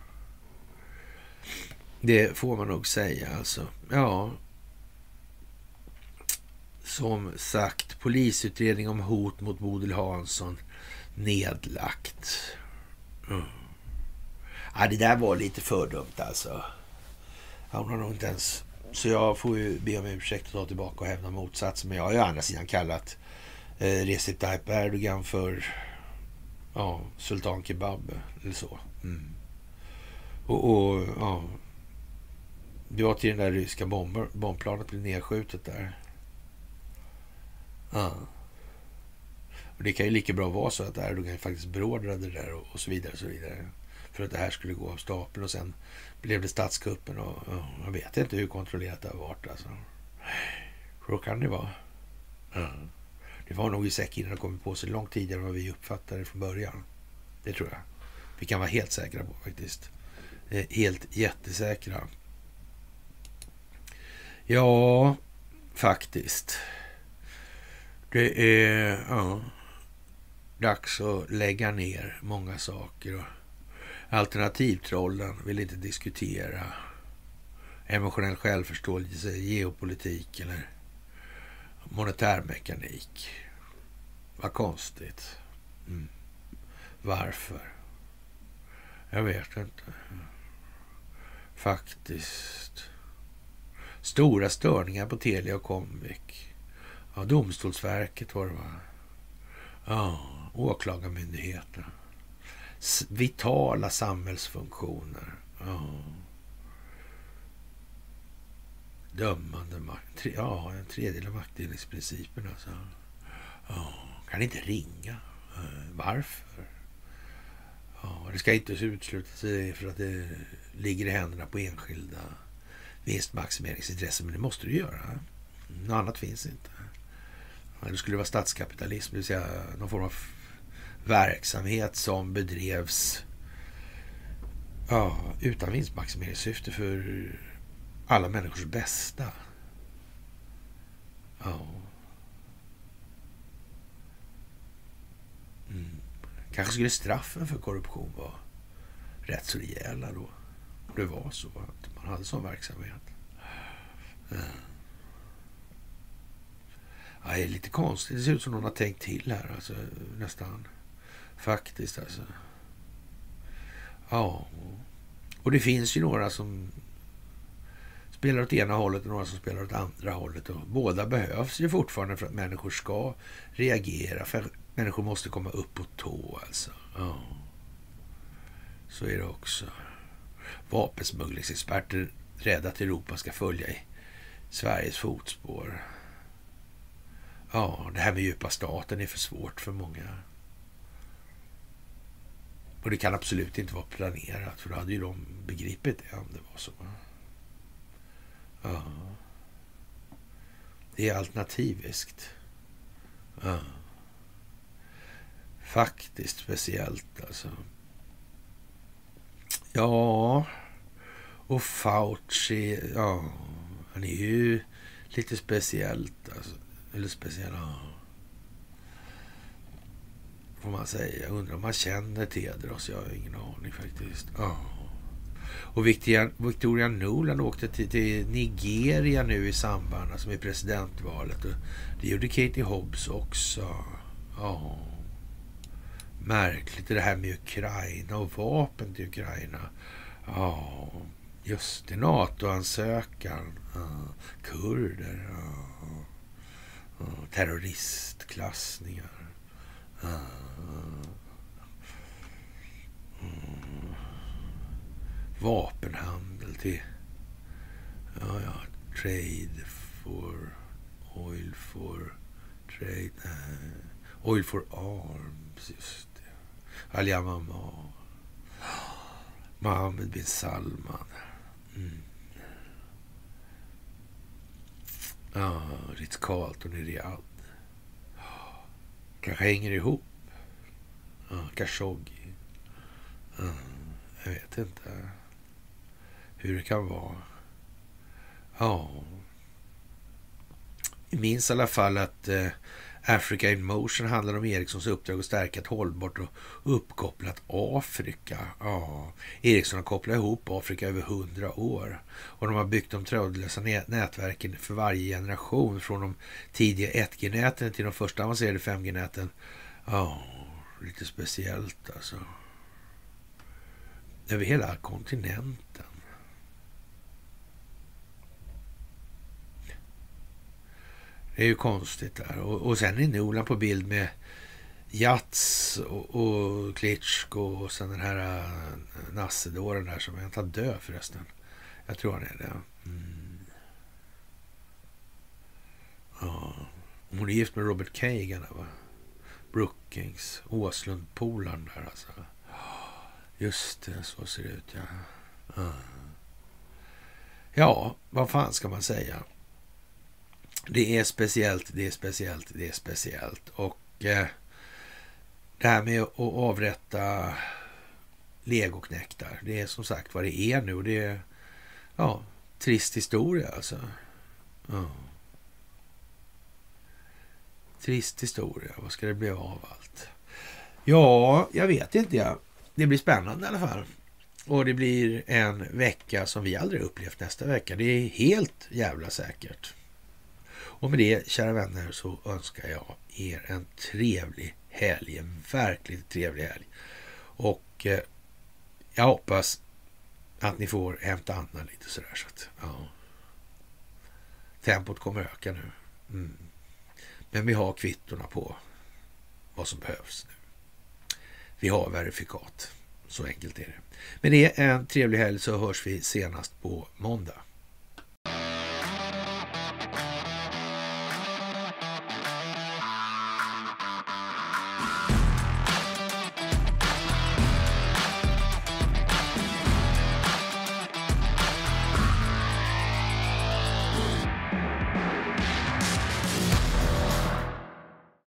Det får man nog säga alltså. Ja. Som sagt, polisutredning om hot mot Bodil Hansson nedlagt. Mm. Ja, det där var lite för dumt alltså. Hon har nog inte ens... Så jag får ju be om ursäkt och ta tillbaka och hävda motsatsen. Men jag har ju å andra sidan kallat eh, Recep Tayyip Erdogan för ja, Sultan Kebab eller så. Mm. Och, och ja... Det var till den där ryska bomber, bombplanet blev nedskjutet där. Ja. Och det kan ju lika bra vara så att Erdogan faktiskt beordrade det där och, och så vidare och så vidare. För att det här skulle gå av stapeln och sen blev det statskuppen och, och jag vet inte hur kontrollerat det har varit alltså. Så kan det vara. Ja. Det var nog säkert innan det kom på sig långt tidigare än vad vi uppfattade det från början. Det tror jag. Vi kan vara helt säkra på faktiskt. Helt jättesäkra. Ja, faktiskt. Det är ja, dags att lägga ner många saker. Och alternativtrollen vill inte diskutera emotionell självförståelse, geopolitik eller monetärmekanik. Vad konstigt. Mm. Varför? Jag vet inte. Faktiskt. Stora störningar på Telia och Comvik. Ja, Domstolsverket var det va? Ja, åklagarmyndigheten. S- vitala samhällsfunktioner. Ja. Dömande makt. Tre- ja, en tredjedel av maktdelningsprincipen alltså. Ja, kan inte ringa. Varför? Ja, det ska inte utesluta sig för att det ligger i händerna på enskilda vinstmaximeringsintressen, men det måste du göra. Något annat finns inte. Ja, det skulle vara statskapitalism, det vill säga någon form av verksamhet som bedrevs ja, utan vinstmaximeringssyfte för alla människors bästa. Ja. Mm. Kanske skulle straffen för korruption vara rätt så rejäla då. Om det var så att man hade sån verksamhet. Ja. Ja, det är lite konstigt. Det ser ut som någon har tänkt till här. Alltså, nästan. Faktiskt alltså. Ja. Och det finns ju några som spelar åt ena hållet och några som spelar åt andra hållet. Och båda behövs ju fortfarande för att människor ska reagera. För människor måste komma upp på tå alltså. Ja. Så är det också. Vapensmugglingsexperter rädda att Europa ska följa i Sveriges fotspår. Ja, det här med djupa staten är för svårt för många. Och det kan absolut inte vara planerat, för då hade ju de begripit det om det var så. Ja. Det är alternativiskt. Ja. Faktiskt speciellt alltså. Ja. Och Fauci, ja, han är ju lite speciellt alltså. Eller speciella, ja. Får man säga. Jag undrar om man känner Tedros. Jag har ingen aning faktiskt. Ja. Och Victoria, Victoria Nuland åkte till, till Nigeria nu i samband alltså med presidentvalet. Och det gjorde Katie Hobbs också. Ja. Märkligt det här med Ukraina och vapen till Ukraina. Ja, just det. NATO-ansökan. Ja. Kurder. Ja. Ja. Terroristklassningar. Ja. Mm. Vapenhandel till ja, ja, trade for oil for trade nej. Oil for arms, just det. Al-Yamama, Mohammed bin Salman. Mm. Ja, Ritz-Carlton i Riyadh. Kanske hänger ihop. Ja, Khashoggi. Ja, jag vet inte hur det kan vara. Ja. Jag minns i alla fall att eh, Africa in Motion handlar om Ericssons uppdrag att stärka ett hållbart och uppkopplat Afrika. Ja. Ericsson har kopplat ihop Afrika över hundra år. Och de har byggt de trådlösa nätverken för varje generation. Från de tidiga ett G-näten till de första avancerade fem G-näten. Ja, lite speciellt alltså. Över hela kontinenten. Det är ju konstigt där. Och, och sen är Nuland på bild med Jats och, och Klitschko och sen den här uh, Nassedåren där som är inte död förresten. Jag tror han är det. Mm. Ja. Hon är gift med Robert Kagan, va? Brookings, Åslund-polaren där alltså. Just det, så ser det ut, ja. Ja. Ja, vad fan ska man säga? Det är speciellt, det är speciellt, det är speciellt. Och eh, det här med att avrätta legoknäktar, det är som sagt vad det är nu. Det är, ja, trist historia alltså. Ja. Trist historia, vad ska det bli av allt? Ja, jag vet inte, ja. Det blir spännande i alla fall. Och det blir en vecka som vi aldrig upplevt nästa vecka. Det är helt jävla säkert. Och med det, kära vänner, så önskar jag er en trevlig helg. En verkligt trevlig helg. Och eh, jag hoppas att ni får hämta andan lite sådär. Så att, ja. Tempot kommer öka nu. Mm. Men vi har kvittorna på vad som behövs nu. Vi har verifikat. Så enkelt är det. Men det är en trevlig helg, så hörs vi senast på måndag.